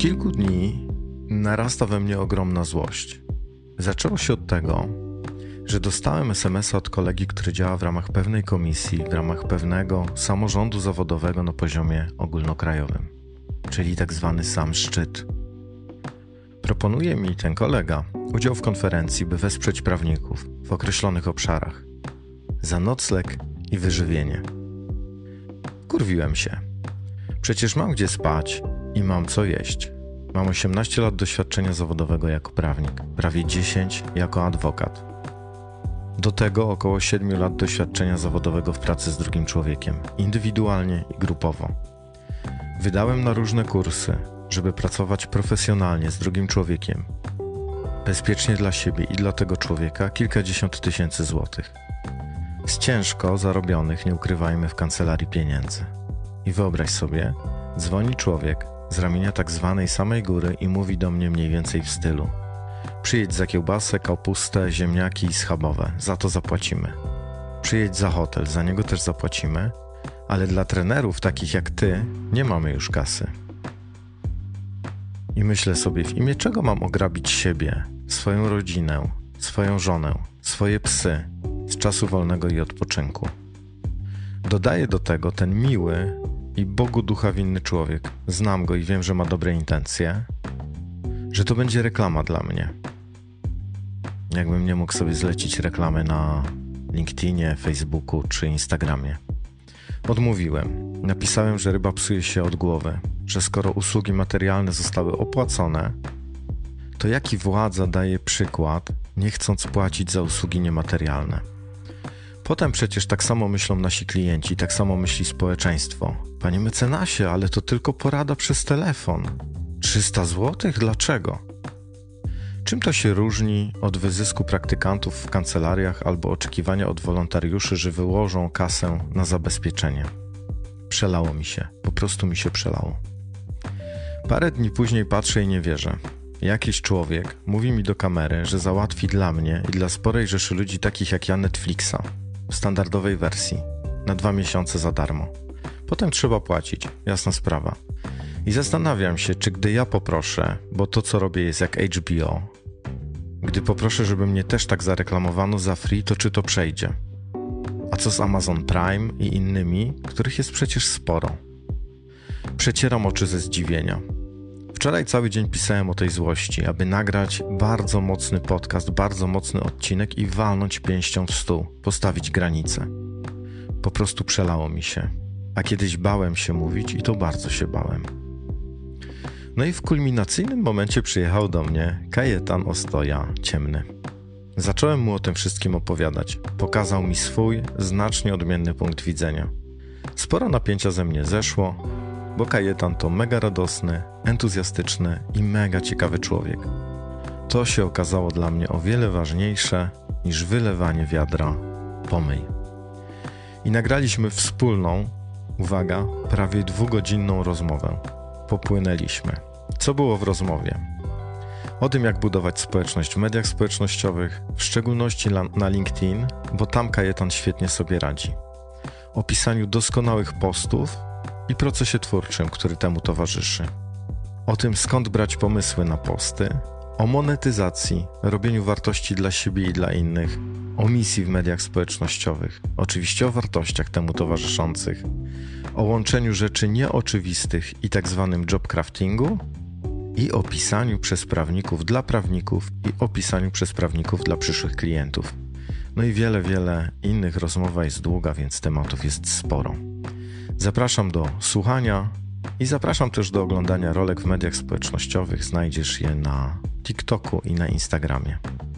kilku dni narasta we mnie ogromna złość. Zaczęło się od tego, że dostałem SMS-a od kolegi, który działa w ramach pewnej komisji, w ramach pewnego samorządu zawodowego na poziomie ogólnokrajowym, czyli tak zwany sam szczyt. Proponuje mi ten kolega udział w konferencji, by wesprzeć prawników w określonych obszarach za nocleg i wyżywienie. Kurwiłem się. Przecież mam gdzie spać i mam co jeść. Mam 18 lat doświadczenia zawodowego jako prawnik, prawie 10 jako adwokat. Do tego około 7 lat doświadczenia zawodowego w pracy z drugim człowiekiem, indywidualnie i grupowo. Wydałem na różne kursy, żeby pracować profesjonalnie z drugim człowiekiem, bezpiecznie dla siebie i dla tego człowieka kilkadziesiąt tysięcy złotych. Z ciężko zarobionych, nie ukrywajmy, w kancelarii pieniędzy. I wyobraź sobie, dzwoni człowiek z ramienia tak zwanej samej góry i mówi do mnie mniej więcej w stylu: przyjedź za kiełbasę, kapustę, ziemniaki i schabowe, za to zapłacimy. Przyjedź za hotel, za niego też zapłacimy, ale dla trenerów takich jak ty nie mamy już kasy. I myślę sobie, w imię czego mam ograbić siebie, swoją rodzinę, swoją żonę, swoje psy z czasu wolnego i odpoczynku. Dodaję do tego ten miły i Bogu ducha winny człowiek, znam go i wiem, że ma dobre intencje, że to będzie reklama dla mnie. Jakbym nie mógł sobie zlecić reklamy na LinkedInie, Facebooku czy Instagramie. Odmówiłem. Napisałem, że ryba psuje się od głowy, że skoro usługi materialne zostały opłacone, to jaki władza daje przykład, nie chcąc płacić za usługi niematerialne. Potem przecież tak samo myślą nasi klienci, tak samo myśli społeczeństwo. Panie mecenasie, ale to tylko porada przez telefon. 300 zł? Dlaczego? Czym to się różni od wyzysku praktykantów w kancelariach albo oczekiwania od wolontariuszy, że wyłożą kasę na zabezpieczenie? Przelało mi się. Po prostu mi się przelało. Parę dni później patrzę i nie wierzę. Jakiś człowiek mówi mi do kamery, że załatwi dla mnie i dla sporej rzeszy ludzi takich jak ja Netflixa w standardowej wersji na 2 miesiące za darmo. Potem trzeba płacić, jasna sprawa. I zastanawiam się, czy gdy ja poproszę, bo to co robię jest jak HBO, gdy poproszę, żeby mnie też tak zareklamowano za free, to czy to przejdzie? A co z Amazon Prime i innymi, których jest przecież sporo? Przecieram oczy ze zdziwienia. Wczoraj cały dzień pisałem o tej złości, aby nagrać bardzo mocny podcast, bardzo mocny odcinek i walnąć pięścią w stół, postawić granicę. Po prostu przelało mi się. A kiedyś bałem się mówić i to bardzo się bałem. No i w kulminacyjnym momencie przyjechał do mnie Kajetan Ostoja Ciemny. Zacząłem mu o tym wszystkim opowiadać. Pokazał mi swój, znacznie odmienny punkt widzenia. Sporo napięcia ze mnie zeszło, bo Kajetan to mega radosny, entuzjastyczny i mega ciekawy człowiek. To się okazało dla mnie o wiele ważniejsze niż wylewanie wiadra pomyj. I nagraliśmy wspólną, uwaga, prawie 2-godzinną rozmowę. Popłynęliśmy. Co było w rozmowie? O tym, jak budować społeczność w mediach społecznościowych, w szczególności na LinkedIn, bo tam Kajetan świetnie sobie radzi. O pisaniu doskonałych postów i procesie twórczym, który temu towarzyszy. O tym, skąd brać pomysły na posty, o monetyzacji, robieniu wartości dla siebie i dla innych, o misji w mediach społecznościowych, oczywiście o wartościach temu towarzyszących, o łączeniu rzeczy nieoczywistych i tak zwanym job craftingu i o pisaniu przez prawników dla prawników i o pisaniu przez prawników dla przyszłych klientów. No i wiele innych. Rozmowa jest długa, więc tematów jest sporo. Zapraszam do słuchania i zapraszam też do oglądania rolek w mediach społecznościowych. Znajdziesz je na TikToku i na Instagramie.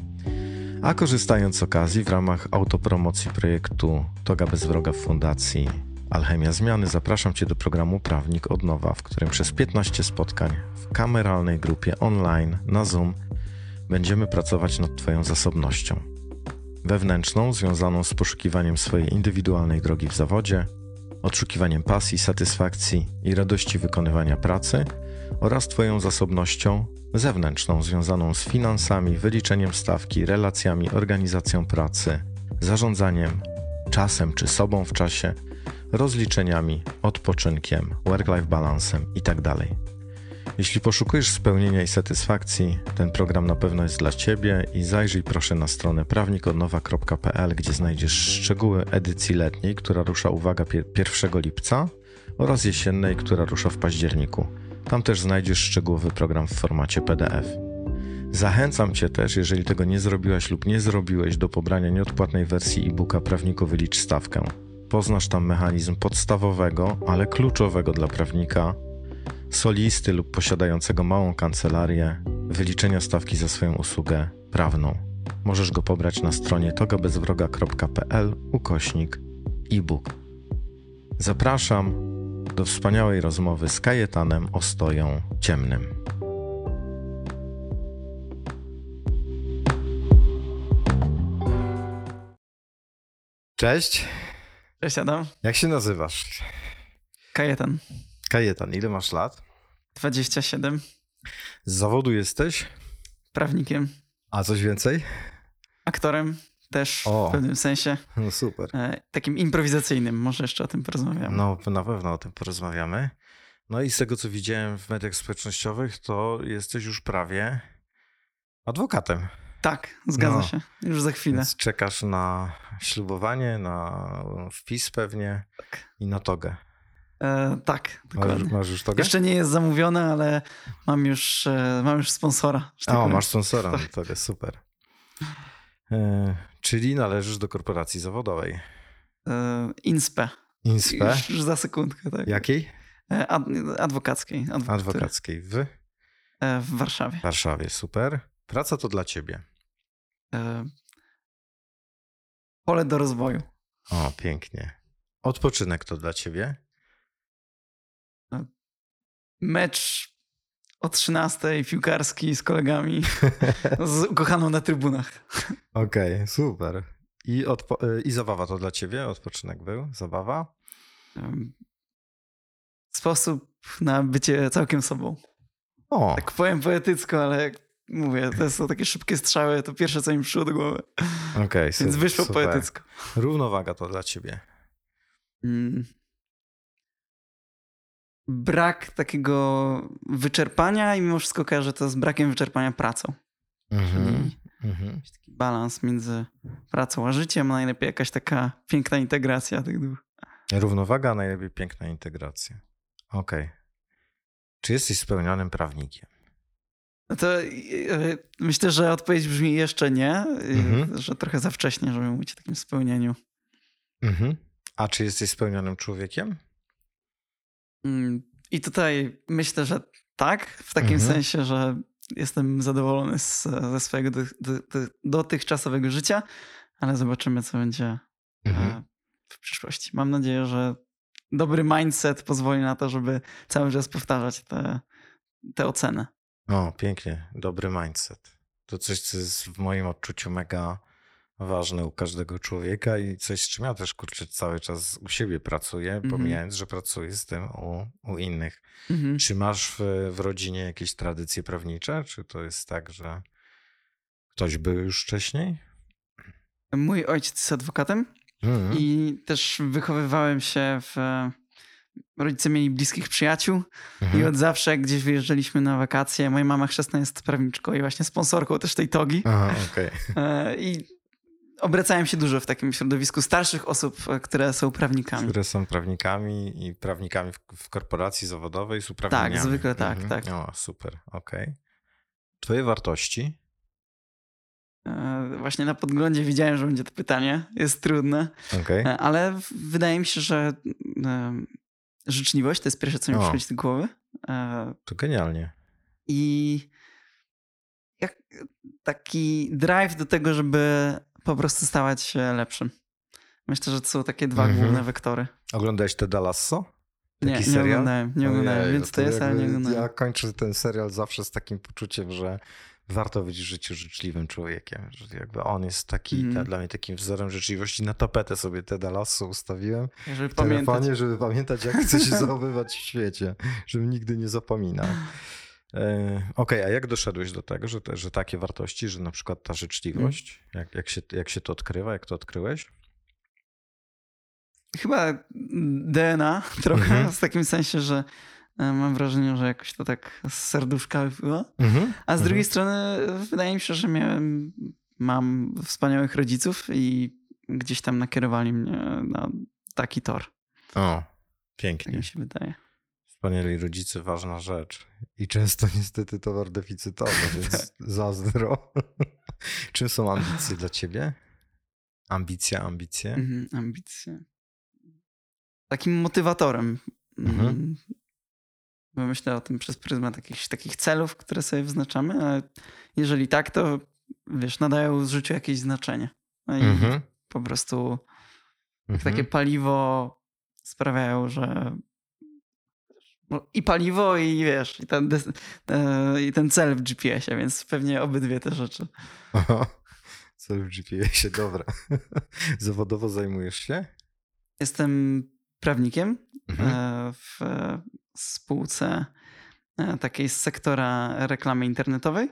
A korzystając z okazji, w ramach autopromocji projektu Toga bez wroga w Fundacji Alchemia Zmiany, zapraszam Cię do programu Prawnik od nowa, w którym przez 15 spotkań w kameralnej grupie online na Zoom będziemy pracować nad Twoją zasobnością wewnętrzną, związaną z poszukiwaniem swojej indywidualnej drogi w zawodzie, odszukiwaniem pasji, satysfakcji i radości wykonywania pracy oraz Twoją zasobnością zewnętrzną, związaną z finansami, wyliczeniem stawki, relacjami, organizacją pracy, zarządzaniem czasem czy sobą w czasie, rozliczeniami, odpoczynkiem, work-life balansem itd. Jeśli poszukujesz spełnienia i satysfakcji, ten program na pewno jest dla Ciebie i zajrzyj proszę na stronę prawnikodnowa.pl, gdzie znajdziesz szczegóły edycji letniej, która rusza, uwaga, 1 lipca oraz jesiennej, która rusza w październiku. Tam też znajdziesz szczegółowy program w formacie PDF. Zachęcam Cię też, jeżeli tego nie zrobiłaś lub nie zrobiłeś, do pobrania nieodpłatnej wersji e-booka Prawniku Wylicz Stawkę. Poznasz tam mechanizm podstawowego, ale kluczowego dla prawnika, solisty lub posiadającego małą kancelarię, wyliczenia stawki za swoją usługę prawną. Możesz go pobrać na stronie togabezwroga.pl/e-book. Zapraszam do wspaniałej rozmowy z Kajetanem Ostoją Ciemnym. Cześć. Cześć Adam. Jak się nazywasz? Kajetan. Kajetan, ile masz lat? 27. Z zawodu jesteś? Prawnikiem. A coś więcej? Aktorem też w pewnym sensie. No super. Takim improwizacyjnym. Może jeszcze o tym porozmawiamy. No na pewno o tym porozmawiamy. No i z tego co widziałem w mediach społecznościowych, to jesteś już prawie adwokatem. Tak, zgadza się. Już za chwilę. Więc czekasz na ślubowanie, na wpis pewnie i na togę. Tak, dokładnie. Masz już togę? Jeszcze nie jest zamówione, ale mam już sponsora. Masz sponsora na togę, super. Czyli należysz do korporacji zawodowej. INSPE. INSPE? Już za sekundkę, tak. Jakiej? Adwokackiej. Adwokackiej. W Warszawie. W Warszawie, super. Praca to dla ciebie. Pole do rozwoju. O, pięknie. Odpoczynek to dla ciebie? Mecz o 13:00 piłkarski z kolegami, z ukochaną na trybunach. Okej, super. I zabawa to dla ciebie? Odpoczynek był? Zabawa? Sposób na bycie całkiem sobą. O. Tak powiem poetycko, ale jak mówię, to są takie szybkie strzały, to pierwsze co mi przyszło do głowy. Okej, więc wyszło super. poetycko. Równowaga to dla ciebie? Brak takiego wyczerpania i mimo wszystko kojarzę to z brakiem wyczerpania pracą. Taki balans między pracą a życiem, najlepiej jakaś taka piękna integracja tych dwóch. Równowaga, a najlepiej piękna integracja. Okej. Czy jesteś spełnionym prawnikiem? No to myślę, że odpowiedź brzmi jeszcze nie, że trochę za wcześnie, żeby mówić o takim spełnieniu. A czy jesteś spełnionym człowiekiem? I tutaj myślę, że tak, w takim sensie, że jestem zadowolony ze swojego dotychczasowego życia, ale zobaczymy, co będzie w przyszłości. Mam nadzieję, że dobry mindset pozwoli na to, żeby cały czas powtarzać te oceny. O, pięknie. Dobry mindset. To coś, co jest w moim odczuciu mega ważne u każdego człowieka i coś, z czym ja też cały czas u siebie pracuję, pomijając, że pracuję z tym u innych. Czy masz w rodzinie jakieś tradycje prawnicze? Czy to jest tak, że ktoś był już wcześniej? Mój ojciec jest adwokatem i też wychowywałem się rodzice mieli bliskich przyjaciół i od zawsze jak gdzieś wyjeżdżaliśmy na wakacje, moja mama chrzestna jest prawniczką i właśnie sponsorką też tej togi. I obracałem się dużo w takim środowisku starszych osób, które są prawnikami. Które są prawnikami i prawnikami w korporacji zawodowej z uprawnieniami. Tak, zwykle tak. O, super, okej. Twoje wartości? Właśnie na podglądzie widziałem, że będzie to pytanie. Jest trudne, ale wydaje mi się, że życzliwość to jest pierwsze, co mi przychodzi do głowy. To genialnie. I taki drive do tego, żeby po prostu stawać się lepszym. Myślę, że to są takie dwa główne wektory. Oglądałeś Ted Lasso? Nie oglądałem, więc to jest, ale nie oglądałem. Ja kończę ten serial zawsze z takim poczuciem, że warto być w życiu życzliwym człowiekiem. Że jakby on jest taki dla mnie takim wzorem życzliwości. Na tapetę sobie Teda Lasso ustawiłem w telefonie, żeby pamiętać, jak chcę się zachowywać w świecie. Żebym nigdy nie zapominał. A jak doszedłeś do tego, że takie wartości, że na przykład ta życzliwość, jak się to odkrywa, jak to odkryłeś? Chyba DNA trochę, w takim sensie, że mam wrażenie, że jakoś to tak z serduszka było. A z drugiej strony wydaje mi się, że mam wspaniałych rodziców i gdzieś tam nakierowali mnie na taki tor. O, pięknie. Tak mi się wydaje. Wspaniali rodzice, ważna rzecz. I często niestety towar deficytowy, więc zazdro. Czym są ambicje dla ciebie? Ambicje? Ambicje. Takim motywatorem. Bo myślę o tym przez pryzmat jakichś takich celów, które sobie wyznaczamy, a jeżeli tak, to wiesz, nadają życiu jakieś znaczenie. No i po prostu takie paliwo sprawiają, że i paliwo, i wiesz, i ten cel w GPS-ie, więc pewnie obydwie te rzeczy. Aha, cel w GPS-ie, dobra. Zawodowo zajmujesz się? Jestem prawnikiem w spółce takiej z sektora reklamy internetowej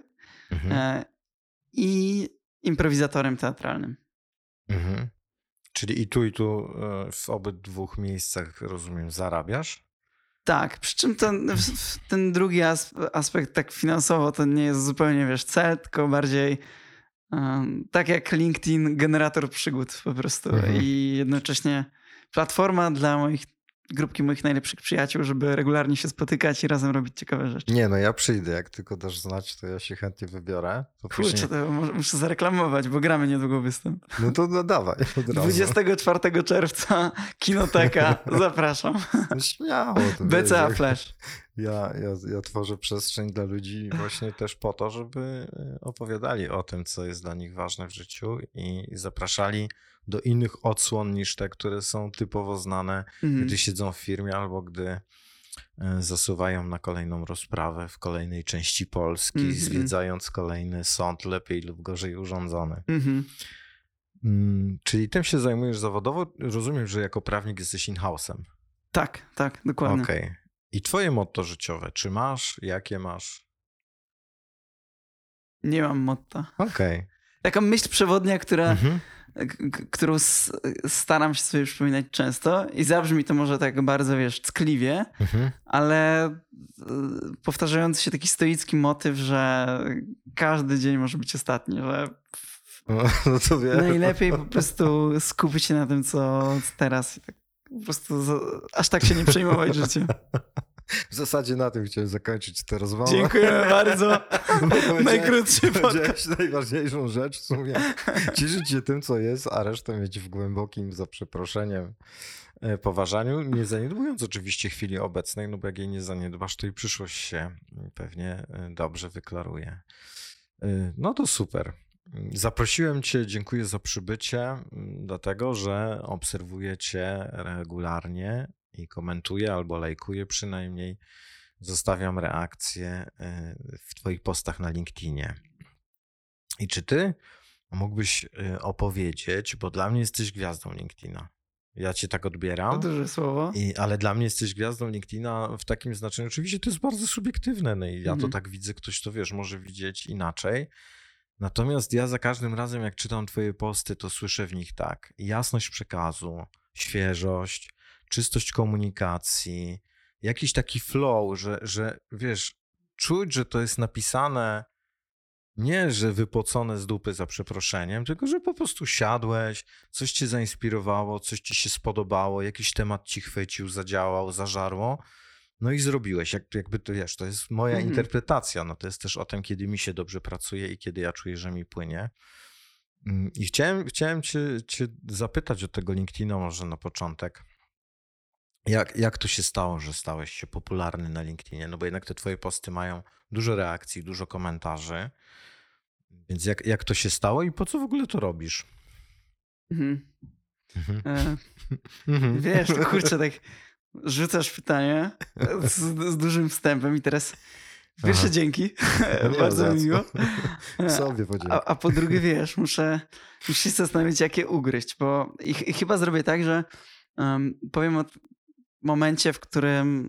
i improwizatorem teatralnym. Czyli i tu w obydwu miejscach, rozumiem, zarabiasz? Tak, przy czym ten drugi aspekt tak finansowo to nie jest zupełnie, wiesz, cel, tylko bardziej tak jak LinkedIn, generator przygód po prostu i jednocześnie platforma dla grupki moich najlepszych przyjaciół, żeby regularnie się spotykać i razem robić ciekawe rzeczy. Nie, no ja przyjdę, jak tylko dasz znać, to ja się chętnie wybiorę. Kurczę, to muszę zareklamować, bo gramy niedługo występ. No to dawaj od razu. 24 czerwca, Kinoteka, zapraszam. No śmiało. To BCA Flash. Ja tworzę przestrzeń dla ludzi właśnie też po to, żeby opowiadali o tym, co jest dla nich ważne w życiu i zapraszali do innych odsłon niż te, które są typowo znane, gdy siedzą w firmie albo gdy zasuwają na kolejną rozprawę w kolejnej części Polski, zwiedzając kolejny sąd lepiej lub gorzej urządzony. Czyli tym się zajmujesz zawodowo. Rozumiem, że jako prawnik jesteś in-house'em. Tak, dokładnie. Okej. I twoje motto życiowe, czy masz? Jakie masz? Nie mam motta. Okej. Taka myśl przewodnia, którą staram się sobie przypominać często i zabrzmi to może tak bardzo, wiesz, ckliwie, ale powtarzający się taki stoicki motyw, że każdy dzień może być ostatni, że no to wiem. Najlepiej po prostu skupić się na tym, co teraz i tak po prostu aż tak się nie przejmować życiem. W zasadzie na tym chciałem zakończyć tę rozmowę. Dziękuję bardzo. Najkrótszy podcast. Najważniejszą rzecz w sumie. Cieszyć się tym, co jest, a resztę mieć w głębokim, za przeproszeniem, poważaniu. Nie zaniedbując oczywiście chwili obecnej, no bo jak jej nie zaniedbasz, to i przyszłość się pewnie dobrze wyklaruje. No to super. Zaprosiłem cię, dziękuję za przybycie, dlatego że obserwuję cię regularnie i komentuję albo lajkuję przynajmniej. Zostawiam reakcje w twoich postach na LinkedInie. I czy ty mógłbyś opowiedzieć, bo dla mnie jesteś gwiazdą LinkedIna. Ja cię tak odbieram. To duże słowo. Ale dla mnie jesteś gwiazdą LinkedIna w takim znaczeniu. Oczywiście to jest bardzo subiektywne, no i ja to tak widzę, ktoś to wiesz, może widzieć inaczej. Natomiast ja za każdym razem, jak czytam twoje posty, to słyszę w nich tak: jasność przekazu, świeżość, czystość komunikacji, jakiś taki flow, że wiesz, czuć, że to jest napisane nie, że wypocone z dupy za przeproszeniem, tylko że po prostu siadłeś, coś cię zainspirowało, coś ci się spodobało, jakiś temat ci chwycił, zadziałał, zażarło. No i zrobiłeś, jakby to wiesz, to jest moja interpretacja, no to jest też o tym, kiedy mi się dobrze pracuje i kiedy ja czuję, że mi płynie. I chciałem cię zapytać o tego LinkedIna może na początek. Jak to się stało, że stałeś się popularny na LinkedInie? No bo jednak te twoje posty mają dużo reakcji, dużo komentarzy. Więc jak to się stało i po co w ogóle to robisz? Wiesz, to kurczę, tak rzucasz pytanie z dużym wstępem i teraz pierwsze dzięki, bardzo mi miło. Sobie podziękuję. A po drugie, wiesz, muszę się zastanowić, jak je ugryźć, bo i chyba zrobię tak, że powiem o momencie, w którym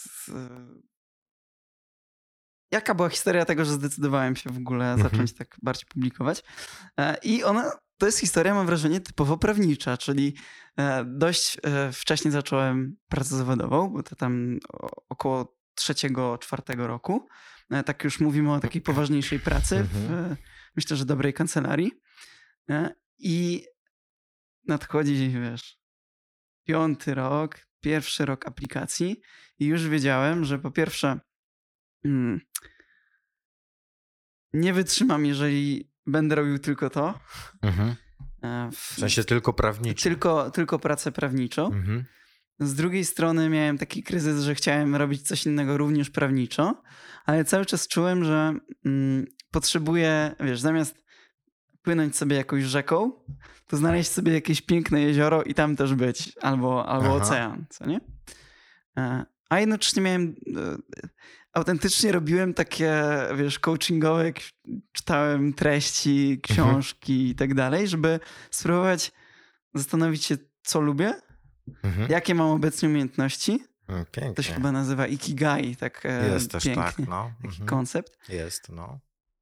jaka była historia tego, że zdecydowałem się w ogóle zacząć tak bardziej publikować. I to jest historia, mam wrażenie, typowo prawnicza, czyli dość wcześnie zacząłem pracę zawodową, bo to tam około 3-4 roku. Tak już mówimy o takiej poważniejszej pracy myślę, że dobrej kancelarii. I nadchodzi, 5. rok, pierwszy rok aplikacji i już wiedziałem, że po pierwsze nie wytrzymam, jeżeli będę robił tylko to. W sensie tylko prawniczo. Tylko pracę prawniczą. Z drugiej strony miałem taki kryzys, że chciałem robić coś innego również prawniczo, ale cały czas czułem, że potrzebuję, zamiast płynąć sobie jakąś rzeką, to znaleźć sobie jakieś piękne jezioro i tam też być, albo ocean, co nie? A jednocześnie autentycznie robiłem takie, coachingowe, czytałem treści, książki i tak dalej, żeby spróbować zastanowić się, co lubię, jakie mam obecnie umiejętności. Pięknie. To się chyba nazywa Ikigai, tak jest też pięknie, tak, no. taki koncept. Jest, no.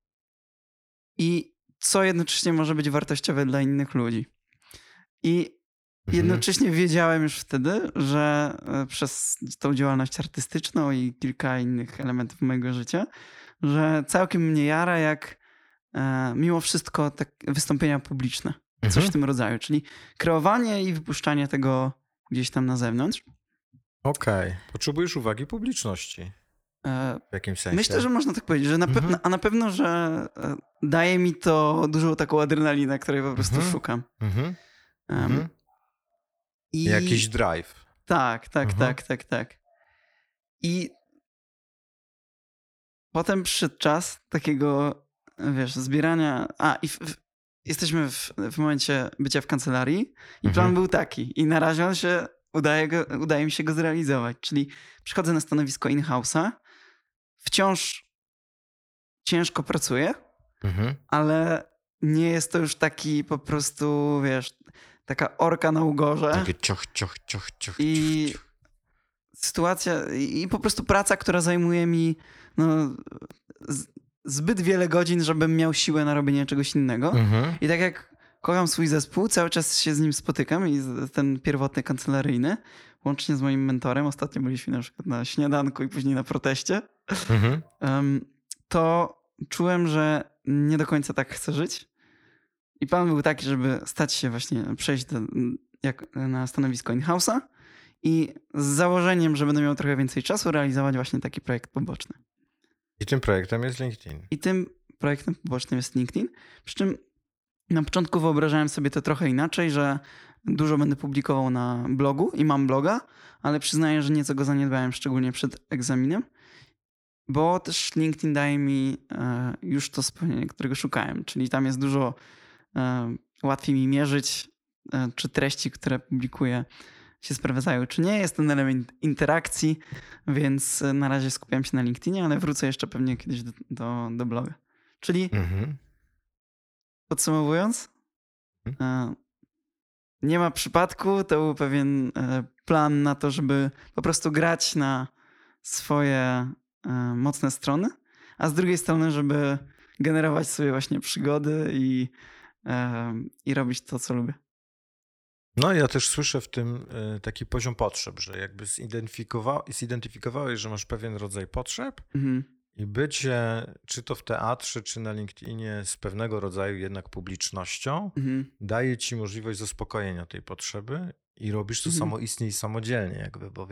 I co jednocześnie może być wartościowe dla innych ludzi. I jednocześnie wiedziałem już wtedy, że przez tą działalność artystyczną i kilka innych elementów mojego życia, że całkiem mnie jara jak mimo wszystko tak wystąpienia publiczne. Coś w tym rodzaju. Czyli kreowanie i wypuszczanie tego gdzieś tam na zewnątrz. Okej. Potrzebujesz uwagi publiczności. W jakimś sensie. Myślę, że można tak powiedzieć, że na pewno, że daje mi to dużą taką adrenalinę, której po prostu szukam. Jakiś drive. Tak. I potem przyszedł czas takiego, zbierania... Jesteśmy w momencie bycia w kancelarii i plan był taki. I na razie udaje mi się go zrealizować. Czyli przychodzę na stanowisko in-house'a, wciąż ciężko pracuję, ale nie jest to już taki po prostu, taka orka na ugorze. Takie cioch. I sytuacja, i po prostu praca, która zajmuje mi zbyt wiele godzin, żebym miał siłę na robienie czegoś innego. I tak jak kocham swój zespół, cały czas się z nim spotykam i ten pierwotny kancelaryjny, łącznie z moim mentorem, ostatnio byliśmy na przykład na śniadanku i później na proteście, to czułem, że nie do końca tak chcę żyć. I plan był taki, żeby przejść na stanowisko in-house'a i z założeniem, że będę miał trochę więcej czasu, realizować właśnie taki projekt poboczny. I tym projektem jest LinkedIn. I tym projektem pobocznym jest LinkedIn. Przy czym na początku wyobrażałem sobie to trochę inaczej, że dużo będę publikował na blogu i mam bloga, ale przyznaję, że nieco go zaniedbałem, szczególnie przed egzaminem, bo też LinkedIn daje mi już to spełnienie, którego szukałem. Czyli tam jest dużo łatwiej mi mierzyć, czy treści, które publikuję, się sprawdzają, czy nie. Jest ten element interakcji, więc na razie skupiam się na LinkedInie, ale wrócę jeszcze pewnie kiedyś do bloga. Czyli podsumowując, nie ma przypadku, to był pewien plan na to, żeby po prostu grać na swoje mocne strony, a z drugiej strony, żeby generować sobie właśnie przygody i robić to, co lubię. No ja też słyszę w tym taki poziom potrzeb, że jakby zidentyfikowałeś, że masz pewien rodzaj potrzeb i bycie, czy to w teatrze, czy na LinkedInie z pewnego rodzaju jednak publicznością, daje ci możliwość zaspokojenia tej potrzeby i robisz to samoistnie i samodzielnie jakby, bo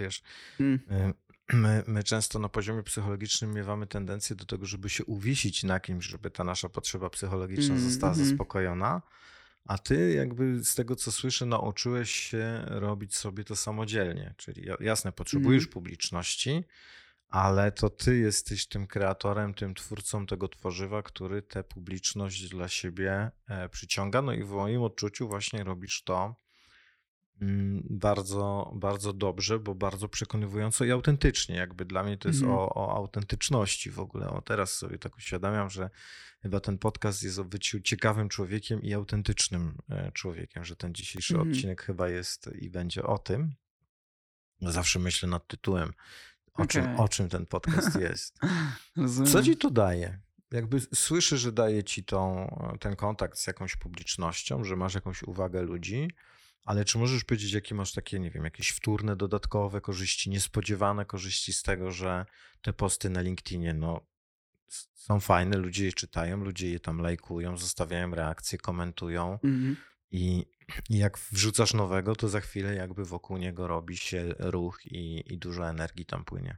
my często na poziomie psychologicznym miewamy tendencję do tego, żeby się uwisić na kimś, żeby ta nasza potrzeba psychologiczna została zaspokojona. A ty jakby z tego, co słyszę, nauczyłeś się robić sobie to samodzielnie. Czyli jasne, potrzebujesz publiczności, ale to ty jesteś tym kreatorem, tym twórcą tego tworzywa, który tę publiczność dla siebie przyciąga. No i w moim odczuciu właśnie robisz to bardzo, bardzo dobrze, bo bardzo przekonywująco i autentycznie. Jakby dla mnie to jest o autentyczności w ogóle. O, teraz sobie tak uświadamiam, że chyba ten podcast jest o byciu ciekawym człowiekiem i autentycznym człowiekiem, że ten dzisiejszy odcinek chyba jest i będzie o tym. Zawsze myślę nad tytułem, o czym ten podcast jest. Co ci to daje? Jakby słyszę, że daje ci ten kontakt z jakąś publicznością, że masz jakąś uwagę ludzi, Ale czy możesz powiedzieć, jakie masz takie, nie wiem, jakieś wtórne, dodatkowe korzyści, niespodziewane korzyści z tego, że te posty na LinkedInie, no, są fajne, ludzie je czytają, ludzie je tam lajkują, zostawiają reakcje, komentują i jak wrzucasz nowego, to za chwilę jakby wokół niego robi się ruch i dużo energii tam płynie.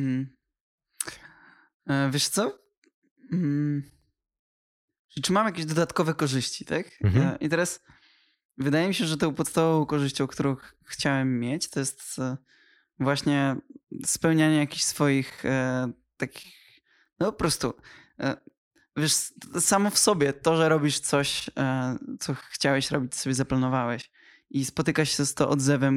Wiesz co? Czy mam jakieś dodatkowe korzyści, tak? I teraz wydaje mi się, że tą podstawową korzyścią, którą chciałem mieć, to jest właśnie spełnianie jakichś swoich takich, no po prostu, wiesz, samo w sobie to, że robisz coś, co chciałeś robić, sobie zaplanowałeś i spotyka się z to odzewem,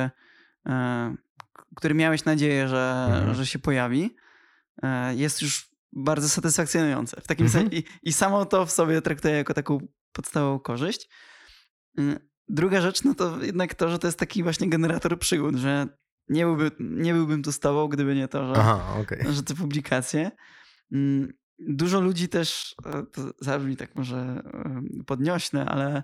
który miałeś nadzieję, że się pojawi, jest już bardzo satysfakcjonujące. W takim sensie, i samo to w sobie traktuję jako taką podstawową korzyść. Druga rzecz, no to jednak to, że to jest taki właśnie generator przygód, że nie byłbym tu z tobą, gdyby nie to, że te publikacje. Dużo ludzi też, to zabrzmi tak może podniośne, ale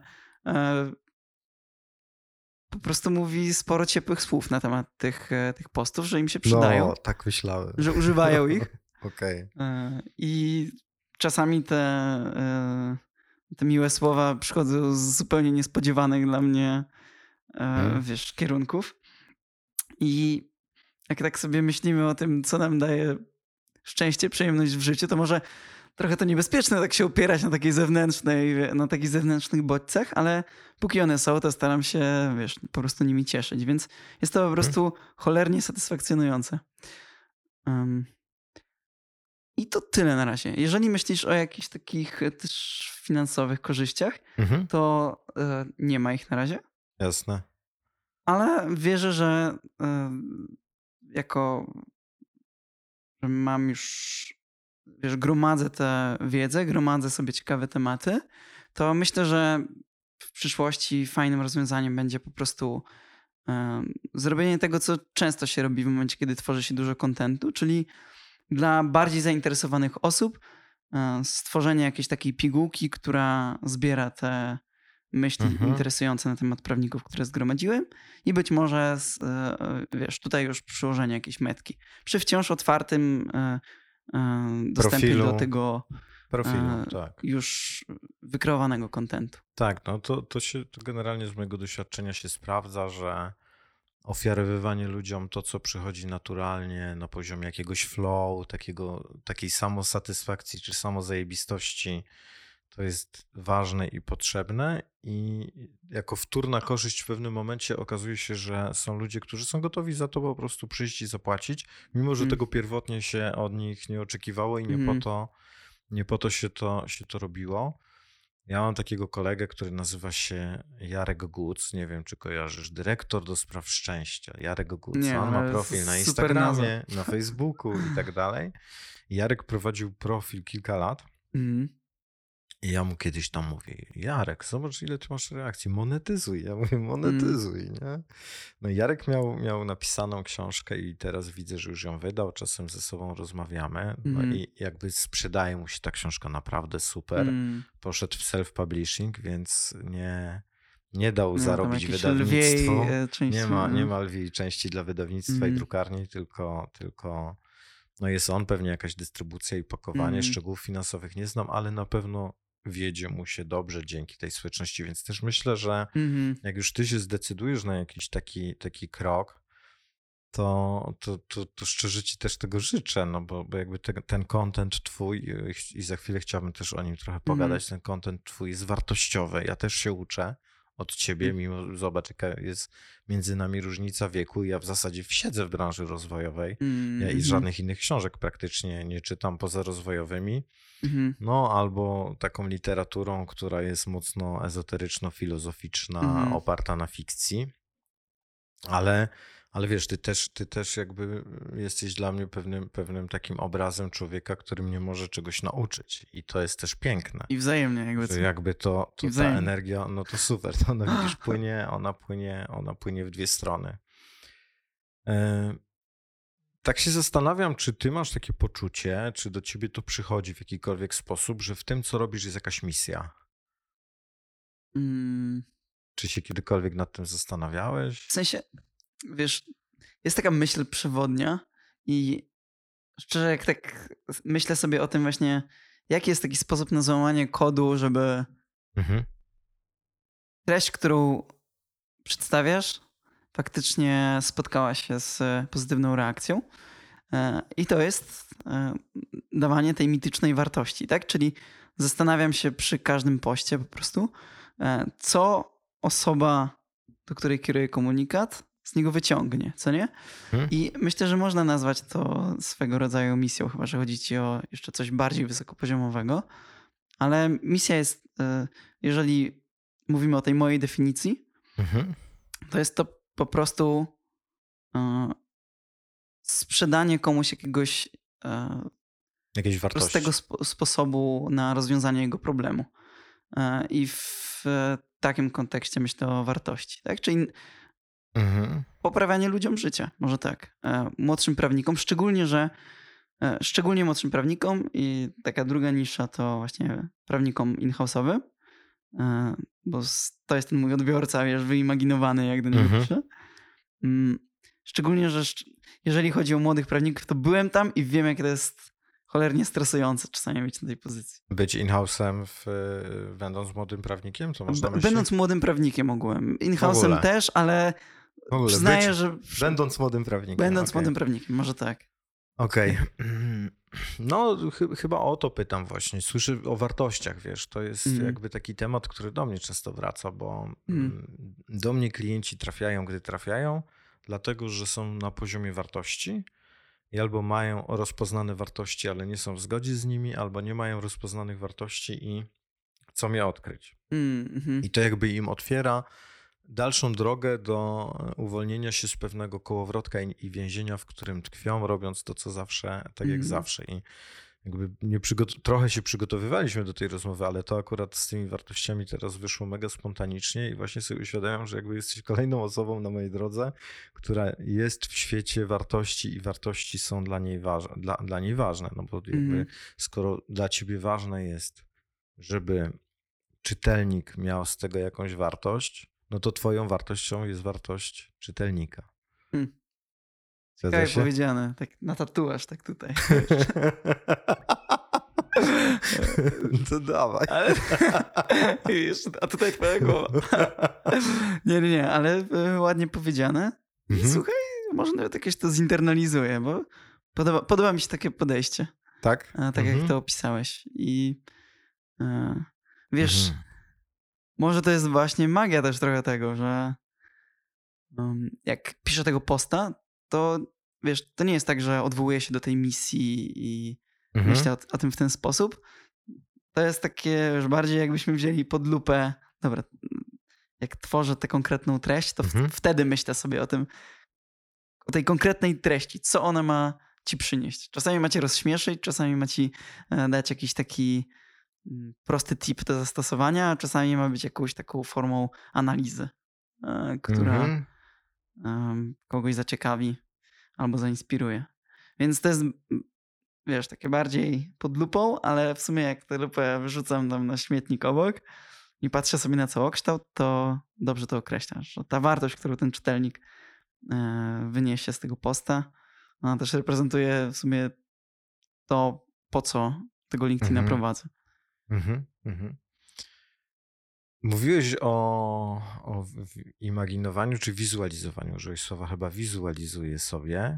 po prostu mówi sporo ciepłych słów na temat tych postów, że im się przydają. No, tak myślałem. Że używają ich. Okej. I czasami te miłe słowa przychodzą z zupełnie niespodziewanych dla mnie wiesz, kierunków. I jak tak sobie myślimy o tym, co nam daje szczęście, przyjemność w życiu, to może trochę to niebezpieczne tak się opierać na takich zewnętrznych bodźcach, ale póki one są, to staram się, wiesz, po prostu nimi cieszyć. Więc jest to po prostu cholernie satysfakcjonujące. I to tyle na razie. Jeżeli myślisz o jakichś takich też finansowych korzyściach, to nie ma ich na razie. Jasne. Ale wierzę, że że mam już, wiesz, gromadzę tę wiedzę, gromadzę sobie ciekawe tematy, to myślę, że w przyszłości fajnym rozwiązaniem będzie po prostu zrobienie tego, co często się robi w momencie, kiedy tworzy się dużo kontentu, czyli dla bardziej zainteresowanych osób stworzenie jakiejś takiej pigułki, która zbiera te myśli interesujące na temat prawników, które zgromadziłem i być może wiesz, tutaj już przyłożenie jakiejś metki. Przy wciąż otwartym dostępie do tego tak. już wykreowanego kontentu. Tak, no to generalnie z mojego doświadczenia się sprawdza, że ofiarowywanie ludziom to, co przychodzi naturalnie na poziomie jakiegoś flow, takiej samosatysfakcji czy samozajebistości, to jest ważne i potrzebne i jako wtórna korzyść w pewnym momencie okazuje się, że są ludzie, którzy są gotowi za to po prostu przyjść i zapłacić, mimo że tego pierwotnie się od nich nie oczekiwało i nie po to się to robiło. Ja mam takiego kolegę, który nazywa się Jarek Guc, nie wiem czy kojarzysz, dyrektor do spraw szczęścia, Jarek Guc. On ma profil na Instagramie, na Facebooku i tak dalej. Jarek prowadził profil kilka lat. I ja mu kiedyś tam mówię, Jarek, zobacz ile ty masz reakcji, monetyzuj. Ja mówię, monetyzuj, nie? No i Jarek miał napisaną książkę i teraz widzę, że już ją wydał, czasem ze sobą rozmawiamy. No i jakby sprzedaje mu się ta książka naprawdę super. Poszedł w self-publishing, więc nie dał zarobić wydawnictwu. Nie ma lwiej części dla wydawnictwa i drukarni, tylko no jest on, pewnie jakaś dystrybucja i pakowanie. Szczegółów finansowych nie znam, ale na pewno wiedzie mu się dobrze dzięki tej społeczności, więc też myślę, że jak już ty się zdecydujesz na jakiś taki krok, to szczerze ci też tego życzę, no bo jakby ten content twój i za chwilę chciałbym też o nim trochę pogadać, ten content twój jest wartościowy, ja też się uczę od ciebie, mimo zobacz jaka jest między nami różnica wieku, ja w zasadzie siedzę w branży rozwojowej, ja i żadnych innych książek praktycznie nie czytam poza rozwojowymi, no albo taką literaturą, która jest mocno ezoteryczno-filozoficzna, oparta na fikcji, ale wiesz, ty też jakby jesteś dla mnie pewnym takim obrazem człowieka, który mnie może czegoś nauczyć i to jest też piękne. I wzajemnie jakby. Że jakby to ta energia, no to super, to ona widzisz ona płynie w dwie strony. Tak się zastanawiam, czy ty masz takie poczucie, czy do ciebie to przychodzi w jakikolwiek sposób, że w tym, co robisz, jest jakaś misja? Czy się kiedykolwiek nad tym zastanawiałeś? W sensie, wiesz, jest taka myśl przewodnia i szczerze, jak tak myślę sobie o tym właśnie, jaki jest taki sposób na złamanie kodu, żeby treść, którą przedstawiasz, faktycznie spotkała się z pozytywną reakcją. I to jest dawanie tej mitycznej wartości, tak? Czyli zastanawiam się przy każdym poście po prostu, co osoba, do której kieruję komunikat, z niego wyciągnie, co nie? I myślę, że można nazwać to swego rodzaju misją, chyba że chodzi ci o jeszcze coś bardziej wysokopoziomowego. Ale misja jest, jeżeli mówimy o tej mojej definicji, to jest to po prostu sprzedanie komuś jakiegoś jakiejś wartości. prostego sposobu na rozwiązanie jego problemu. I w takim kontekście myślę o wartości. Tak? Czyli poprawianie ludziom życia, może tak. Młodszym prawnikom, szczególnie młodszym prawnikom i taka druga nisza to właśnie prawnikom in-house'owym, bo to jest ten mój odbiorca, wiesz, wyimaginowany, jak do niego piszę. Szczególnie, że jeżeli chodzi o młodych prawników, to byłem tam i wiem, jak to jest cholernie stresujące czasami być na tej pozycji. Być in-house'em będąc młodym prawnikiem? To można myśleć? Będąc młodym prawnikiem ogółem. In-house'em też, ale przyznaję, że... Będąc młodym prawnikiem. Będąc młodym prawnikiem, może tak. Okej. No chyba o to pytam właśnie. Słyszę o wartościach, wiesz. To jest jakby taki temat, który do mnie często wraca, bo do mnie klienci trafiają, gdy trafiają, dlatego, że są na poziomie wartości i albo mają rozpoznane wartości, ale nie są w zgodzie z nimi, albo nie mają rozpoznanych wartości i chcą je odkryć. I to jakby im otwiera dalszą drogę do uwolnienia się z pewnego kołowrotka i więzienia, w którym tkwią, robiąc to, co zawsze, tak jak zawsze. I jakby trochę się przygotowywaliśmy do tej rozmowy, ale to akurat z tymi wartościami teraz wyszło mega spontanicznie i właśnie sobie uświadamiam, że jakby jesteś kolejną osobą na mojej drodze, która jest w świecie wartości i wartości są dla niej ważne. No bo jakby skoro dla ciebie ważne jest, żeby czytelnik miał z tego jakąś wartość, no to twoją wartością jest wartość czytelnika. Ciekawe powiedziane, tak na tatuaż, tak tutaj. To dawaj. Ale, wiesz, a tutaj twoja głowa. Nie, ale ładnie powiedziane. Słuchaj, może nawet jakieś to zinternalizuję, bo podoba mi się takie podejście. Tak? Tak jak to opisałeś. I wiesz, może to jest właśnie magia też trochę tego, że jak piszę tego posta, to wiesz, to nie jest tak, że odwołuję się do tej misji i myślę o tym w ten sposób. To jest takie już bardziej jakbyśmy wzięli pod lupę, dobra, jak tworzę tę konkretną treść, to wtedy myślę sobie o tym, o tej konkretnej treści, co ona ma ci przynieść. Czasami ma cię rozśmieszyć, czasami ma ci dać jakiś taki prosty tip do zastosowania, a czasami ma być jakąś taką formą analizy, która kogoś zaciekawi albo zainspiruje. Więc to jest, wiesz, takie bardziej pod lupą, ale w sumie jak tę lupę wyrzucam tam na śmietnik obok i patrzę sobie na całokształt, to dobrze to określasz. Że ta wartość, którą ten czytelnik wyniesie z tego posta, ona też reprezentuje w sumie to, po co tego LinkedIna prowadzę. Mówiłeś o imaginowaniu czy wizualizowaniu. Użyłeś słowa chyba wizualizuję sobie.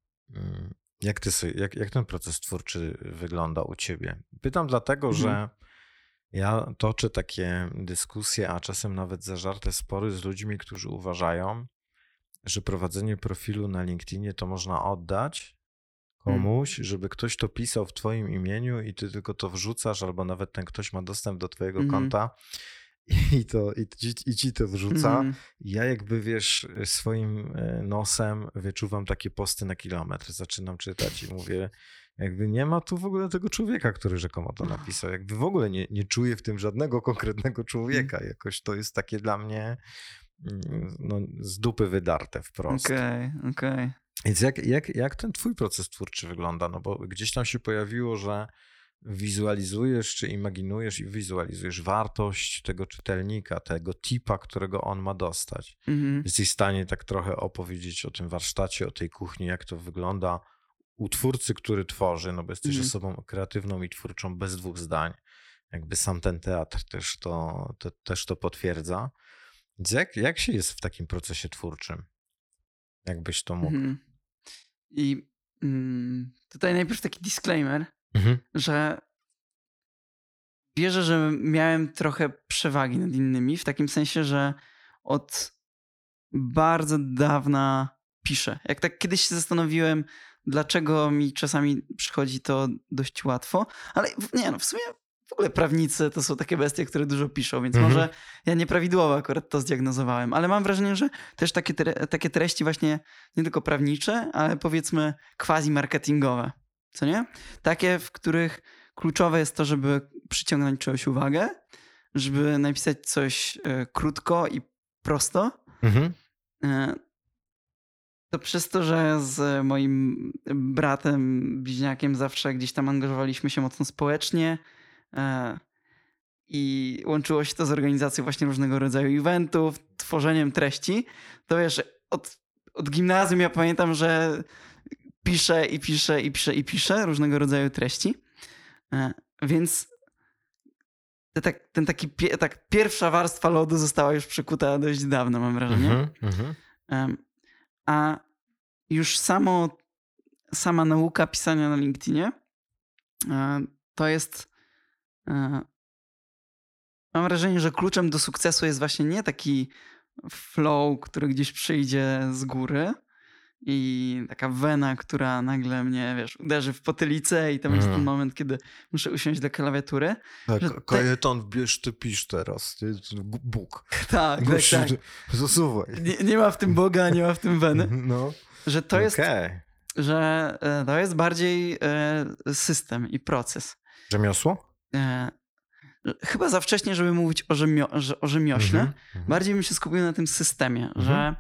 Jak ten proces twórczy wygląda u ciebie? Pytam dlatego, że ja toczę takie dyskusje, a czasem nawet zażarte spory z ludźmi, którzy uważają, że prowadzenie profilu na LinkedInie to można oddać komuś, żeby ktoś to pisał w twoim imieniu i ty tylko to wrzucasz, albo nawet ten ktoś ma dostęp do twojego konta i ci to wrzuca. I ja jakby, wiesz, swoim nosem wyczuwam takie posty na kilometr. Zaczynam czytać i mówię, jakby nie ma tu w ogóle tego człowieka, który rzekomo to napisał. Jakby w ogóle nie czuję w tym żadnego konkretnego człowieka. Jakoś to jest takie dla mnie z dupy wydarte wprost. Okej. Więc jak ten twój proces twórczy wygląda? No bo gdzieś tam się pojawiło, że wizualizujesz, czy imaginujesz i wizualizujesz wartość tego czytelnika, tego tipa, którego on ma dostać. Jesteś w stanie tak trochę opowiedzieć o tym warsztacie, o tej kuchni, jak to wygląda u twórcy, który tworzy, no bo jesteś osobą kreatywną i twórczą bez dwóch zdań. Jakby sam ten teatr też to potwierdza. Więc jak się jest w takim procesie twórczym? Jakbyś to mógł? I tutaj najpierw taki disclaimer, że wierzę, że miałem trochę przewagi nad innymi, w takim sensie, że od bardzo dawna piszę. Jak tak kiedyś się zastanowiłem, dlaczego mi czasami przychodzi to dość łatwo, ale w sumie w ogóle prawnicy to są takie bestie, które dużo piszą, więc może ja nieprawidłowo akurat to zdiagnozowałem, ale mam wrażenie, że też takie treści właśnie nie tylko prawnicze, ale powiedzmy quasi-marketingowe, co nie? Takie, w których kluczowe jest to, żeby przyciągnąć czyjąś uwagę, żeby napisać coś krótko i prosto. To przez to, że z moim bratem, bliźniakiem zawsze gdzieś tam angażowaliśmy się mocno społecznie i łączyło się to z organizacją właśnie różnego rodzaju eventów, tworzeniem treści, to wiesz, od gimnazjum ja pamiętam, że piszę różnego rodzaju treści, więc pierwsza warstwa lodu została już przekuta dość dawno, mam wrażenie. A już sama nauka pisania na LinkedInie to jest... Mam wrażenie, że kluczem do sukcesu jest właśnie nie taki flow, który gdzieś przyjdzie z góry i taka wena, która nagle mnie, wiesz, uderzy w potylicę i to jest ten moment, kiedy muszę usiąść do klawiatury. Tak, kajetan bierz, ty pisz teraz. Bóg. Tak. Zasuwaj. Nie ma w tym Boga, nie ma w tym weny. No. Że to jest... Że to jest bardziej system i proces. Rzemiosło? Chyba za wcześnie, żeby mówić o rzemiośle. Bardziej bym się skupił na tym systemie, że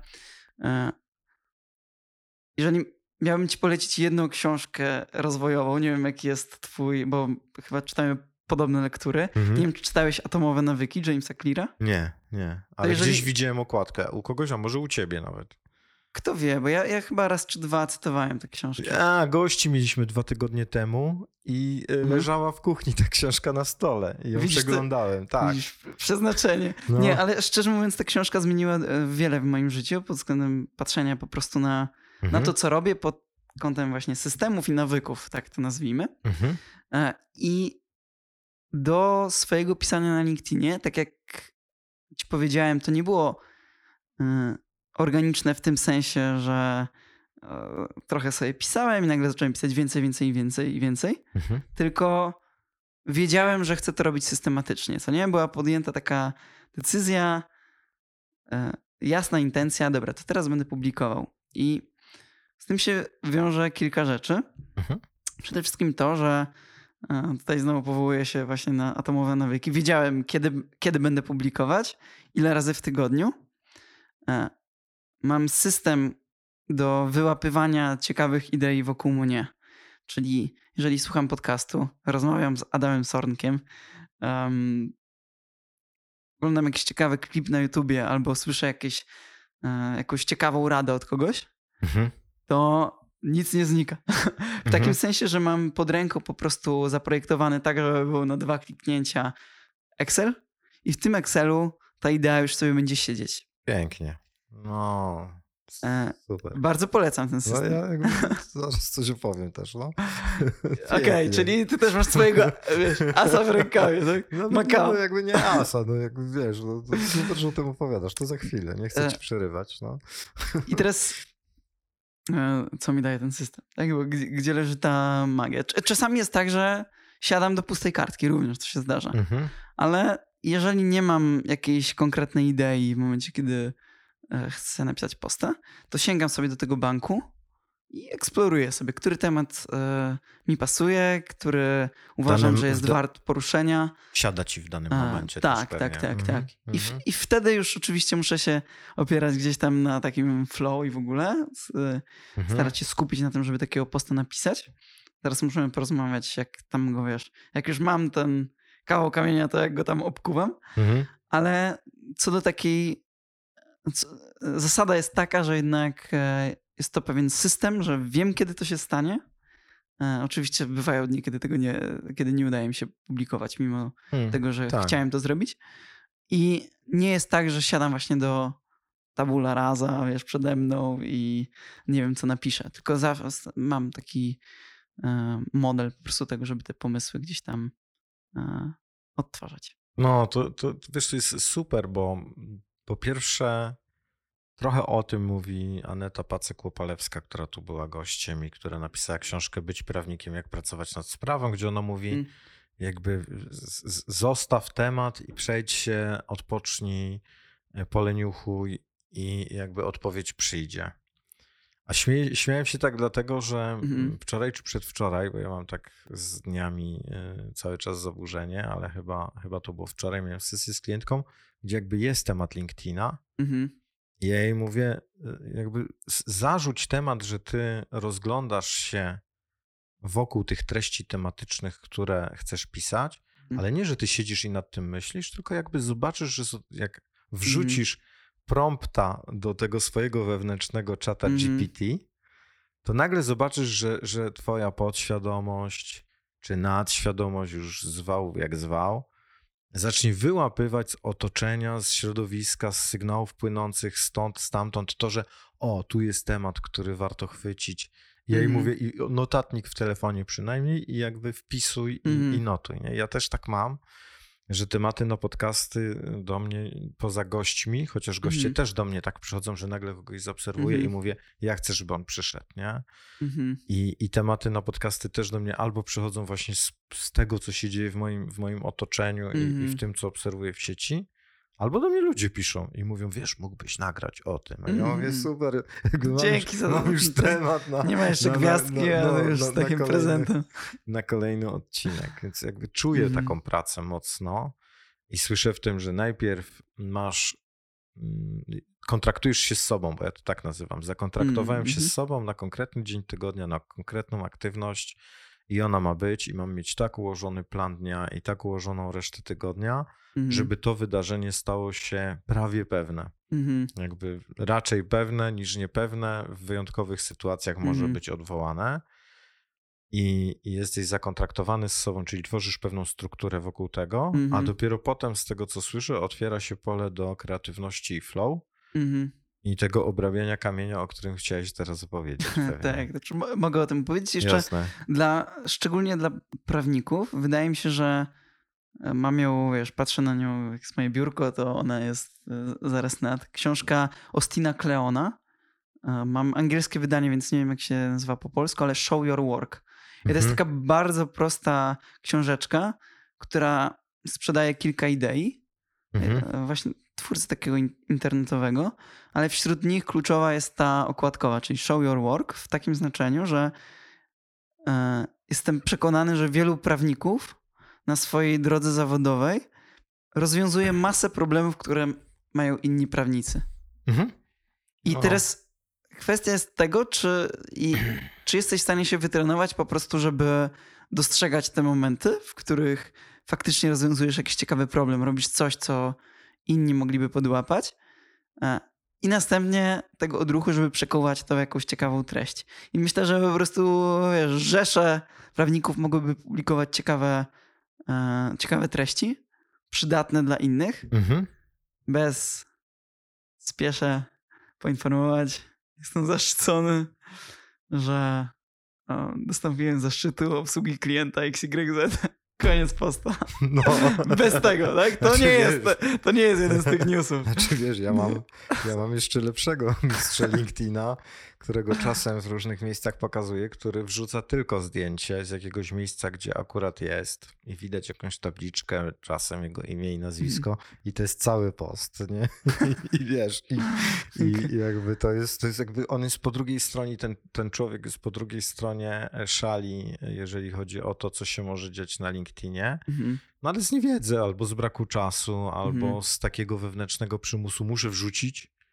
jeżeli miałbym ci polecić jedną książkę rozwojową, nie wiem jaki jest twój, bo chyba czytamy podobne lektury. Nie wiem, czy czytałeś Atomowe nawyki Jamesa Cleara? Nie. Ale gdzieś widziałem okładkę. U kogoś, a może u ciebie nawet. Kto wie, bo ja chyba raz czy dwa cytowałem tę książkę. Gości mieliśmy 2 tygodnie temu i leżała w kuchni ta książka na stole i ją przeglądałem. Tak. Przeznaczenie. No. Nie, ale szczerze mówiąc ta książka zmieniła wiele w moim życiu pod względem patrzenia po prostu na to, co robię pod kątem właśnie systemów i nawyków, tak to nazwijmy. I do swojego pisania na LinkedInie, tak jak ci powiedziałem, to nie było organiczne w tym sensie, że trochę sobie pisałem i nagle zacząłem pisać więcej, tylko wiedziałem, że chcę to robić systematycznie, co nie? Była podjęta taka decyzja, jasna intencja, dobra, to teraz będę publikował. I z tym się wiąże kilka rzeczy. Przede wszystkim to, że tutaj znowu powołuję się właśnie na Atomowe nawyki. Wiedziałem, kiedy będę publikować, ile razy w tygodniu. Mam system do wyłapywania ciekawych idei wokół mnie. Czyli jeżeli słucham podcastu, rozmawiam z Adamem Sornkiem, oglądam jakiś ciekawy klip na YouTubie albo słyszę jakąś ciekawą radę od kogoś, to nic nie znika. W takim sensie, że mam pod ręką po prostu zaprojektowany tak, żeby był na 2 kliknięcia Excel i w tym Excelu ta idea już sobie będzie siedzieć. Pięknie. No, super. Bardzo polecam ten system. No ja jakby zaraz coś opowiem też, no. Okej, czyli ty też masz swojego asa w rękawie, tak? No jakby nie asa, no jakby wiesz, no to super, że o tym opowiadasz, to za chwilę, nie chcę ci przerywać, no. I teraz co mi daje ten system? Tak? Bo gdzie leży ta magia? Czasami jest tak, że siadam do pustej kartki, również to się zdarza. Ale jeżeli nie mam jakiejś konkretnej idei w momencie, kiedy chcę napisać posta, to sięgam sobie do tego banku i eksploruję sobie, który temat mi pasuje, który uważam, że jest wart poruszenia. Siada ci w danym momencie. Tak. I wtedy już oczywiście muszę się opierać gdzieś tam na takim flow i w ogóle starać się skupić na tym, żeby takiego posta napisać. teraz możemy porozmawiać, jak tam go, wiesz, jak już mam ten kawał kamienia, to jak go tam obkuwam, ale co do takiej, zasada jest taka, że jednak jest to pewien system, że wiem, kiedy to się stanie. Oczywiście bywają dni, kiedy nie udaje mi się publikować, mimo tego, że chciałem to zrobić. I nie jest tak, że siadam właśnie do tabula rasa, wiesz, przede mną i nie wiem, co napiszę. Tylko zawsze mam taki model po prostu tego, żeby te pomysły gdzieś tam odtwarzać. No, to wiesz, to jest super, bo po pierwsze trochę o tym mówi Aneta Pacek-Łopalewska, która tu była gościem i która napisała książkę Być prawnikiem, jak pracować nad sprawą, gdzie ona mówi jakby zostaw temat i przejdź się, odpocznij, poleniuchuj i jakby odpowiedź przyjdzie. A śmiałem się tak dlatego, że wczoraj czy przedwczoraj, bo ja mam tak z dniami cały czas zaburzenie, ale chyba to było wczoraj, miałem sesję z klientką, gdzie jakby jest temat LinkedIna i ja jej mówię, jakby zarzuć temat, że ty rozglądasz się wokół tych treści tematycznych, które chcesz pisać, ale nie, że ty siedzisz i nad tym myślisz, tylko jakby zobaczysz, że jak wrzucisz prompta do tego swojego wewnętrznego czata GPT, to nagle zobaczysz, że twoja podświadomość czy nadświadomość, już zwał jak zwał, zacznie wyłapywać z otoczenia, z środowiska, z sygnałów płynących stąd, stamtąd to, że tu jest temat, który warto chwycić. Ja jej mówię, i notatnik w telefonie przynajmniej, i jakby wpisuj i notuj. Nie? Ja też tak mam, że tematy na podcasty do mnie poza gośćmi, chociaż goście też do mnie tak przychodzą, że nagle kogoś zaobserwuję i mówię, ja chcę, żeby on przyszedł, nie? I tematy na podcasty też do mnie albo przychodzą właśnie z tego, co się dzieje w moim otoczeniu i w tym, co obserwuję w sieci, albo do mnie ludzie piszą i mówią, wiesz, mógłbyś nagrać o tym. A ja mówię, super, dzięki za mam już temat na... Nie ma jeszcze gwiazdki, ale już z takim prezentem. Na kolejny odcinek, więc jakby czuję taką pracę mocno i słyszę w tym, że najpierw kontraktujesz się z sobą, bo ja to tak nazywam. Zakontraktowałem się z sobą na konkretny dzień tygodnia, na konkretną aktywność i ona ma być i mam mieć tak ułożony plan dnia i tak ułożoną resztę tygodnia, żeby to wydarzenie stało się prawie pewne. Jakby raczej pewne niż niepewne, w wyjątkowych sytuacjach może być odwołane. I jesteś zakontraktowany z sobą, czyli tworzysz pewną strukturę wokół tego, a dopiero potem z tego, co słyszę, otwiera się pole do kreatywności i flow i tego obrabiania kamienia, o którym chciałeś teraz opowiedzieć. Tak, znaczy mogę o tym powiedzieć jeszcze. Jasne. Szczególnie dla prawników, wydaje mi się, że mam ją, wiesz, patrzę na nią, jak jest moje biurko, to ona jest zaraz nad. Książka Austina Kleona. Mam angielskie wydanie, więc nie wiem, jak się nazywa po polsku, ale Show Your Work. I to jest taka bardzo prosta książeczka, która sprzedaje kilka idei. Właśnie twórcy takiego internetowego, ale wśród nich kluczowa jest ta okładkowa, czyli Show Your Work, w takim znaczeniu, że jestem przekonany, że wielu prawników na swojej drodze zawodowej rozwiązuje masę problemów, które mają inni prawnicy. I teraz kwestia jest tego, czy jesteś w stanie się wytrenować po prostu, żeby dostrzegać te momenty, w których faktycznie rozwiązujesz jakiś ciekawy problem, robisz coś, co inni mogliby podłapać i następnie tego odruchu, żeby przekołać to w jakąś ciekawą treść. I myślę, że po prostu, wiesz, rzesze prawników mogłyby publikować ciekawe treści, przydatne dla innych. Spieszę poinformować, jestem zaszczycony, że dostąpiłem zaszczytu obsługi klienta XYZ. Koniec posta. No. Bez tego, tak? To nie jest jeden z tych newsów. Znaczy wiesz, ja mam jeszcze lepszego mistrza LinkedIna, którego czasem w różnych miejscach pokazuję, który wrzuca tylko zdjęcie z jakiegoś miejsca, gdzie akurat jest i widać jakąś tabliczkę, czasem jego imię i nazwisko i to jest cały post, nie? I wiesz, i jakby to jest jakby on jest po drugiej stronie, ten człowiek jest po drugiej stronie szali, jeżeli chodzi o to, co się może dziać na LinkedInie. No ale z niewiedzy, albo z braku czasu, albo z takiego wewnętrznego przymusu muszę wrzucić,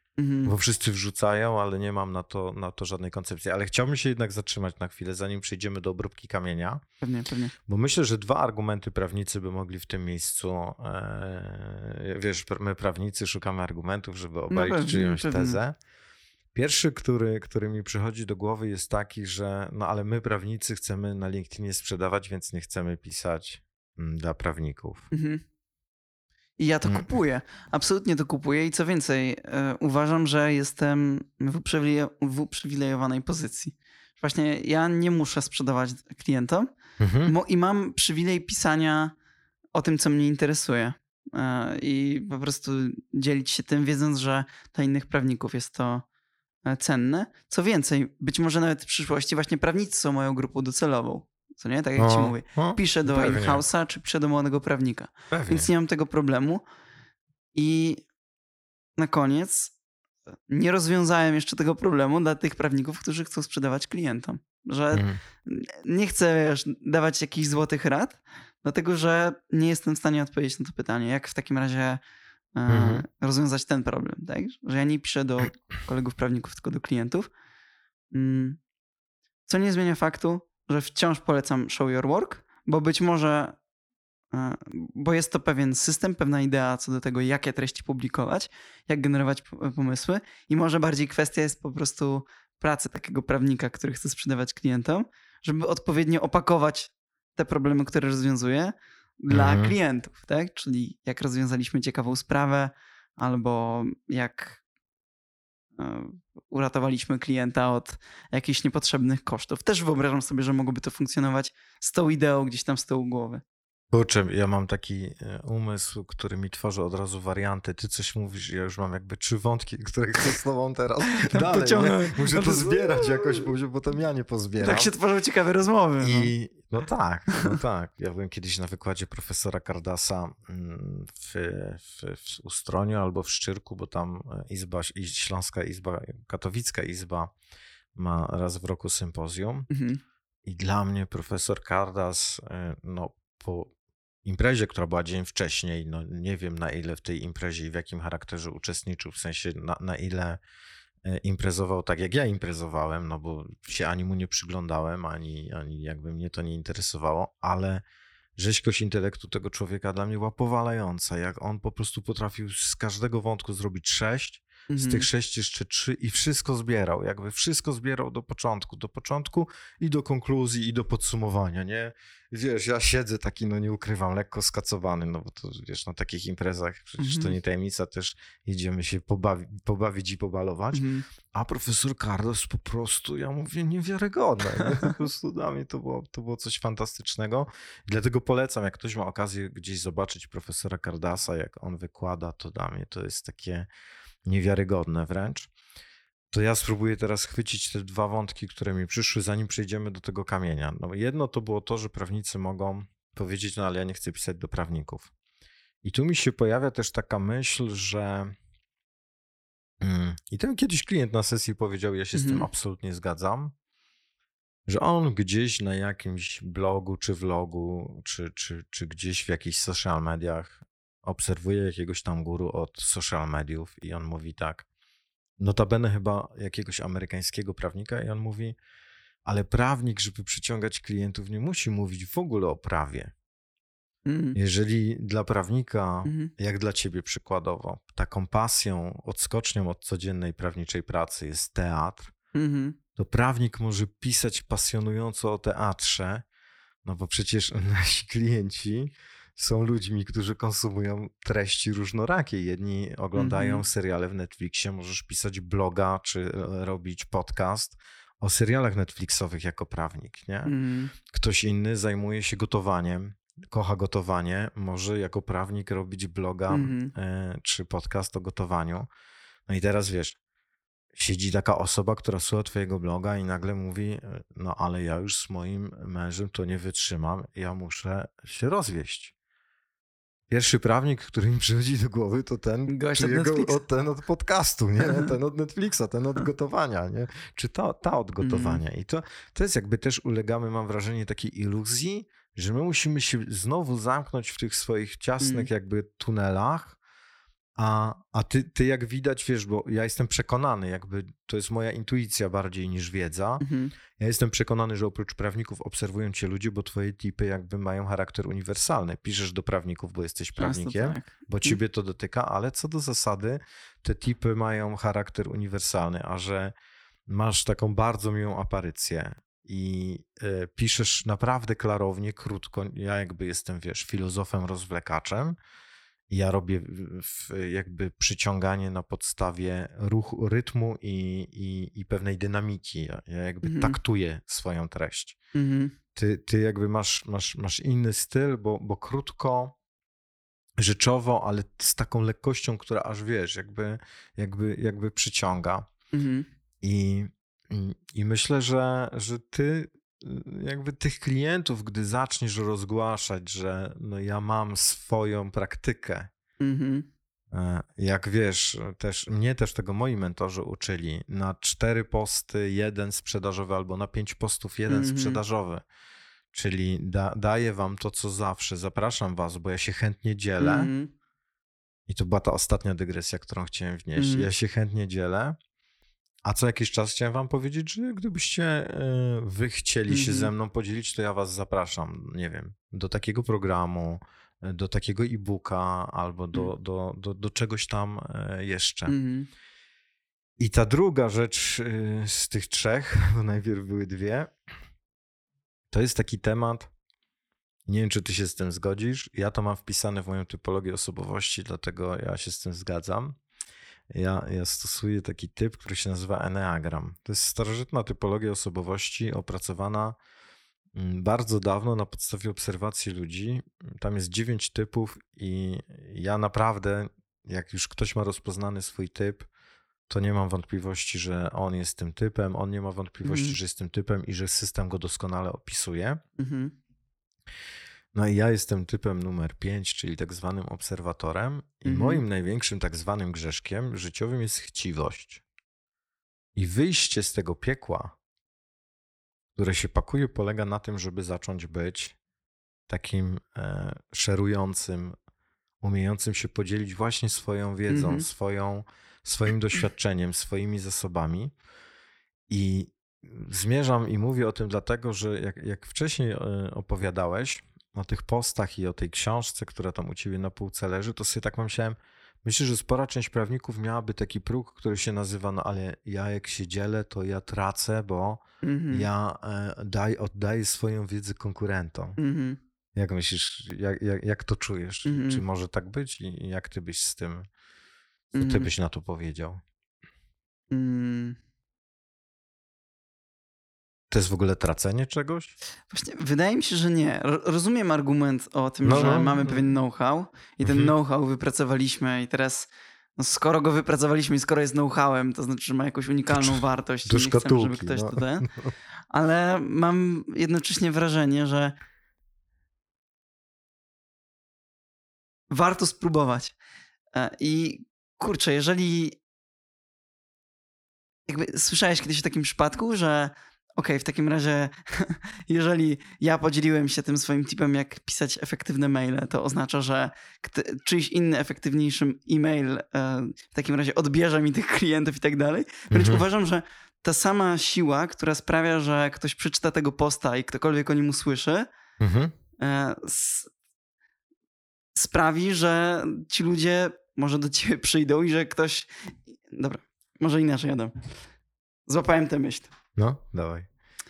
bo wszyscy wrzucają, ale nie mam na to żadnej koncepcji. Ale chciałbym się jednak zatrzymać na chwilę, zanim przejdziemy do obróbki kamienia. Pewnie. Bo myślę, że 2 argumenty prawnicy by mogli w tym miejscu, wiesz, my prawnicy szukamy argumentów, żeby obalić czyjąś tezę. Pierwszy, który mi przychodzi do głowy, jest taki, że ale my prawnicy chcemy na LinkedInie sprzedawać, więc nie chcemy pisać dla prawników. I ja to kupuję. Absolutnie to kupuję i co więcej, uważam, że jestem w uprzywilejowanej pozycji. Właśnie ja nie muszę sprzedawać klientom i mam przywilej pisania o tym, co mnie interesuje. I po prostu dzielić się tym, wiedząc, że dla innych prawników jest to cenne. Co więcej, być może nawet w przyszłości właśnie prawnicy są moją grupą docelową. Co nie? Tak jak ci mówię. Piszę do in-house'a, czy piszę do młodego prawnika. Pewnie. Więc nie mam tego problemu. I na koniec nie rozwiązałem jeszcze tego problemu dla tych prawników, którzy chcą sprzedawać klientom. Że nie chcę dawać jakichś złotych rad, dlatego że nie jestem w stanie odpowiedzieć na to pytanie. Jak w takim razie rozwiązać ten problem? Tak? Że ja nie piszę do kolegów prawników, tylko do klientów. Co nie zmienia faktu, że wciąż polecam Show Your Work, bo być może, bo jest to pewien system, pewna idea co do tego, jakie treści publikować, jak generować pomysły i może bardziej kwestia jest po prostu pracy takiego prawnika, który chce sprzedawać klientom, żeby odpowiednio opakować te problemy, które rozwiązuje dla klientów, tak? Czyli jak rozwiązaliśmy ciekawą sprawę albo jak uratowaliśmy klienta od jakichś niepotrzebnych kosztów. Też wyobrażam sobie, że mogłoby to funkcjonować z tą ideą gdzieś tam z tyłu głowy. Kurczę, ja mam taki umysł, który mi tworzy od razu warianty. Ty coś mówisz, ja już mam jakby 3 wątki, które chcę z tobą teraz dalej. Muszę to zbierać jakoś, bo potem ja nie pozbieram. Tak się tworzą ciekawe rozmowy. No tak. Ja byłem kiedyś na wykładzie profesora Cardassa w Ustroniu albo w Szczyrku, bo tam Śląska Izba, Katowicka Izba ma raz w roku sympozjum. I dla mnie profesor Cardass, po imprezie, która była dzień wcześniej, nie wiem na ile w tej imprezie i w jakim charakterze uczestniczył, w sensie na ile imprezował tak jak ja imprezowałem, bo się ani mu nie przyglądałem, ani jakby mnie to nie interesowało, ale rzeźkość intelektu tego człowieka dla mnie była powalająca, jak on po prostu potrafił z każdego wątku zrobić 6, z tych 6 jeszcze 3 i wszystko zbierał, jakby wszystko zbierał do początku i do konkluzji i do podsumowania, nie? Wiesz, ja siedzę taki, nie ukrywam, lekko skacowany, bo to wiesz, na takich imprezach przecież to nie tajemnica, też jedziemy się pobawić i pobalować, a profesor Cardass po prostu, ja mówię, niewiarygodne, nie? Po prostu dla mnie to było coś fantastycznego i dlatego polecam, jak ktoś ma okazję gdzieś zobaczyć profesora Cardassa, jak on wykłada, to dla mnie to jest takie niewiarygodne wręcz. To ja spróbuję teraz chwycić te 2 wątki, które mi przyszły, zanim przejdziemy do tego kamienia. Jedno to było to, że prawnicy mogą powiedzieć, ale ja nie chcę pisać do prawników. I tu mi się pojawia też taka myśl, że i ten kiedyś klient na sesji powiedział, ja się z tym absolutnie zgadzam, że on gdzieś na jakimś blogu, czy vlogu, czy gdzieś w jakichś social mediach obserwuje jakiegoś tam guru od social mediów i on mówi tak, notabene chyba jakiegoś amerykańskiego prawnika i on mówi, ale prawnik, żeby przyciągać klientów, nie musi mówić w ogóle o prawie. Jeżeli dla prawnika, jak dla ciebie przykładowo, taką pasją, odskocznią od codziennej prawniczej pracy jest teatr, to prawnik może pisać pasjonująco o teatrze, bo przecież nasi klienci są ludźmi, którzy konsumują treści różnorakie. Jedni oglądają seriale w Netflixie, możesz pisać bloga czy robić podcast o serialach Netflixowych jako prawnik, nie? Ktoś inny zajmuje się gotowaniem, kocha gotowanie, może jako prawnik robić bloga czy podcast o gotowaniu. No i teraz wiesz, siedzi taka osoba, która słucha twojego bloga i nagle mówi, ale ja już z moim mężem to nie wytrzymam, ja muszę się rozwieść. Pierwszy prawnik, który mi przychodzi do głowy, to ten, ten od podcastu, nie? Ten od Netflixa, ten od gotowania, nie? Czy ta od gotowania. I to jest jakby też ulegamy, mam wrażenie, takiej iluzji, że my musimy się znowu zamknąć w tych swoich ciasnych jakby tunelach, A ty jak widać, wiesz, bo ja jestem przekonany, jakby to jest moja intuicja bardziej niż wiedza. Ja jestem przekonany, że oprócz prawników obserwują cię ludzie, bo twoje tipy jakby mają charakter uniwersalny. Piszesz do prawników, bo jesteś prawnikiem, bo ciebie to dotyka, ale co do zasady te tipy mają charakter uniwersalny, a że masz taką bardzo miłą aparycję i piszesz naprawdę klarownie, krótko. Ja jakby jestem, wiesz, filozofem, rozwlekaczem. Ja robię jakby przyciąganie na podstawie ruchu, rytmu i pewnej dynamiki. Ja jakby taktuję swoją treść. Ty jakby masz inny styl, bo krótko, rzeczowo, ale z taką lekkością, która aż wiesz, jakby przyciąga. I myślę, że ty jakby tych klientów, gdy zaczniesz rozgłaszać, że no ja mam swoją praktykę, jak wiesz, mnie też tego moi mentorzy uczyli, na 4 posty 1 sprzedażowy albo na 5 postów 1 sprzedażowy, czyli daję wam to, co zawsze, zapraszam was, bo ja się chętnie dzielę i to była ta ostatnia dygresja, którą chciałem wnieść, ja się chętnie dzielę. A co jakiś czas chciałem wam powiedzieć, że gdybyście wy chcieli się ze mną podzielić, to ja was zapraszam, nie wiem, do takiego programu, do takiego e-booka albo do czegoś tam jeszcze. I ta druga rzecz z tych 3, bo najpierw były 2, to jest taki temat, nie wiem, czy ty się z tym zgodzisz, ja to mam wpisane w moją typologię osobowości, dlatego ja się z tym zgadzam. Ja stosuję taki typ, który się nazywa Enneagram. To jest starożytna typologia osobowości opracowana bardzo dawno na podstawie obserwacji ludzi. Tam jest 9 typów i ja naprawdę, jak już ktoś ma rozpoznany swój typ, to nie mam wątpliwości, że on jest tym typem, on nie ma wątpliwości, że jest tym typem i że system go doskonale opisuje. No i ja jestem typem numer 5, czyli tak zwanym obserwatorem i moim największym tak zwanym grzeszkiem życiowym jest chciwość. I wyjście z tego piekła, które się pakuje, polega na tym, żeby zacząć być takim szerującym, umiejącym się podzielić właśnie swoją wiedzą, swoim doświadczeniem, swoimi zasobami. I zmierzam i mówię o tym dlatego, że jak wcześniej opowiadałeś o tych postach i o tej książce, która tam u ciebie na półce leży, to sobie tak myślałem, myślę, że spora część prawników miałaby taki próg, który się nazywa, no ale ja jak się dzielę, to ja tracę, bo ja oddaję swoją wiedzę konkurentom. Jak myślisz, jak to czujesz? Czy może tak być i jak ty byś z tym, co ty byś na to powiedział? To jest w ogóle tracenie czegoś? Właśnie, wydaje mi się, że nie. Rozumiem argument o tym, że mamy pewien know-how i ten know-how wypracowaliśmy i teraz skoro go wypracowaliśmy i skoro jest know-howem, to znaczy, że ma jakąś unikalną wartość i nie chcemy, żeby ktoś to da. Ale mam jednocześnie wrażenie, że warto spróbować. I kurczę, jeżeli jakby słyszałeś kiedyś o takim przypadku, że w takim razie jeżeli ja podzieliłem się tym swoim tipem, jak pisać efektywne maile, to oznacza, że czyjś inny efektywniejszy e-mail w takim razie odbierze mi tych klientów i tak dalej. Wręcz uważam, że ta sama siła, która sprawia, że ktoś przeczyta tego posta i ktokolwiek o nim usłyszy, sprawi, że ci ludzie może do ciebie przyjdą i że ktoś... Dobra, może inaczej, Adam. Złapałem tę myśl. No, dawaj.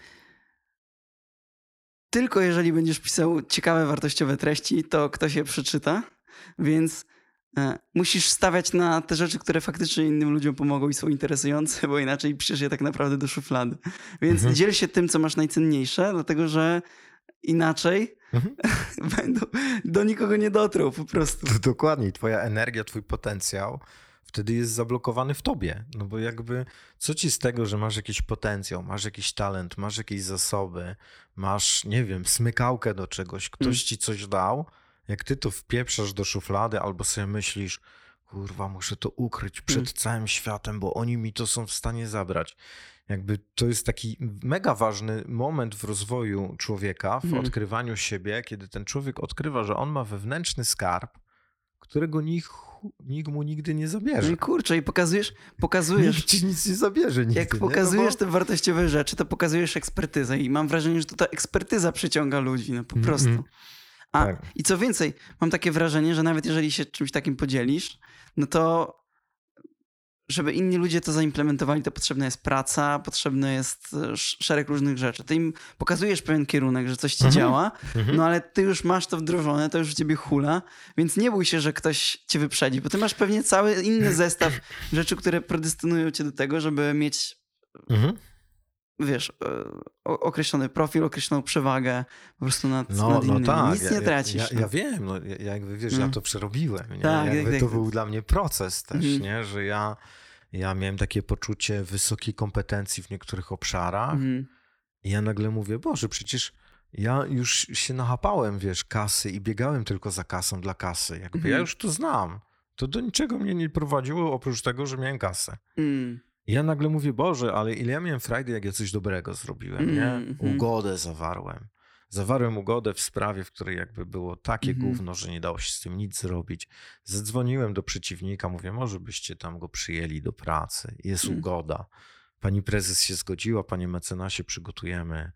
Tylko jeżeli będziesz pisał ciekawe, wartościowe treści, to ktoś je przeczyta, więc musisz stawiać na te rzeczy, które faktycznie innym ludziom pomogą i są interesujące, bo inaczej piszesz je tak naprawdę do szuflady. Więc dziel się tym, co masz najcenniejsze, dlatego że inaczej do nikogo nie dotrą po prostu. Dokładnie. Twoja energia, twój potencjał wtedy jest zablokowany w tobie. No bo jakby co ci z tego, że masz jakiś potencjał, masz jakiś talent, masz jakieś zasoby, masz, nie wiem, smykałkę do czegoś, ktoś ci coś dał, jak ty to wpieprzasz do szuflady albo sobie myślisz, kurwa, muszę to ukryć przed całym światem, bo oni mi to są w stanie zabrać. Jakby to jest taki mega ważny moment w rozwoju człowieka, w odkrywaniu siebie, kiedy ten człowiek odkrywa, że on ma wewnętrzny skarb, którego nikt mu nigdy nie zabierze. No i kurczę, i pokazujesz... Nikt ci nic nie zabierze nigdy. Jak pokazujesz te wartościowe rzeczy, to pokazujesz ekspertyzę i mam wrażenie, że to ta ekspertyza przyciąga ludzi, no po prostu. Tak. I co więcej, mam takie wrażenie, że nawet jeżeli się czymś takim podzielisz, no to żeby inni ludzie to zaimplementowali, to potrzebna jest praca, potrzebny jest szereg różnych rzeczy. Ty im pokazujesz pewien kierunek, że coś ci działa, no ale ty już masz to wdrożone, to już w ciebie hula, więc nie bój się, że ktoś cię wyprzedzi, bo ty masz pewnie cały inny zestaw rzeczy, które predestynują cię do tego, żeby mieć wiesz, określony profil, określoną przewagę po prostu nad innymi. Tak. Nic nie tracisz. Ja wiem, jakby wiesz, ja to przerobiłem. Nie? Tak, to był dla mnie proces też, nie? Że ja miałem takie poczucie wysokiej kompetencji w niektórych obszarach i ja nagle mówię, Boże, przecież ja już się nachapałem, wiesz, kasy i biegałem tylko za kasą dla kasy. Jakby ja już to znam. To do niczego mnie nie prowadziło oprócz tego, że miałem kasę. I ja nagle mówię, Boże, ale ile ja miałem frajdy, jak ja coś dobrego zrobiłem, nie? Ugodę zawarłem. Zawarłem ugodę w sprawie, w której jakby było takie gówno, że nie dało się z tym nic zrobić. Zadzwoniłem do przeciwnika, mówię, może byście tam go przyjęli do pracy. Jest ugoda. Pani prezes się zgodziła, panie mecenasie, przygotujemy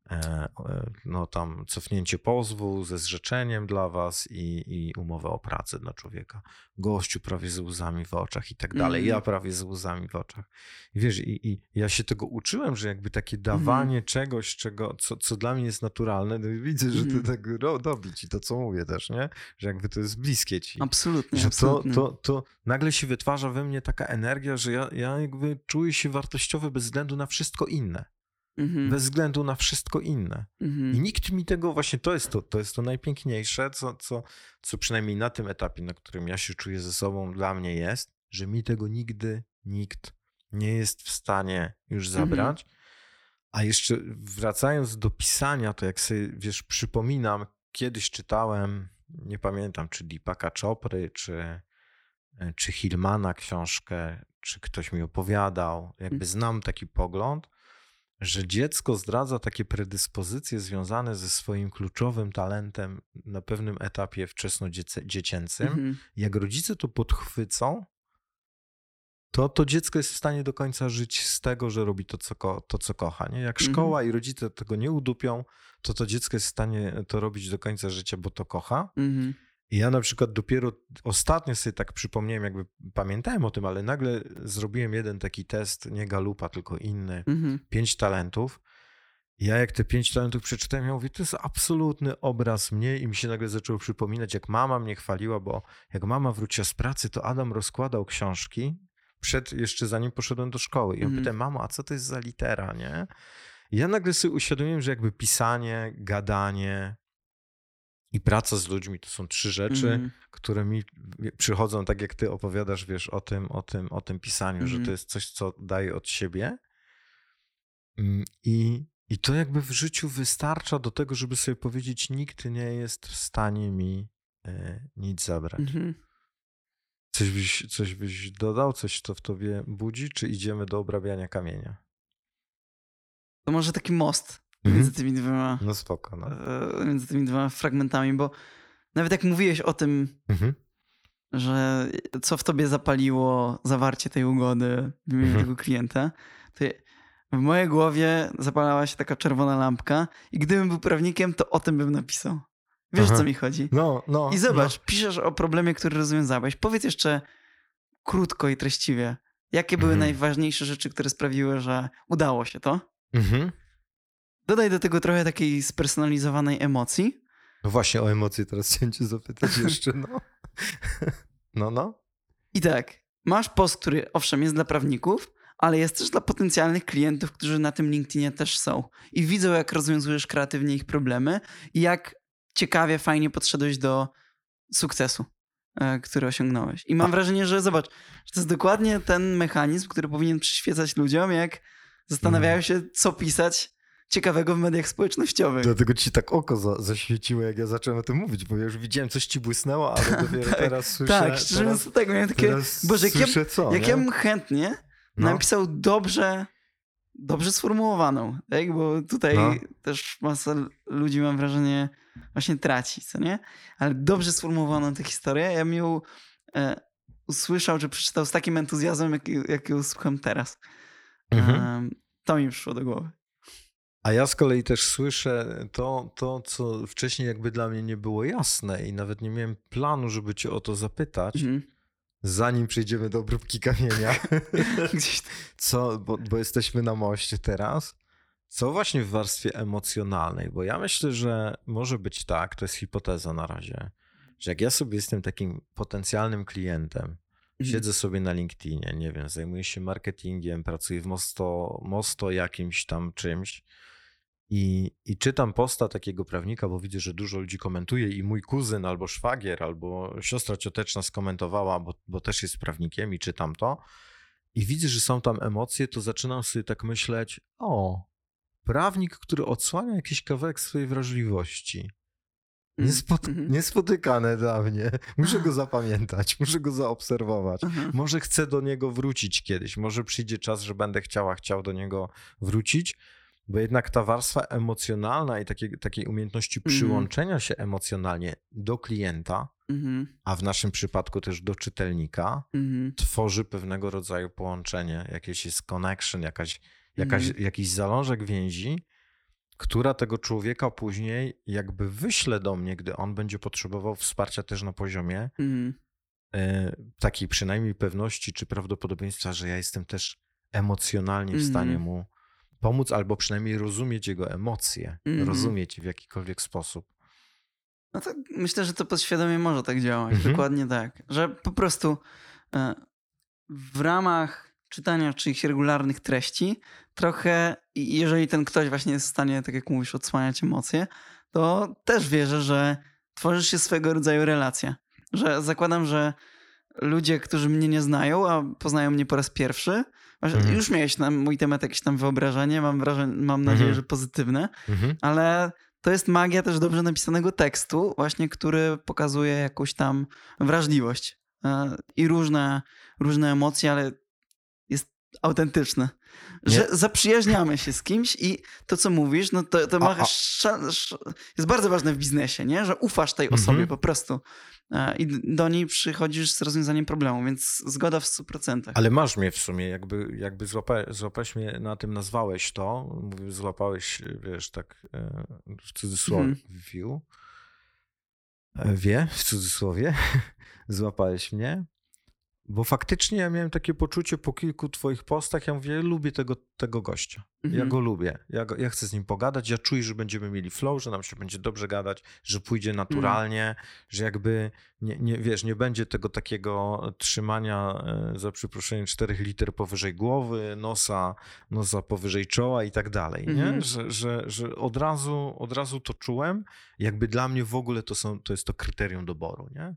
tam cofnięcie pozwu ze zrzeczeniem dla was i umowę o pracę dla człowieka. Gościu prawie ze łzami w oczach i tak dalej. Ja prawie ze łzami w oczach. I wiesz, i ja się tego uczyłem, że jakby takie dawanie czegoś, co dla mnie jest naturalne, no i widzę, że ty tak robić i to, co mówię też, nie? Że jakby to jest bliskie ci. Absolutnie, że absolutnie. To nagle się wytwarza we mnie taka energia, że ja jakby czuję się wartościowy bez względu na wszystko inne. Bez względu na wszystko inne. I nikt mi tego właśnie, to jest to najpiękniejsze, co przynajmniej na tym etapie, na którym ja się czuję ze sobą, dla mnie jest, że mi tego nigdy nikt nie jest w stanie już zabrać. A jeszcze wracając do pisania, to jak sobie, wiesz, przypominam, kiedyś czytałem, nie pamiętam, czy Deepaka Chopry, czy Hillmana książkę, czy ktoś mi opowiadał, jakby znam taki pogląd, że dziecko zdradza takie predyspozycje związane ze swoim kluczowym talentem na pewnym etapie wczesnodziecięcym. Jak rodzice to podchwycą, to dziecko jest w stanie do końca żyć z tego, że robi to, co kocha. Nie? Jak szkoła i rodzice tego nie udupią, to dziecko jest w stanie to robić do końca życia, bo to kocha. I ja na przykład dopiero ostatnio sobie tak przypomniałem, jakby pamiętałem o tym, ale nagle zrobiłem jeden taki test, nie Galupa, tylko inny, 5 talentów. I ja jak te 5 talentów przeczytałem, ja mówię, to jest absolutny obraz mnie i mi się nagle zaczęło przypominać, jak mama mnie chwaliła, bo jak mama wróciła z pracy, to Adam rozkładał książki jeszcze zanim poszedłem do szkoły. I ja pytałem, mamo, a co to jest za litera, nie? I ja nagle sobie uświadomiłem, że jakby pisanie, gadanie i praca z ludźmi to są 3 rzeczy, które mi przychodzą, tak jak ty opowiadasz, wiesz, o tym pisaniu, że to jest coś, co daje od siebie. I to jakby w życiu wystarcza do tego, żeby sobie powiedzieć, nikt nie jest w stanie mi nic zabrać. Coś byś dodał? Coś, co w tobie budzi? Czy idziemy do obrabiania kamienia? To może taki most między tymi dwoma. No spoko. No. Między tymi dwoma fragmentami, bo nawet jak mówiłeś o tym, że co w tobie zapaliło zawarcie tej ugody w imieniu tego klienta, to w mojej głowie zapalała się taka czerwona lampka i gdybym był prawnikiem, to o tym bym napisał. Wiesz, co mi chodzi? I zobacz, piszesz o problemie, który rozwiązałeś. Powiedz jeszcze krótko i treściwie, jakie były najważniejsze rzeczy, które sprawiły, że udało się to? Dodaj do tego trochę takiej spersonalizowanej emocji. No właśnie o emocje teraz chciałem cię zapytać jeszcze, no. I tak, masz post, który owszem jest dla prawników, ale jest też dla potencjalnych klientów, którzy na tym LinkedInie też są. I widzą, jak rozwiązujesz kreatywnie ich problemy i jak ciekawie, fajnie podszedłeś do sukcesu, który osiągnąłeś. I mam wrażenie, że zobacz, że to jest dokładnie ten mechanizm, który powinien przyświecać ludziom, jak zastanawiają się, co pisać ciekawego w mediach społecznościowych. Dlatego ci tak oko zaświeciło, jak ja zacząłem o tym mówić, bo ja już widziałem, coś ci błysnęło, ale dopiero teraz słyszę. Tak, szczerze mówiąc do tego miałem takie, Boże, jak ja bym chętnie napisał dobrze sformułowaną, tak? Bo tutaj też masa ludzi, mam wrażenie, właśnie traci, co nie? Ale dobrze sformułowaną tę historię, ja bym ją usłyszał czy przeczytał z takim entuzjazmem, jakiego słucham teraz. To mi przyszło do głowy. A ja z kolei też słyszę to, co wcześniej jakby dla mnie nie było jasne i nawet nie miałem planu, żeby cię o to zapytać, zanim przejdziemy do obróbki kamienia. Gdzieś bo jesteśmy na moście teraz. Co właśnie w warstwie emocjonalnej? Bo ja myślę, że może być tak, to jest hipoteza na razie, że jak ja sobie jestem takim potencjalnym klientem, siedzę sobie na LinkedInie, nie wiem, zajmuję się marketingiem, pracuję w Mosto jakimś tam czymś i czytam posta takiego prawnika, bo widzę, że dużo ludzi komentuje i mój kuzyn albo szwagier, albo siostra cioteczna skomentowała, bo też jest prawnikiem i czytam to i widzę, że są tam emocje, to zaczynam sobie tak myśleć, prawnik, który odsłania jakiś kawałek swojej wrażliwości. Niespotykane dla mnie. Muszę go zapamiętać, muszę go zaobserwować. Może chcę do niego wrócić kiedyś. Może przyjdzie czas, że będę chciał do niego wrócić, bo jednak ta warstwa emocjonalna i takiej umiejętności przyłączenia się emocjonalnie do klienta, a w naszym przypadku też do czytelnika, tworzy pewnego rodzaju połączenie. Jakieś jest connection, jakiś zalążek więzi, która tego człowieka później jakby wyśle do mnie, gdy on będzie potrzebował wsparcia też na poziomie takiej przynajmniej pewności czy prawdopodobieństwa, że ja jestem też emocjonalnie w stanie mu pomóc albo przynajmniej rozumieć jego emocje, rozumieć w jakikolwiek sposób. No to myślę, że to podświadomie może tak działać. Dokładnie tak. Że po prostu w ramach czytania czyichś regularnych treści trochę, jeżeli ten ktoś właśnie jest w stanie, tak jak mówisz, odsłaniać emocje, to też wierzę, że tworzysz się swego rodzaju relacja. Że zakładam, że ludzie, którzy mnie nie znają, a poznają mnie po raz pierwszy, już miałeś na mój temat jakieś tam wyobrażenie, mam nadzieję, że pozytywne, ale to jest magia też dobrze napisanego tekstu, właśnie, który pokazuje jakąś tam wrażliwość i różne emocje, ale jest autentyczne. Że zaprzyjaźniamy się z kimś i to, co mówisz, no to jest bardzo ważne w biznesie, nie? Że ufasz tej osobie po prostu i do niej przychodzisz z rozwiązaniem problemu, więc zgoda w 100%. Ale masz mnie w sumie, jakby złapałeś mnie na tym, nazwałeś to, złapałeś, wiesz, tak w cudzysłowie, w cudzysłowie, złapałeś mnie. Bo faktycznie ja miałem takie poczucie po kilku twoich postach, ja mówię, lubię tego gościa. Ja go lubię. Ja chcę z nim pogadać, ja czuję, że będziemy mieli flow, że nam się będzie dobrze gadać, że pójdzie naturalnie, że jakby nie będzie tego takiego trzymania, za przeproszeniem, 4 liter powyżej głowy, nosa powyżej czoła i tak dalej, nie? Że od razu to czułem. Jakby dla mnie w ogóle to jest to kryterium doboru, nie?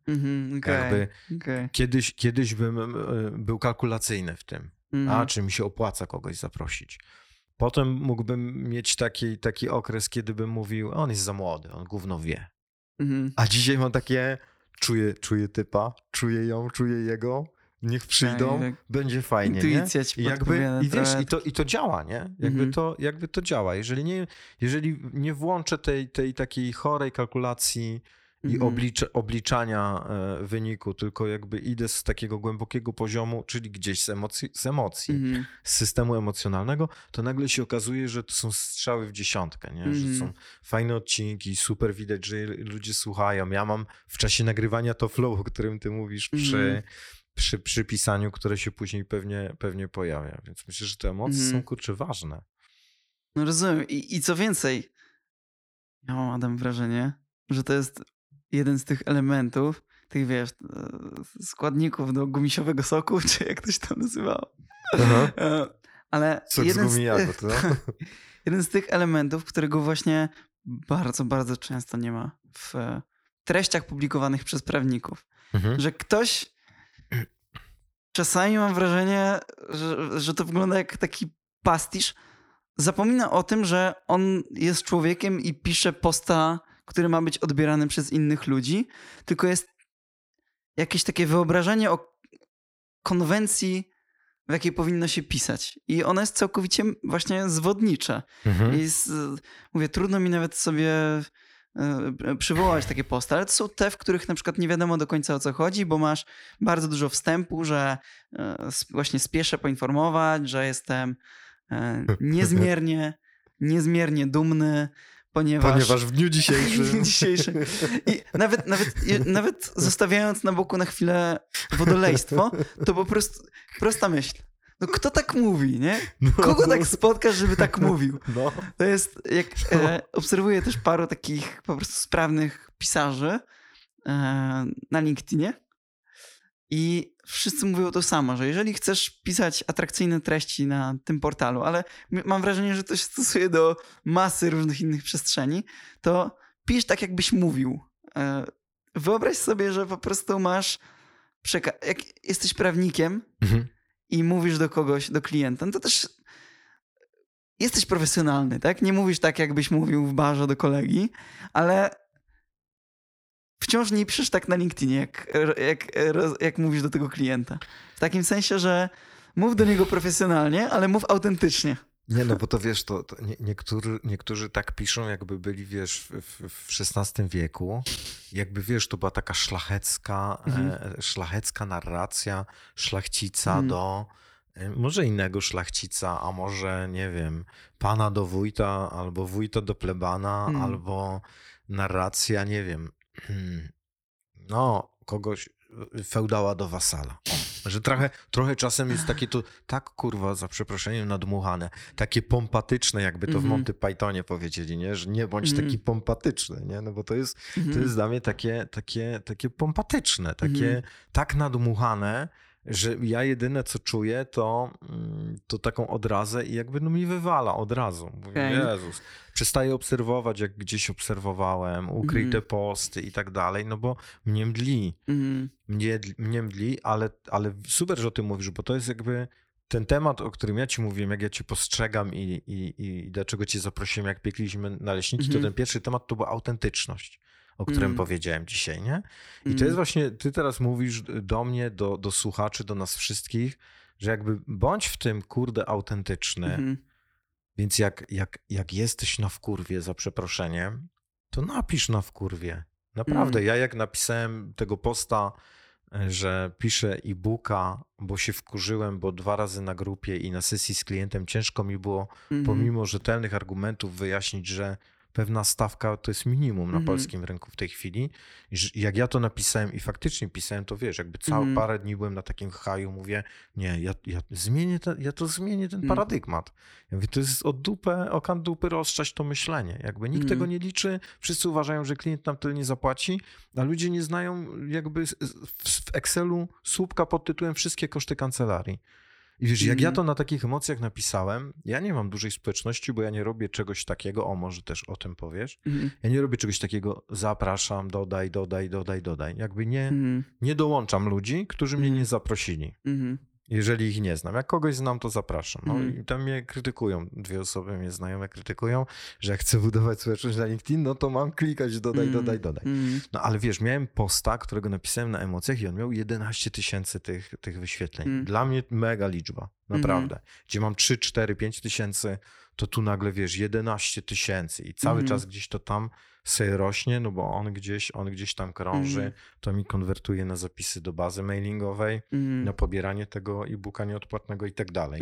Kiedyś bym był kalkulacyjny w tym. Czy mi się opłaca kogoś zaprosić. Potem mógłbym mieć taki okres, kiedy bym mówił, on jest za młody, on gówno wie. A dzisiaj mam takie, czuję typa, czuję ją, czuję jego, niech przyjdą, będzie fajnie. Intuicja nie? ci podpowiada. I wiesz, i to działa, nie? Jakby to działa. Jeżeli nie włączę tej takiej chorej kalkulacji i obliczania wyniku, tylko jakby idę z takiego głębokiego poziomu, czyli gdzieś z emocji, z systemu emocjonalnego, to nagle się okazuje, że to są strzały w dziesiątkę, nie? Że są fajne odcinki, super widać, że ludzie słuchają. Ja mam w czasie nagrywania to flow, o którym ty mówisz przy pisaniu, które się później pewnie pojawia. Więc myślę, że te emocje są, kurczę, ważne. No rozumiem. I co więcej, ja mam, Adam, wrażenie, że to jest jeden z tych elementów, tych, wiesz, składników do gumisiowego soku, czy jak to się tam nazywało. Ale sok z gumijaku, to? Jeden z tych elementów, którego właśnie bardzo, bardzo często nie ma w treściach publikowanych przez prawników. Że ktoś, czasami mam wrażenie, że to wygląda jak taki pastisz, zapomina o tym, że on jest człowiekiem i pisze posta, który ma być odbierany przez innych ludzi, tylko jest jakieś takie wyobrażenie o konwencji, w jakiej powinno się pisać. I ono jest całkowicie właśnie zwodnicze. Mówię, trudno mi nawet sobie przywołać takie posty, ale to są te, w których na przykład nie wiadomo do końca o co chodzi, bo masz bardzo dużo wstępu, że właśnie spieszę poinformować, że jestem niezmiernie dumny, ponieważ w dniu dzisiejszym. I nawet zostawiając na boku na chwilę wodolejstwo, to po prostu prosta myśl. No kto tak mówi, nie? Kogo tak spotkasz, żeby tak mówił? No. To jest, jak obserwuję też paru takich po prostu sprawnych pisarzy na LinkedInie i wszyscy mówią to samo, że jeżeli chcesz pisać atrakcyjne treści na tym portalu, ale mam wrażenie, że to się stosuje do masy różnych innych przestrzeni, to pisz tak, jakbyś mówił. Wyobraź sobie, że po prostu masz jak jesteś prawnikiem i mówisz do kogoś, do klienta, no to też jesteś profesjonalny, tak? Nie mówisz tak, jakbyś mówił w barze do kolegi, ale wciąż nie piszesz tak na LinkedInie, jak mówisz do tego klienta. W takim sensie, że mów do niego profesjonalnie, ale mów autentycznie. Nie, no bo to wiesz, to niektórzy tak piszą, jakby byli, wiesz, w XVI wieku. Jakby, wiesz, to była taka szlachecka narracja szlachcica do może innego szlachcica, a może, nie wiem, pana do wójta, albo wójta do plebana, albo narracja, nie wiem, no, kogoś, feudała do wasala. Że trochę czasem jest takie to tak, kurwa, za przeproszeniem, nadmuchane, takie pompatyczne, jakby to w Monty Pythonie powiedzieli, nie? Że nie bądź taki pompatyczny, nie? No bo to jest dla mnie takie pompatyczne, tak nadmuchane, że ja jedyne co czuję, to taką odrazę i jakby mi wywala od razu. Mówię, Jezus, przestaję obserwować, jak gdzieś obserwowałem, ukryte posty i tak dalej, no bo mnie mdli. Mnie mdli, ale super, że o tym mówisz, bo to jest jakby ten temat, o którym ja ci mówiłem, jak ja cię postrzegam i dlaczego cię zaprosiłem, jak piekliśmy naleśniki, to ten pierwszy temat to była autentyczność, o którym powiedziałem dzisiaj, nie? I to jest właśnie, ty teraz mówisz do mnie, do słuchaczy, do nas wszystkich, że jakby bądź w tym, kurde, autentyczny, więc jak jesteś na wkurwie, za przeproszeniem, to napisz na wkurwie. Naprawdę, ja jak napisałem tego posta, że piszę e-booka, bo się wkurzyłem, bo 2 razy na grupie i na sesji z klientem ciężko mi było, pomimo rzetelnych argumentów, wyjaśnić, że pewna stawka to jest minimum na polskim rynku w tej chwili. I jak ja to napisałem i faktycznie pisałem, to wiesz, jakby parę dni byłem na takim haju, mówię, nie, ja to zmienię ten paradygmat. Ja mówię, to jest okan dupy rozczać to myślenie. Jakby nikt tego nie liczy, wszyscy uważają, że klient nam tyle nie zapłaci, a ludzie nie znają jakby w Excelu słupka pod tytułem wszystkie koszty kancelarii. I wiesz, jak ja to na takich emocjach napisałem, ja nie mam dużej społeczności, bo ja nie robię czegoś takiego, może też o tym powiesz, ja nie robię czegoś takiego, zapraszam, dodaj. Jakby nie dołączam ludzi, którzy mnie nie zaprosili. Jeżeli ich nie znam. Jak kogoś znam, to zapraszam. No i tam mnie krytykują. 2 osoby mnie znajome krytykują, że jak chcę budować społeczność na LinkedIn, no to mam klikać dodaj. No ale wiesz, miałem posta, którego napisałem na emocjach i on miał 11 000 tych wyświetleń. Dla mnie mega liczba. Naprawdę. Gdzie mam 3, 4, 5 tysięcy, to tu nagle, wiesz, 11 000 i cały czas gdzieś to tam sobie rośnie, no bo on gdzieś tam krąży, to mi konwertuje na zapisy do bazy mailingowej, na pobieranie tego e-booka nieodpłatnego i tak dalej.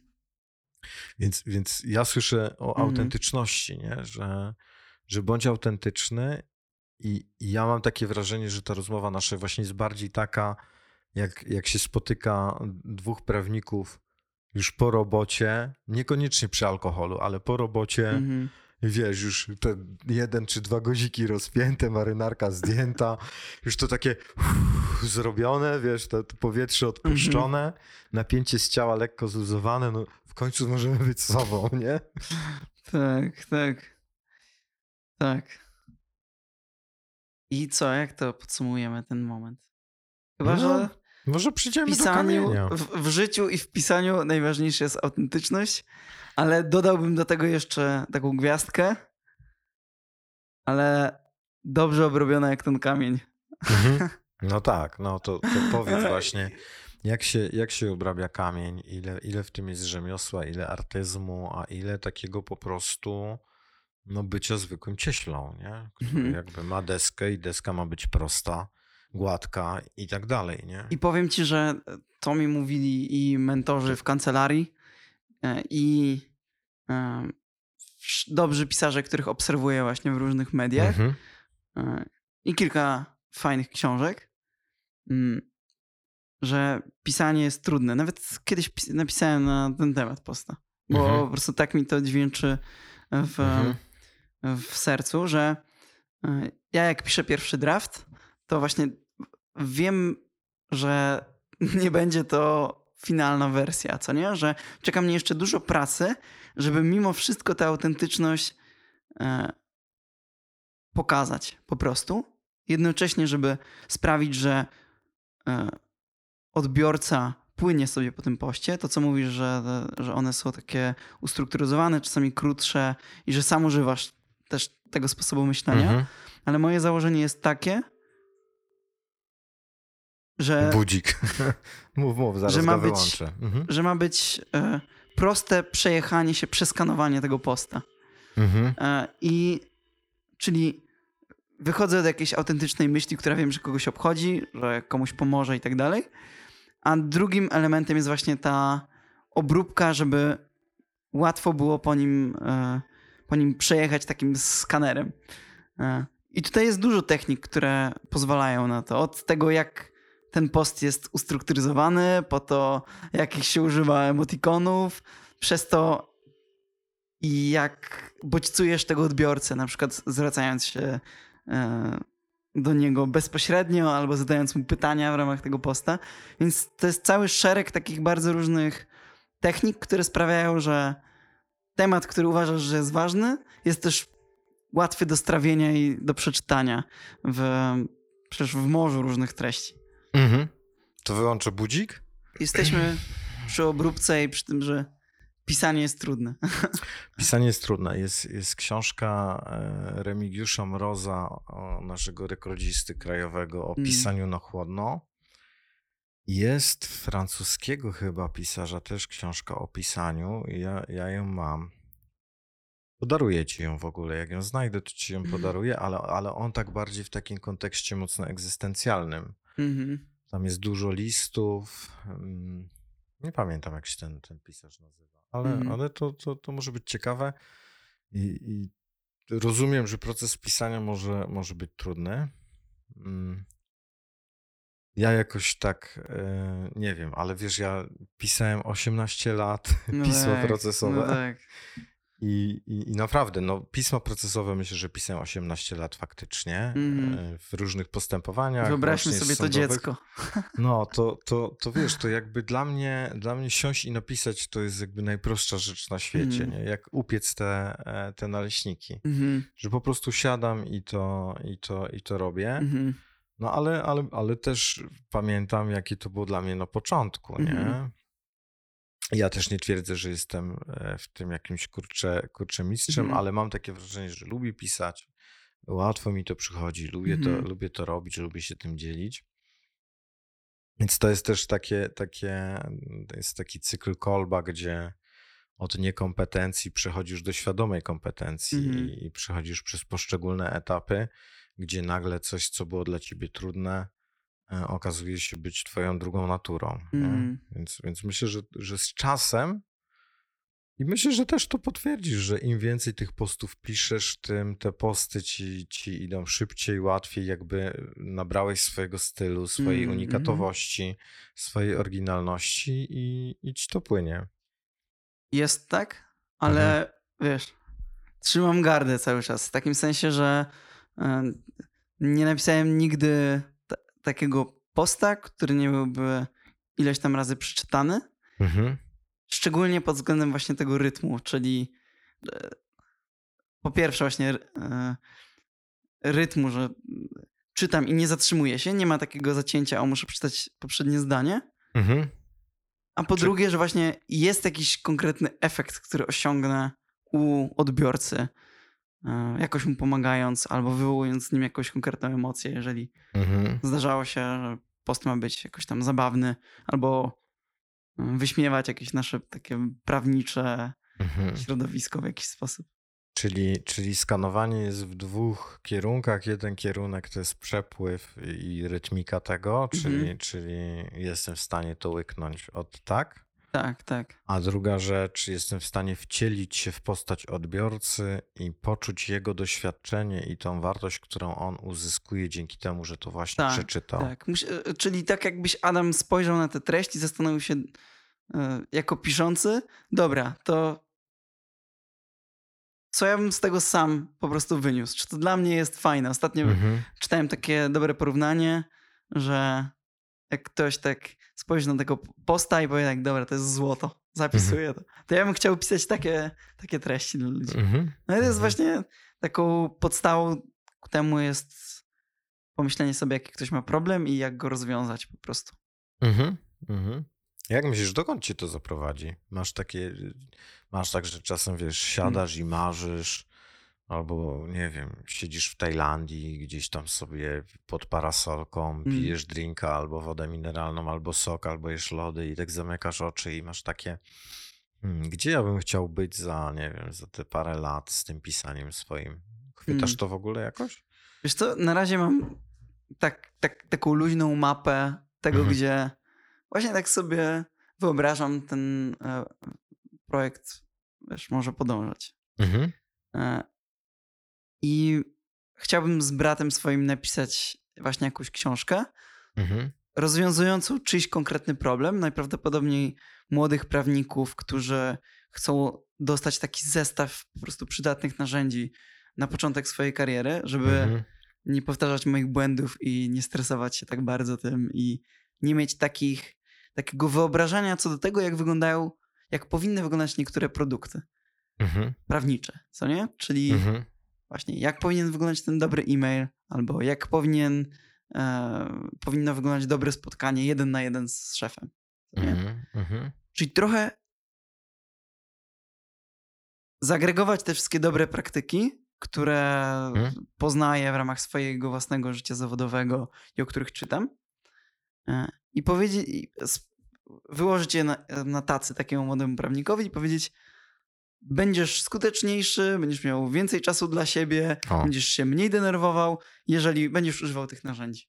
Więc ja słyszę o autentyczności, nie? Że bądź autentyczny i ja mam takie wrażenie, że ta rozmowa nasza właśnie jest bardziej taka, jak się spotyka 2 prawników już po robocie, niekoniecznie przy alkoholu, ale po robocie, wiesz, już te 1 czy 2 guziki rozpięte, marynarka zdjęta, już to takie zrobione, wiesz, to powietrze odpuszczone, napięcie z ciała lekko zluzowane, no w końcu możemy być sobą, nie? Tak. I co, jak to podsumujemy ten moment? Chyba, że może przyjdziemy do kamienia. W życiu i w pisaniu najważniejsza jest autentyczność, ale dodałbym do tego jeszcze taką gwiazdkę, ale dobrze obrobiona jak ten kamień. No tak, no to powiedz właśnie, jak się obrabia kamień, ile w tym jest rzemiosła, ile artyzmu, a ile takiego po prostu bycia zwykłym cieślą, nie? Który jakby ma deskę i deska ma być prosta, gładka i tak dalej, nie? I powiem ci, że to mi mówili i mentorzy w kancelarii, i dobrzy pisarze, których obserwuję właśnie w różnych mediach, i kilka fajnych książek, że pisanie jest trudne. Nawet kiedyś napisałem na ten temat posta, bo po prostu tak mi to dźwięczy w sercu, że ja jak piszę pierwszy draft, to właśnie wiem, że nie będzie to finalna wersja, co nie? Że czeka mnie jeszcze dużo pracy, żeby mimo wszystko tę autentyczność pokazać po prostu. Jednocześnie, żeby sprawić, że odbiorca płynie sobie po tym poście. To, co mówisz, że one są takie ustrukturyzowane, czasami krótsze i że sam używasz też tego sposobu myślenia. Ale moje założenie jest takie, że... Budzik. Mów, zaraz że go wyłączę. Że ma być proste przejechanie się, przeskanowanie tego posta. Czyli wychodzę od jakiejś autentycznej myśli, która wiem, że kogoś obchodzi, że komuś pomoże i tak dalej. A drugim elementem jest właśnie ta obróbka, żeby łatwo było po nim przejechać takim skanerem. I tutaj jest dużo technik, które pozwalają na to. Od tego, jak ten post jest ustrukturyzowany, po to, jakich się używa emotikonów, przez to, jak bodźcujesz tego odbiorcę, na przykład zwracając się do niego bezpośrednio albo zadając mu pytania w ramach tego posta. Więc to jest cały szereg takich bardzo różnych technik, które sprawiają, że temat, który uważasz, że jest ważny, jest też łatwy do strawienia i do przeczytania przecież w morzu różnych treści. To wyłączę budzik? Jesteśmy przy obróbce i przy tym, że pisanie jest trudne. Pisanie jest trudne. Jest książka Remigiusza Mroza, naszego rekordzisty krajowego, o pisaniu na chłodno. Jest francuskiego chyba pisarza też książka o pisaniu. Ja ją mam. Podaruję ci ją w ogóle. Jak ją znajdę, to ci ją podaruję, ale on tak bardziej w takim kontekście mocno egzystencjalnym. Tam jest dużo listów. Nie pamiętam, jak się ten pisarz nazywa, ale to może być ciekawe. I rozumiem, że proces pisania może być trudny. Ja jakoś tak, nie wiem, ale wiesz, ja pisałem 18 lat pismo procesowe. No tak. I naprawdę, pismo procesowe myślę, że pisałem 18 lat faktycznie w różnych postępowaniach. Wyobraźmy sobie to dziecko. No, to wiesz, to jakby dla mnie siąść i napisać to jest jakby najprostsza rzecz na świecie, nie? Jak upiec te naleśniki. Że po prostu siadam i to robię. No ale też pamiętam, jakie to było dla mnie na początku, nie? Ja też nie twierdzę, że jestem w tym jakimś kurczę mistrzem, ale mam takie wrażenie, że lubię pisać, łatwo mi to przychodzi, lubię to robić, lubię się tym dzielić. Więc to jest też jest taki cykl kolba, gdzie od niekompetencji przechodzisz do świadomej kompetencji i przechodzisz przez poszczególne etapy, gdzie nagle coś, co było dla ciebie trudne, okazuje się być twoją drugą naturą. Więc myślę, że z czasem i myślę, że też to potwierdzisz, że im więcej tych postów piszesz, tym te posty ci idą szybciej, łatwiej, jakby nabrałeś swojego stylu, swojej unikatowości, swojej oryginalności i ci to płynie. Jest tak, ale wiesz, trzymam gardę cały czas. W takim sensie, że nie napisałem nigdy takiego posta, który nie byłby ileś tam razy przeczytany. Szczególnie pod względem właśnie tego rytmu, czyli po pierwsze właśnie rytmu, że czytam i nie zatrzymuję się, nie ma takiego zacięcia, muszę przeczytać poprzednie zdanie. A po drugie, że właśnie jest jakiś konkretny efekt, który osiągnę u odbiorcy, jakoś mu pomagając albo wywołując z nim jakąś konkretną emocję, jeżeli zdarzało się, że post ma być jakoś tam zabawny albo wyśmiewać jakieś nasze takie prawnicze środowisko w jakiś sposób. Czyli skanowanie jest w dwóch kierunkach. Jeden kierunek to jest przepływ i rytmika tego, czyli jestem w stanie to łyknąć od tak. Tak. A druga rzecz, jestem w stanie wcielić się w postać odbiorcy i poczuć jego doświadczenie i tą wartość, którą on uzyskuje dzięki temu, że to właśnie przeczytał. Tak. Czyli tak jakbyś, Adam, spojrzał na tę treść i zastanowił się jako piszący, dobra, to co ja bym z tego sam po prostu wyniósł? Czy to dla mnie jest fajne? Ostatnio czytałem takie dobre porównanie, że jak ktoś tak spojrzy na tego posta i powie tak, dobra, to jest złoto, zapisuję to. To ja bym chciał pisać takie treści dla ludzi. No i to jest właśnie taką podstawą ku temu jest pomyślenie sobie, jaki ktoś ma problem i jak go rozwiązać po prostu. Jak myślisz, dokąd cię to zaprowadzi? Masz tak, że czasem wiesz, siadasz i marzysz, albo nie wiem, siedzisz w Tajlandii, gdzieś tam sobie pod parasolką, pijesz drinka, albo wodę mineralną, albo sok, albo jesz lody i tak zamykasz oczy i masz takie, gdzie ja bym chciał być za, nie wiem, za te parę lat z tym pisaniem swoim? Chwytasz to w ogóle jakoś? Wiesz co, na razie mam taką luźną mapę tego, gdzie właśnie tak sobie wyobrażam ten projekt, wiesz, może podążać. I chciałbym z bratem swoim napisać właśnie jakąś książkę rozwiązującą czyjś konkretny problem, najprawdopodobniej młodych prawników, którzy chcą dostać taki zestaw po prostu przydatnych narzędzi na początek swojej kariery, żeby nie powtarzać moich błędów i nie stresować się tak bardzo tym i nie mieć takiego wyobrażenia co do tego, jak powinny wyglądać niektóre produkty prawnicze, co nie? Czyli właśnie jak powinien wyglądać ten dobry e-mail, albo jak powinno wyglądać dobre spotkanie 1 na 1 z szefem. Co nie? Czyli trochę zagregować te wszystkie dobre praktyki, które poznaję w ramach swojego własnego życia zawodowego i o których czytam i powiedzieć, wyłożyć je na tacy takiemu młodemu prawnikowi i powiedzieć, będziesz skuteczniejszy, będziesz miał więcej czasu dla siebie, będziesz się mniej denerwował, jeżeli będziesz używał tych narzędzi.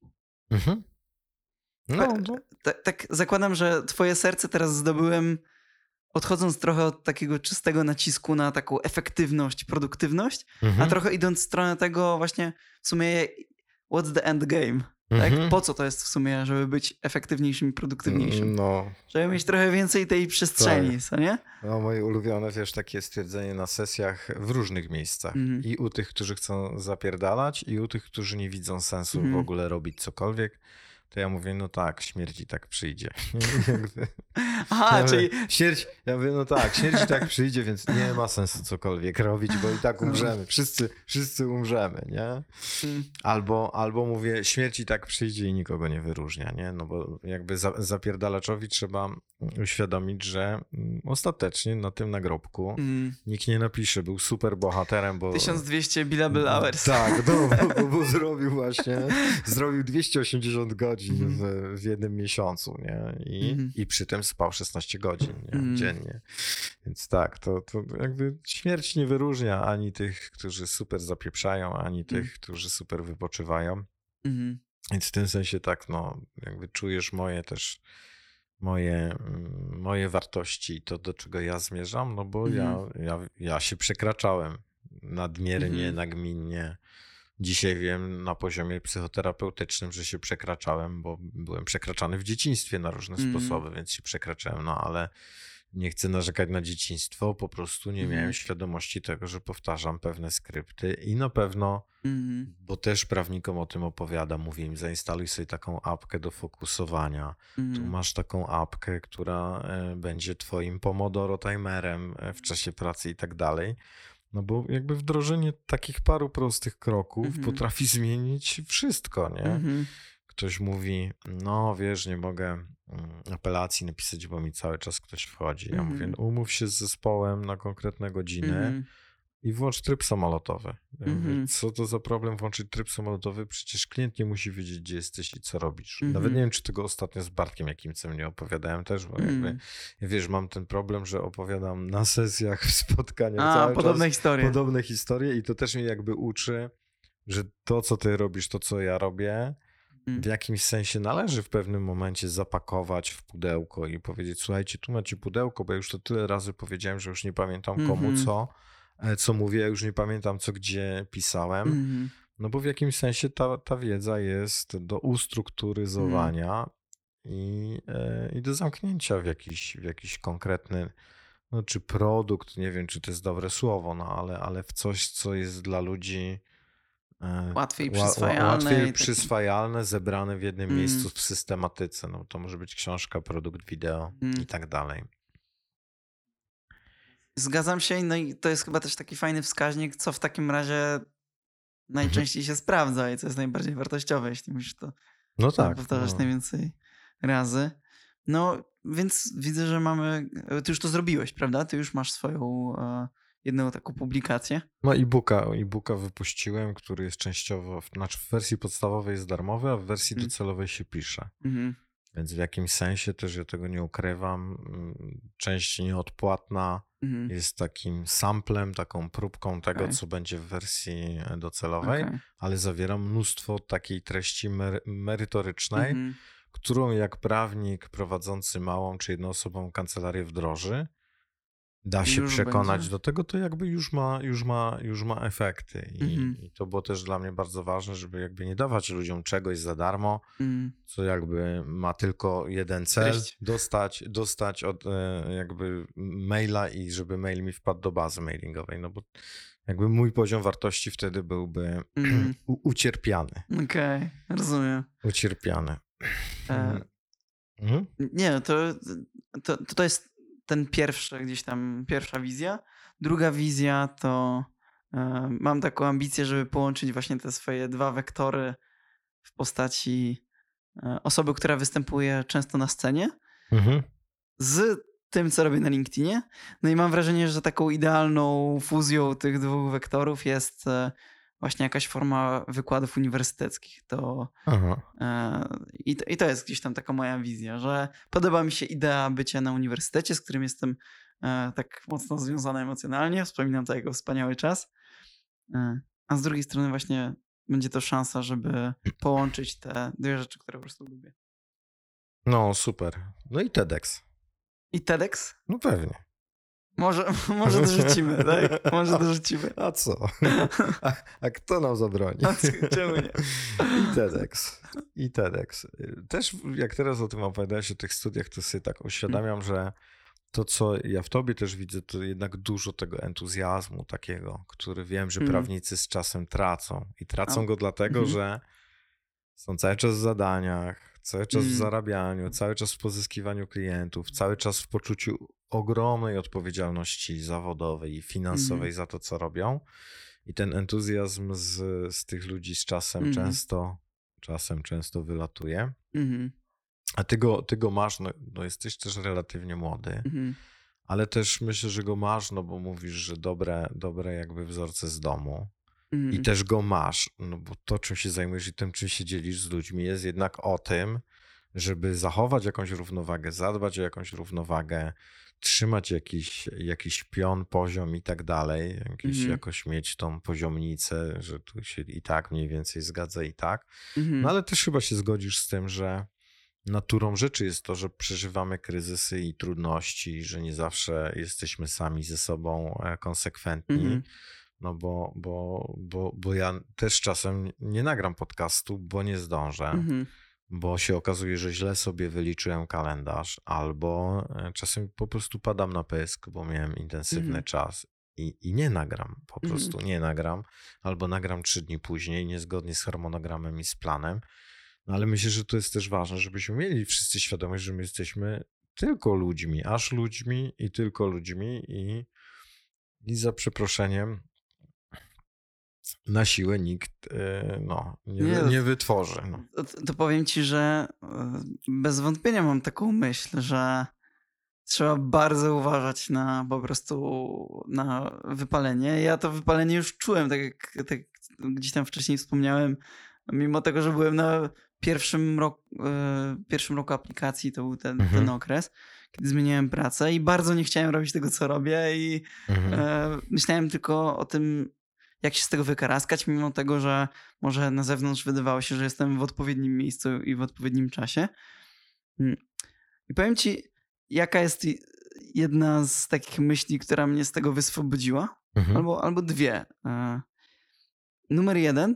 Tak zakładam, że twoje serce teraz zdobyłem odchodząc trochę od takiego czystego nacisku na taką efektywność, produktywność, a trochę idąc w stronę tego właśnie w sumie what's the end game? Tak? Po co to jest w sumie, żeby być efektywniejszym i produktywniejszym? Żeby mieć trochę więcej tej przestrzeni, co nie? No, moje ulubione, wiesz, takie stwierdzenie na sesjach w różnych miejscach. I u tych, którzy chcą zapierdalać i u tych, którzy nie widzą sensu w ogóle robić cokolwiek. To ja mówię, no tak, śmierć i tak przyjdzie. Czyli... Ja mówię, no tak, śmierć i tak przyjdzie, więc nie ma sensu cokolwiek robić, bo i tak umrzemy. Wszyscy umrzemy, nie? Albo mówię, śmierć i tak przyjdzie i nikogo nie wyróżnia, nie? No bo jakby zapierdalaczowi trzeba uświadomić, że ostatecznie na tym nagrobku nikt nie napisze, był super bohaterem, bo... 1200 billable hours. Tak, bo zrobił 280 godzin w jednym miesiącu, nie? I przy tym spał 16 godzin dziennie. Więc tak, to jakby śmierć nie wyróżnia ani tych, którzy super zapieprzają, ani tych, którzy super wypoczywają. Więc w tym sensie tak, no jakby czujesz moje wartości i to, do czego ja zmierzam, no bo ja się przekraczałem nadmiernie, nagminnie. Dzisiaj wiem na poziomie psychoterapeutycznym, że się przekraczałem, bo byłem przekraczany w dzieciństwie na różne sposoby, więc się przekraczałem, no ale nie chcę narzekać na dzieciństwo, po prostu nie miałem świadomości tego, że powtarzam pewne skrypty i na pewno, bo też prawnikom o tym opowiadam, mówię im, zainstaluj sobie taką apkę do fokusowania. Tu masz taką apkę, która będzie twoim pomodoro timerem w czasie pracy i tak dalej. No bo jakby wdrożenie takich paru prostych kroków potrafi zmienić wszystko, nie? Ktoś mówi, no wiesz, nie mogę apelacji napisać, bo mi cały czas ktoś wchodzi. Ja mówię, umów się z zespołem na konkretne godziny i włącz tryb samolotowy. Ja mówię, co to za problem włączyć tryb samolotowy? Przecież klient nie musi wiedzieć, gdzie jesteś i co robisz. Nawet nie wiem, czy tego ostatnio z Bartkiem Jakimcem nie opowiadałem też, bo jakby, wiesz, mam ten problem, że opowiadam na sesjach, w spotkaniach cały podobne czas historie. podobne historie i to też mnie jakby uczy, że to, co ty robisz, to, co ja robię, w jakimś sensie należy w pewnym momencie zapakować w pudełko i powiedzieć, słuchajcie, tu macie pudełko, bo ja już to tyle razy powiedziałem, że już nie pamiętam komu co mówię, ja już nie pamiętam co gdzie pisałem, no bo w jakimś sensie ta wiedza jest do ustrukturyzowania i do zamknięcia w jakiś konkretny, no czy produkt, nie wiem czy to jest dobre słowo, no ale w coś, co jest dla ludzi łatwiej przyswajalne. Łatwiej przyswajalne, zebrane w jednym miejscu w systematyce. No, to może być książka, produkt wideo i tak dalej. Zgadzam się, no i to jest chyba też taki fajny wskaźnik, co w takim razie najczęściej się sprawdza i co jest najbardziej wartościowe, jeśli musisz to powtarzać najwięcej razy. No, więc widzę, że ty już to zrobiłeś, prawda? Ty już masz swoją jedną taką publikację. No e-booka wypuściłem, który jest częściowo, znaczy w wersji podstawowej jest darmowy, a w wersji docelowej się pisze. Więc w jakimś sensie też ja tego nie ukrywam. Część nieodpłatna jest takim samplem, taką próbką tego, co będzie w wersji docelowej, ale zawiera mnóstwo takiej treści merytorycznej, którą jak prawnik prowadzący małą czy jednoosobową kancelarię wdroży, da się przekonać do tego, to jakby już ma efekty. I to było też dla mnie bardzo ważne, żeby jakby nie dawać ludziom czegoś za darmo, co jakby ma tylko jeden cel, dostać od jakby maila i żeby mail mi wpadł do bazy mailingowej, no bo jakby mój poziom wartości wtedy byłby ucierpiany. Okej, rozumiem. Ucierpiany. Nie, to jest ten pierwsza wizja. Druga wizja to mam taką ambicję, żeby połączyć właśnie te swoje dwa wektory w postaci osoby, która występuje często na scenie z tym, co robię na LinkedInie. No i mam wrażenie, że taką idealną fuzją tych dwóch wektorów jest właśnie jakaś forma wykładów uniwersyteckich. I to jest gdzieś tam taka moja wizja, że podoba mi się idea bycia na uniwersytecie, z którym jestem tak mocno związany emocjonalnie. Wspominam to jako wspaniały czas. A z drugiej strony właśnie będzie to szansa, żeby połączyć te dwie rzeczy, które po prostu lubię. No super. No i TEDx. I TEDx? No pewnie. Może dorzucimy, tak? Może dorzucimy. A co? A kto nam zabroni? Czemu nie? I TEDx. Też jak teraz o tym opowiadałeś, o tych studiach, to sobie tak uświadamiam, że to, co ja w tobie też widzę, to jednak dużo tego entuzjazmu takiego, który wiem, że prawnicy z czasem tracą. I tracą go dlatego, że są cały czas w zadaniach, cały czas w zarabianiu, cały czas w pozyskiwaniu klientów, cały czas w poczuciu ogromnej odpowiedzialności zawodowej i finansowej za to, co robią. I ten entuzjazm z tych ludzi z czasem często wylatuje. A ty go masz, no jesteś też relatywnie młody, ale też myślę, że go masz, no bo mówisz, że dobre jakby wzorce z domu. I też go masz, no bo to, czym się zajmujesz i tym, czym się dzielisz z ludźmi, jest jednak o tym, żeby zachować jakąś równowagę, zadbać o jakąś równowagę, trzymać jakiś pion, poziom i tak dalej, jakoś mieć tą poziomnicę, że tu się i tak mniej więcej zgadza i tak. No ale też chyba się zgodzisz z tym, że naturą rzeczy jest to, że przeżywamy kryzysy i trudności, że nie zawsze jesteśmy sami ze sobą konsekwentni. No bo ja też czasem nie nagram podcastu, bo nie zdążę, bo się okazuje, że źle sobie wyliczyłem kalendarz, albo czasem po prostu padam na pysk, bo miałem intensywny czas i nie nagram, po prostu nie nagram, albo nagram 3 dni później, niezgodnie z harmonogramem i z planem. No ale myślę, że to jest też ważne, żebyśmy mieli wszyscy świadomość, że my jesteśmy tylko ludźmi, aż ludźmi i tylko ludźmi i za przeproszeniem na siłę nikt nie wytworzy. No. To powiem ci, że bez wątpienia mam taką myśl, że trzeba bardzo uważać na po prostu na wypalenie. Ja to wypalenie już czułem, tak jak gdzieś tam wcześniej wspomniałem, mimo tego, że byłem na pierwszym roku aplikacji, to był ten okres, kiedy zmieniałem pracę i bardzo nie chciałem robić tego, co robię i myślałem tylko o tym, jak się z tego wykaraskać, mimo tego, że może na zewnątrz wydawało się, że jestem w odpowiednim miejscu i w odpowiednim czasie. I powiem ci, jaka jest jedna z takich myśli, która mnie z tego wyswobodziła, albo dwie. Numer 1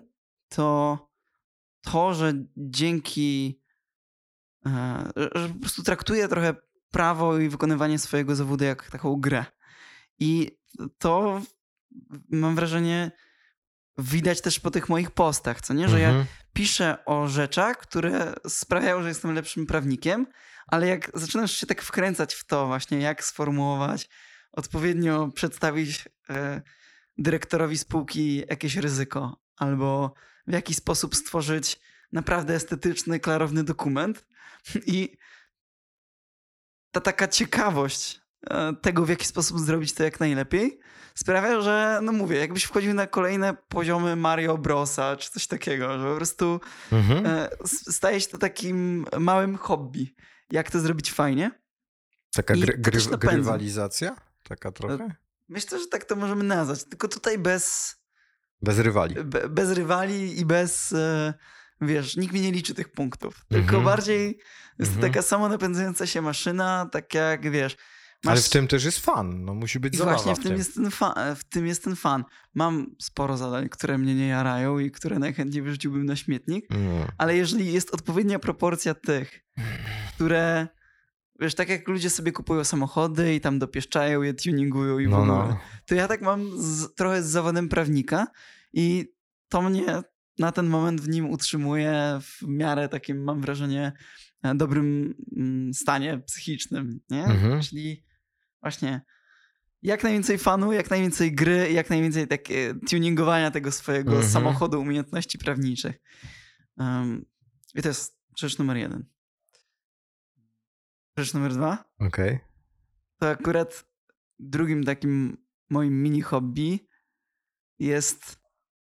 to, że dzięki, że po prostu traktuję trochę prawo i wykonywanie swojego zawodu jak taką grę. I to mam wrażenie widać też po tych moich postach, co nie? Że ja piszę o rzeczach, które sprawiają, że jestem lepszym prawnikiem, ale jak zaczynasz się tak wkręcać w to właśnie, jak sformułować, odpowiednio przedstawić dyrektorowi spółki jakieś ryzyko, albo w jaki sposób stworzyć naprawdę estetyczny, klarowny dokument i ta taka ciekawość tego, w jaki sposób zrobić to jak najlepiej, sprawia, że, no mówię, jakbyś wchodził na kolejne poziomy Mario Brosa, czy coś takiego, że po prostu staje się to takim małym hobby. Jak to zrobić fajnie. Taka grywalizacja? Taka trochę? Myślę, że tak to możemy nazwać, tylko tutaj bez rywali. Bez rywali i bez, wiesz, nikt mi nie liczy tych punktów. Tylko bardziej jest to taka samonapędzająca się maszyna, tak jak, wiesz... Ale w tym też jest fan, no musi być zabawa. Właśnie w tym jest ten fan. Mam sporo zadań, które mnie nie jarają i które najchętniej wyrzuciłbym na śmietnik, ale jeżeli jest odpowiednia proporcja tych, które, wiesz, tak jak ludzie sobie kupują samochody i tam dopieszczają je, tuningują i w ogóle, to ja tak mam trochę z zawodem prawnika i to mnie na ten moment w nim utrzymuje w miarę takim, mam wrażenie, dobrym stanie psychicznym, nie? Czyli właśnie jak najwięcej fanu, jak najwięcej gry, jak najwięcej takie tuningowania tego swojego samochodu, umiejętności prawniczych. I to jest rzecz numer 1. Rzecz numer 2. Okej. To akurat drugim takim moim mini hobby jest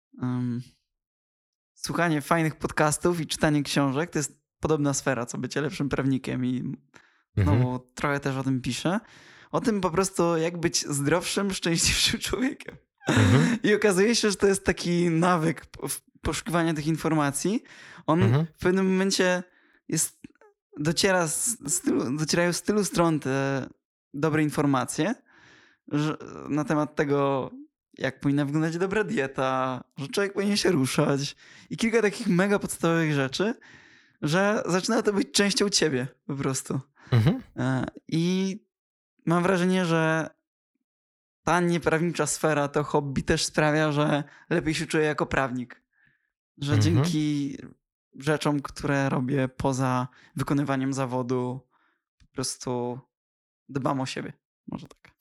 słuchanie fajnych podcastów i czytanie książek. To jest podobna sfera, co bycie lepszym prawnikiem i no, trochę też o tym piszę. O tym po prostu, jak być zdrowszym, szczęśliwszym człowiekiem. I okazuje się, że to jest taki nawyk poszukiwania tych informacji. On w pewnym momencie docierają z tylu stron te dobre informacje na temat tego, jak powinna wyglądać dobra dieta, że człowiek powinien się ruszać i kilka takich mega podstawowych rzeczy, że zaczyna to być częścią ciebie po prostu. I mam wrażenie, że ta nieprawnicza sfera, to hobby też sprawia, że lepiej się czuję jako prawnik. Że dzięki rzeczom, które robię poza wykonywaniem zawodu, po prostu dbam o siebie. Może tak.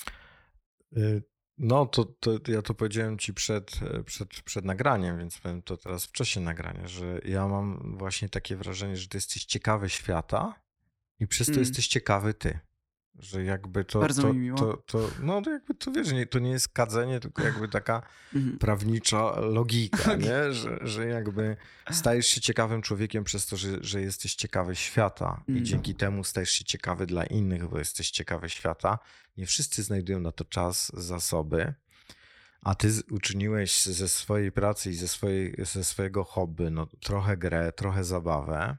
No to ja to powiedziałem ci przed nagraniem, więc powiem to teraz w czasie nagrania, że ja mam właśnie takie wrażenie, że ty jesteś ciekawy świata i przez to jesteś ciekawy ty. Że jakby Bardzo mi miło. No to jakby to wiesz, to nie jest kadzenie, tylko jakby taka prawnicza logika, nie? Że jakby stajesz się ciekawym człowiekiem przez to, że jesteś ciekawy świata i dzięki temu stajesz się ciekawy dla innych, bo jesteś ciekawy świata. Nie wszyscy znajdują na to czas, zasoby, a ty uczyniłeś ze swojej pracy i ze swojego hobby no, trochę grę, trochę zabawę.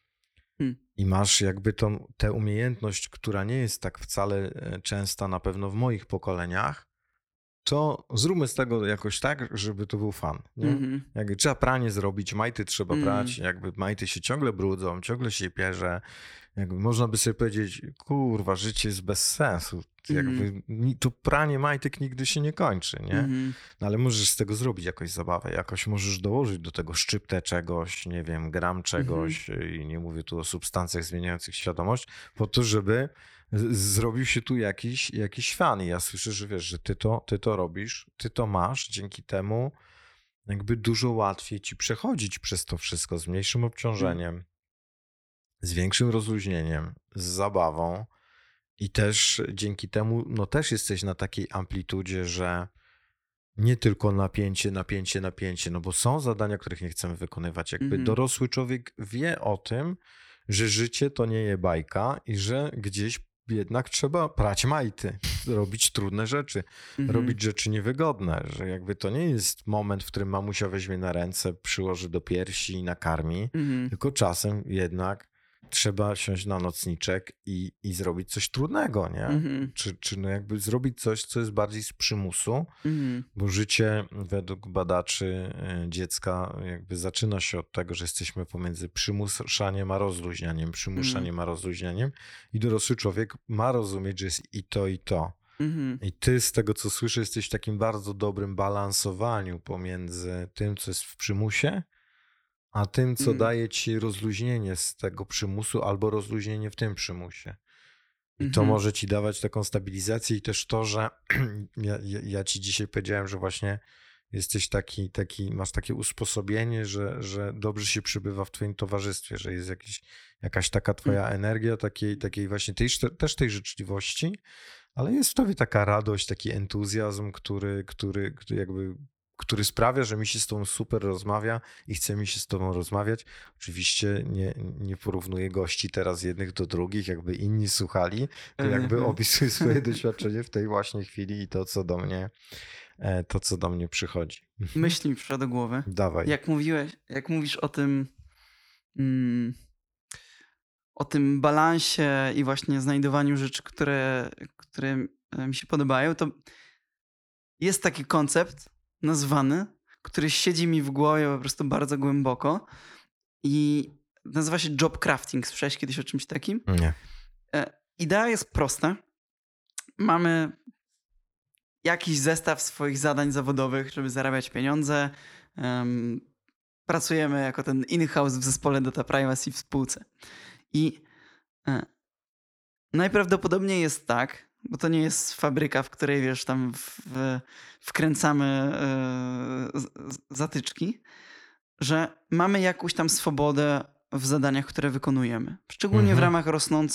I masz jakby tę umiejętność, która nie jest tak wcale częsta na pewno w moich pokoleniach, to zróbmy z tego jakoś tak, żeby to był fan. Nie? Jakby trzeba pranie zrobić, majty trzeba prać, jakby majty się ciągle brudzą, ciągle się pierze. Jakby można by sobie powiedzieć, kurwa, życie jest bez sensu. Jakby to pranie majtek nigdy się nie kończy, nie? No ale możesz z tego zrobić jakąś zabawę, jakoś możesz dołożyć do tego szczyptę czegoś, nie wiem, gram czegoś i nie mówię tu o substancjach zmieniających świadomość, po to, żeby zrobił się tu jakiś fan. I ja słyszę, że wiesz, że ty to robisz, ty to masz, dzięki temu jakby dużo łatwiej ci przechodzić przez to wszystko z mniejszym obciążeniem, z większym rozluźnieniem, z zabawą I też dzięki temu, no też jesteś na takiej amplitudzie, że nie tylko napięcie, no bo są zadania, których nie chcemy wykonywać. Jakby dorosły człowiek wie o tym, że życie to nie jest bajka i że gdzieś jednak trzeba prać majty, robić trudne rzeczy, robić rzeczy niewygodne, że jakby to nie jest moment, w którym mamusia weźmie na ręce, przyłoży do piersi i nakarmi, tylko czasem jednak trzeba siąść na nocniczek i zrobić coś trudnego, nie? Czy no jakby zrobić coś, co jest bardziej z przymusu, bo życie według badaczy dziecka jakby zaczyna się od tego, że jesteśmy pomiędzy przymuszaniem a rozluźnianiem, przymuszaniem a rozluźnianiem i dorosły człowiek ma rozumieć, że jest i to, i to. I ty z tego, co słyszę, jesteś w takim bardzo dobrym balansowaniu pomiędzy tym, co jest w przymusie, a tym, co daje ci rozluźnienie z tego przymusu albo rozluźnienie w tym przymusie. I to może ci dawać taką stabilizację i też to, że ja ci dzisiaj powiedziałem, że właśnie jesteś masz takie usposobienie, że dobrze się przybywa w twoim towarzystwie, że jest jakaś taka twoja energia, takiej właśnie też tej życzliwości, ale jest w tobie taka radość, taki entuzjazm, który sprawia, że mi się z tobą super rozmawia i chce mi się z tobą rozmawiać. Oczywiście nie porównuję gości teraz jednych do drugich, jakby inni słuchali, to jakby opisuję swoje doświadczenie w tej właśnie chwili i to, co do mnie przychodzi. Myśl mi przyszła do głowy. Dawaj. Jak mówisz o tym balansie i właśnie znajdowaniu rzeczy, które mi się podobają, to jest taki koncept nazwany, który siedzi mi w głowie po prostu bardzo głęboko i nazywa się job crafting. Słyszałeś kiedyś o czymś takim? Nie. Idea jest prosta. Mamy jakiś zestaw swoich zadań zawodowych, żeby zarabiać pieniądze. Pracujemy jako ten in-house w zespole Data Privacy w spółce. I najprawdopodobniej jest tak, bo to nie jest fabryka, w której wiesz, tam wkręcamy zatyczki, że mamy jakąś tam swobodę w zadaniach, które wykonujemy. Szczególnie w ramach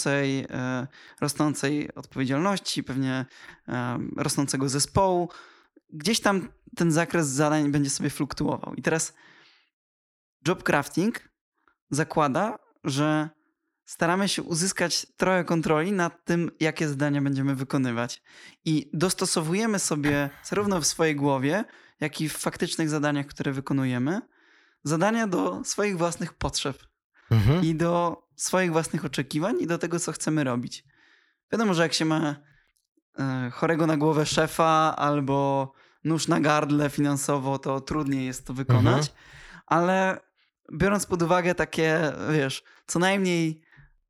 rosnącej odpowiedzialności, pewnie rosnącego zespołu. Gdzieś tam ten zakres zadań będzie sobie fluktuował. I teraz job crafting zakłada, że staramy się uzyskać trochę kontroli nad tym, jakie zadania będziemy wykonywać. I dostosowujemy sobie zarówno w swojej głowie, jak i w faktycznych zadaniach, które wykonujemy, zadania do swoich własnych potrzeb i do swoich własnych oczekiwań i do tego, co chcemy robić. Wiadomo, że jak się ma chorego na głowę szefa albo nóż na gardle finansowo, to trudniej jest to wykonać, ale biorąc pod uwagę takie, wiesz, co najmniej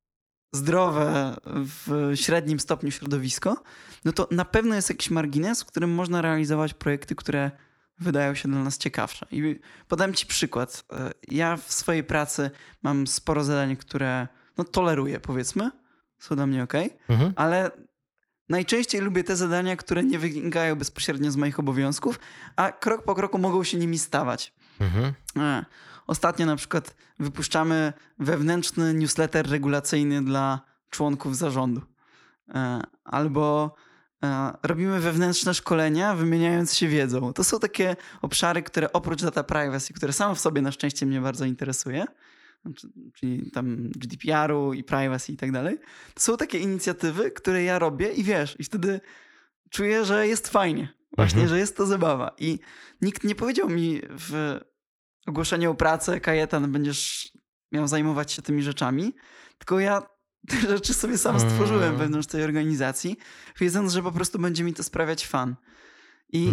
zdrowe w średnim stopniu środowisko, no to na pewno jest jakiś margines, w którym można realizować projekty, które wydają się dla nas ciekawsze. I podam ci przykład. Ja w swojej pracy mam sporo zadań, które toleruję, powiedzmy. Są dla mnie okej, ale najczęściej lubię te zadania, które nie wynikają bezpośrednio z moich obowiązków, a krok po kroku mogą się nimi stawać. Ostatnio na przykład wypuszczamy wewnętrzny newsletter regulacyjny dla członków zarządu. Albo robimy wewnętrzne szkolenia, wymieniając się wiedzą. To są takie obszary, które oprócz data privacy, które samo w sobie na szczęście mnie bardzo interesuje, czyli tam GDPR-u i privacy i tak dalej, to są takie inicjatywy, które ja robię i wiesz, i wtedy czuję, że jest fajnie. Właśnie, że jest to zabawa. I nikt nie powiedział mi w ogłoszeniu o pracę, Kajetan, będziesz miał zajmować się tymi rzeczami, tylko ja te rzeczy sobie sam stworzyłem wewnątrz tej organizacji, wiedząc, że po prostu będzie mi to sprawiać fan. I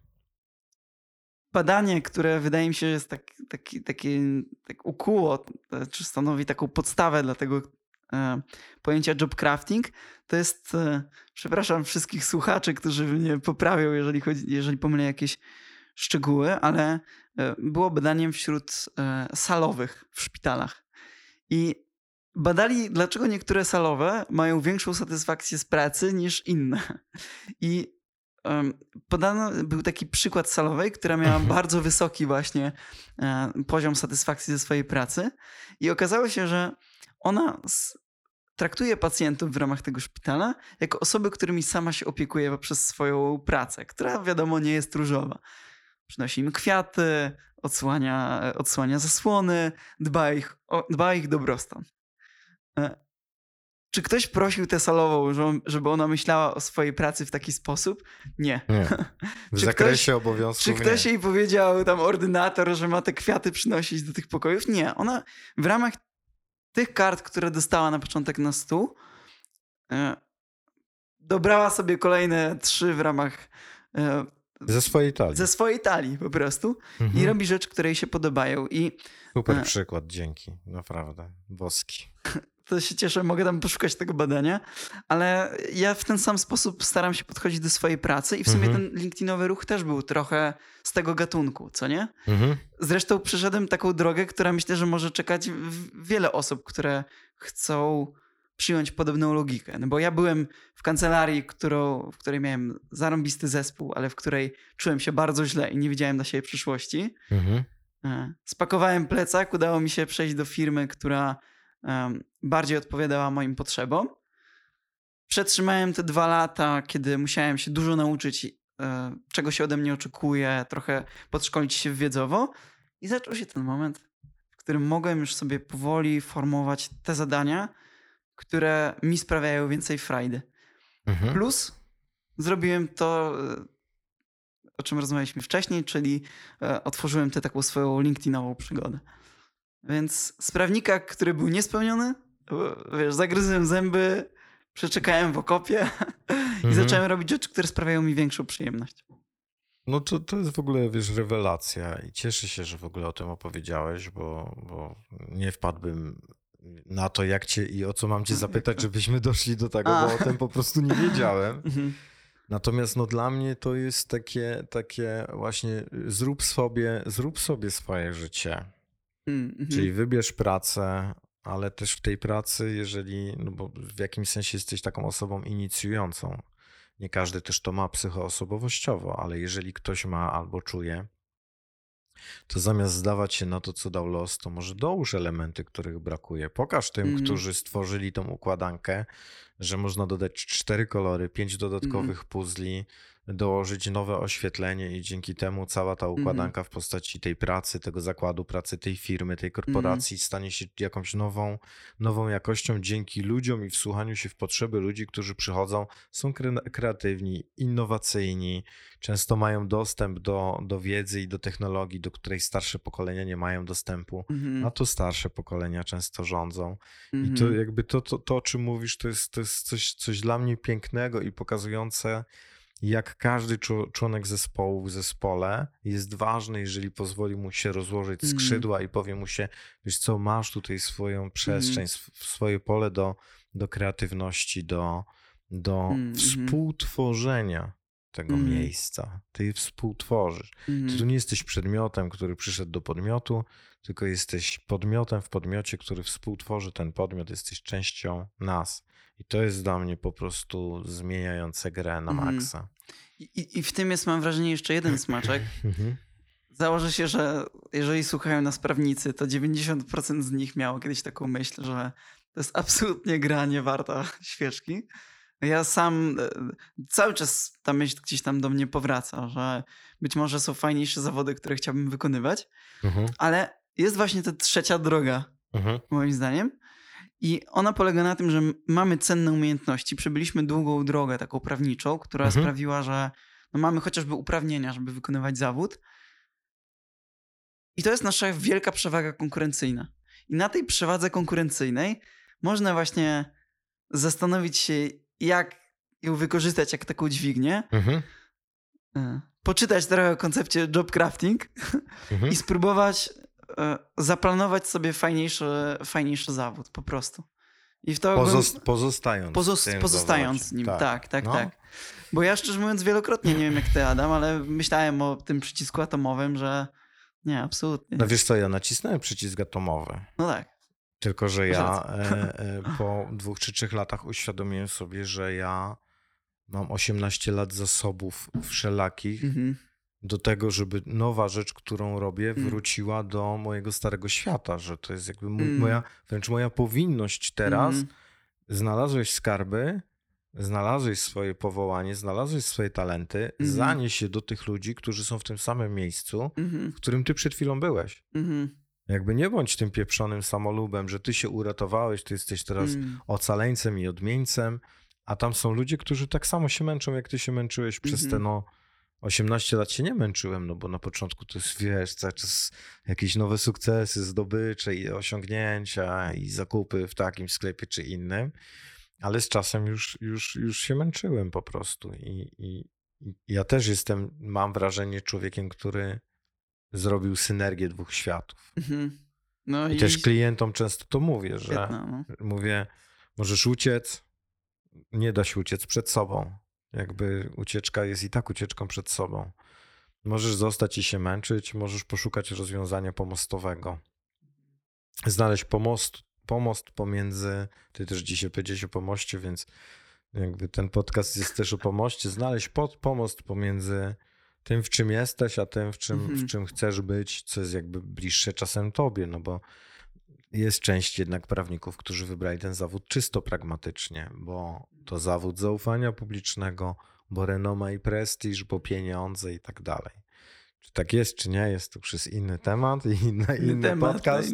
badanie, które wydaje mi się jest tak ukuło, czy stanowi taką podstawę dla tego pojęcia job crafting, to jest, przepraszam wszystkich słuchaczy, którzy mnie poprawią, jeżeli pomylę jakieś szczegóły, ale było badaniem wśród salowych w szpitalach. I badali, dlaczego niektóre salowe mają większą satysfakcję z pracy niż inne. I był taki przykład salowej, która miała bardzo wysoki właśnie poziom satysfakcji ze swojej pracy i okazało się, że ona traktuję pacjentów w ramach tego szpitala jako osoby, którymi sama się opiekuje poprzez swoją pracę, która wiadomo nie jest różowa. Przynosi im kwiaty, odsłania zasłony, dba o ich dobrostan. Czy ktoś prosił tę salową, żeby ona myślała o swojej pracy w taki sposób? Nie. W zakresie obowiązków Czy ktoś jej powiedział, tam ordynator, że ma te kwiaty przynosić do tych pokojów? Nie. Ona w ramach tych kart, które dostała na początek na stół, dobrała sobie kolejne 3 w ramach ze swojej talii po prostu i robi rzeczy, które jej się podobają. Super przykład, dzięki. Naprawdę. Boski. To się cieszę, mogę tam poszukać tego badania, ale ja w ten sam sposób staram się podchodzić do swojej pracy i w sumie ten LinkedInowy ruch też był trochę z tego gatunku, co nie? Zresztą przeszedłem taką drogę, która myślę, że może czekać wiele osób, które chcą przyjąć podobną logikę. No bo ja byłem w kancelarii, w której miałem zarąbisty zespół, ale w której czułem się bardzo źle i nie widziałem dla siebie przyszłości. Spakowałem plecak, udało mi się przejść do firmy, która bardziej odpowiadała moim potrzebom. Przetrzymałem te 2 lata, kiedy musiałem się dużo nauczyć, czego się ode mnie oczekuje, trochę podszkolić się wiedzowo i zaczął się ten moment, w którym mogłem już sobie powoli formować te zadania, które mi sprawiają więcej frajdy. Plus zrobiłem to, o czym rozmawialiśmy wcześniej, czyli otworzyłem tę taką swoją LinkedInową przygodę. Więc z prawnika, który był niespełniony, wiesz, zagryzłem zęby, przeczekałem w okopie i zacząłem robić rzeczy, które sprawiają mi większą przyjemność. No to jest w ogóle, wiesz, rewelacja i cieszę się, że w ogóle o tym opowiedziałeś, bo nie wpadłbym na to, jak cię i o co mam cię zapytać, żebyśmy doszli do tego, bo o tym po prostu nie wiedziałem. Natomiast no dla mnie to jest takie właśnie zrób sobie swoje życie. Czyli wybierz pracę, ale też w tej pracy, jeżeli, no bo w jakimś sensie jesteś taką osobą inicjującą. Nie każdy też to ma psychoosobowościowo, ale jeżeli ktoś ma albo czuje, to zamiast zdawać się na to, co dał los, to może dołóż elementy, których brakuje. Pokaż tym, którzy stworzyli tą układankę, że można dodać 4 kolory, 5 dodatkowych puzli, dołożyć nowe oświetlenie i dzięki temu cała ta układanka w postaci tej pracy, tego zakładu pracy, tej firmy, tej korporacji stanie się jakąś nową jakością dzięki ludziom i wsłuchaniu się w potrzeby ludzi, którzy przychodzą, są kreatywni, innowacyjni, często mają dostęp do wiedzy i do technologii, do której starsze pokolenia nie mają dostępu, a to starsze pokolenia często rządzą. I to jakby to, o czym mówisz, to jest coś dla mnie pięknego i pokazujące, jak każdy członek zespołu w zespole jest ważny, jeżeli pozwoli mu się rozłożyć skrzydła i powie mu się, wiesz co, masz tutaj swoją przestrzeń, swoje pole do kreatywności, do współtworzenia tego miejsca. Ty je współtworzysz. Ty tu nie jesteś przedmiotem, który przyszedł do podmiotu, tylko jesteś podmiotem w podmiocie, który współtworzy ten podmiot, jesteś częścią nas. I to jest dla mnie po prostu zmieniające grę na maksa. I w tym jest, mam wrażenie, jeszcze jeden smaczek. Założę się, że jeżeli słuchają nas prawnicy, to 90% z nich miało kiedyś taką myśl, że to jest absolutnie gra nie warta świeczki. Ja sam cały czas ta myśl gdzieś tam do mnie powraca, że być może są fajniejsze zawody, które chciałbym wykonywać, ale jest właśnie ta trzecia droga, moim zdaniem. I ona polega na tym, że mamy cenne umiejętności. Przebyliśmy długą drogę taką prawniczą, która sprawiła, że no mamy chociażby uprawnienia, żeby wykonywać zawód. I to jest nasza wielka przewaga konkurencyjna. I na tej przewadze konkurencyjnej można właśnie zastanowić się, jak ją wykorzystać, jak taką dźwignię. Poczytać trochę o koncepcie job crafting i spróbować zaplanować sobie fajniejszy zawód po prostu. I w to pozostając z nim. Tak. Bo ja szczerze mówiąc wielokrotnie, nie wiem jak ty, Adam, ale myślałem o tym przycisku atomowym, że nie, absolutnie. No wiesz co, ja nacisnąłem przycisk atomowy. No tak. Tylko, że ja po 2 czy 3 latach uświadomiłem sobie, że ja mam 18 lat zasobów wszelakich do tego, żeby nowa rzecz, którą robię, wróciła do mojego starego świata, że to jest jakby wręcz moja powinność teraz znalazłeś skarby, znalazłeś swoje powołanie, znalazłeś swoje talenty, zanieś się do tych ludzi, którzy są w tym samym miejscu, w którym ty przed chwilą byłeś. Jakby nie bądź tym pieprzonym samolubem, że ty się uratowałeś, ty jesteś teraz ocaleńcem i odmieńcem, a tam są ludzie, którzy tak samo się męczą, jak ty się męczyłeś przez te 18 lat się nie męczyłem, no bo na początku to jest, wiesz, cały czas jakieś nowe sukcesy, zdobycze i osiągnięcia i zakupy w takim sklepie czy innym, ale z czasem już się męczyłem po prostu i ja też jestem, mam wrażenie, człowiekiem, który zrobił synergię dwóch światów. No i też klientom często to mówię, że mówię, możesz uciec, nie da się uciec przed sobą. Jakby ucieczka jest i tak ucieczką przed sobą. Możesz zostać i się męczyć, możesz poszukać rozwiązania pomostowego. Znaleźć pomost pomiędzy, ty też dzisiaj powiedziałeś o pomoście, więc jakby ten podcast jest też o pomoście. Znaleźć pomost pomiędzy tym, w czym jesteś, a tym, w czym chcesz być, co jest jakby bliższe czasem tobie, no bo jest część jednak prawników, którzy wybrali ten zawód czysto pragmatycznie, bo to zawód zaufania publicznego, bo renoma i prestiż, bo pieniądze i tak dalej. Czy tak jest, czy nie jest, to już jest inny temat i inny podcast,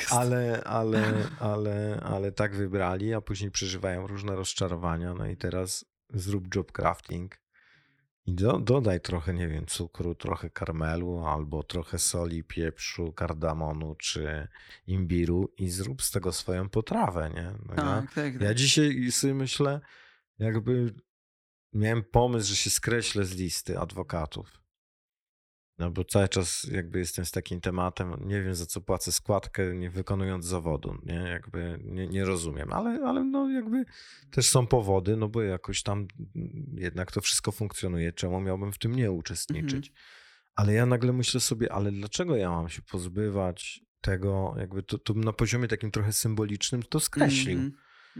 ale tak wybrali, a później przeżywają różne rozczarowania, no i teraz zrób job crafting i dodaj trochę, nie wiem, cukru, trochę karmelu, albo trochę soli, pieprzu, kardamonu czy imbiru i zrób z tego swoją potrawę, nie? No ja dzisiaj sobie myślę, jakby miałem pomysł, że się skreślę z listy adwokatów. No bo cały czas jakby jestem z takim tematem, nie wiem za co płacę składkę, nie wykonując zawodu, nie? Jakby nie rozumiem, ale no jakby też są powody, no bo jakoś tam jednak to wszystko funkcjonuje, czemu miałbym w tym nie uczestniczyć. Ale ja nagle myślę sobie, ale dlaczego ja mam się pozbywać tego, jakby to na poziomie takim trochę symbolicznym to skreślił.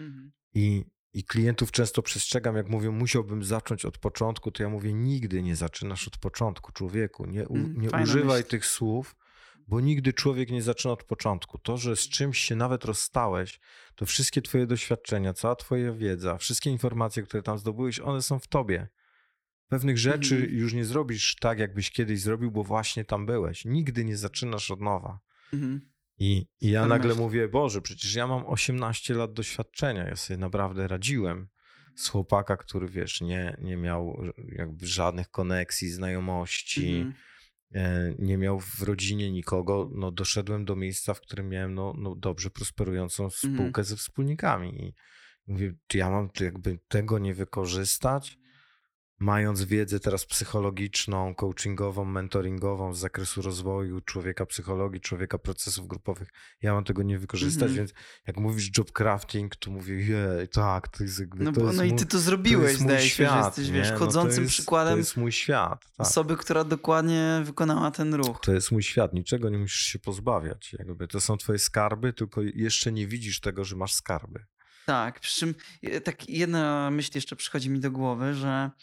I klientów często przestrzegam, jak mówią, musiałbym zacząć od początku, to ja mówię, nigdy nie zaczynasz od początku, człowieku. Nie używaj tych słów, bo nigdy człowiek nie zaczyna od początku. To, że z czymś się nawet rozstałeś, to wszystkie twoje doświadczenia, cała twoja wiedza, wszystkie informacje, które tam zdobyłeś, one są w tobie. Pewnych rzeczy już nie zrobisz tak, jakbyś kiedyś zrobił, bo właśnie tam byłeś. Nigdy nie zaczynasz od nowa. I ja nagle mówię, Boże, przecież ja mam 18 lat doświadczenia, ja sobie naprawdę radziłem z chłopaka, który wiesz, nie miał jakby żadnych koneksji, znajomości, nie miał w rodzinie nikogo, no doszedłem do miejsca, w którym miałem no dobrze prosperującą spółkę ze wspólnikami i mówię, czy ja mam jakby tego nie wykorzystać? Mając wiedzę teraz psychologiczną, coachingową, mentoringową z zakresu rozwoju człowieka, psychologii, człowieka, procesów grupowych, ja mam tego nie wykorzystać, więc jak mówisz job crafting, to mówię, jej, tak, to jest jakby... I ty to zrobiłeś, zdaje się, że jesteś, wiesz, chodzącym przykładem to jest mój świat. Tak. Osoby, która dokładnie wykonała ten ruch. To jest mój świat, niczego nie musisz się pozbawiać. Jakby to są twoje skarby, tylko jeszcze nie widzisz tego, że masz skarby. Tak, przy czym tak jedna myśl jeszcze przychodzi mi do głowy, że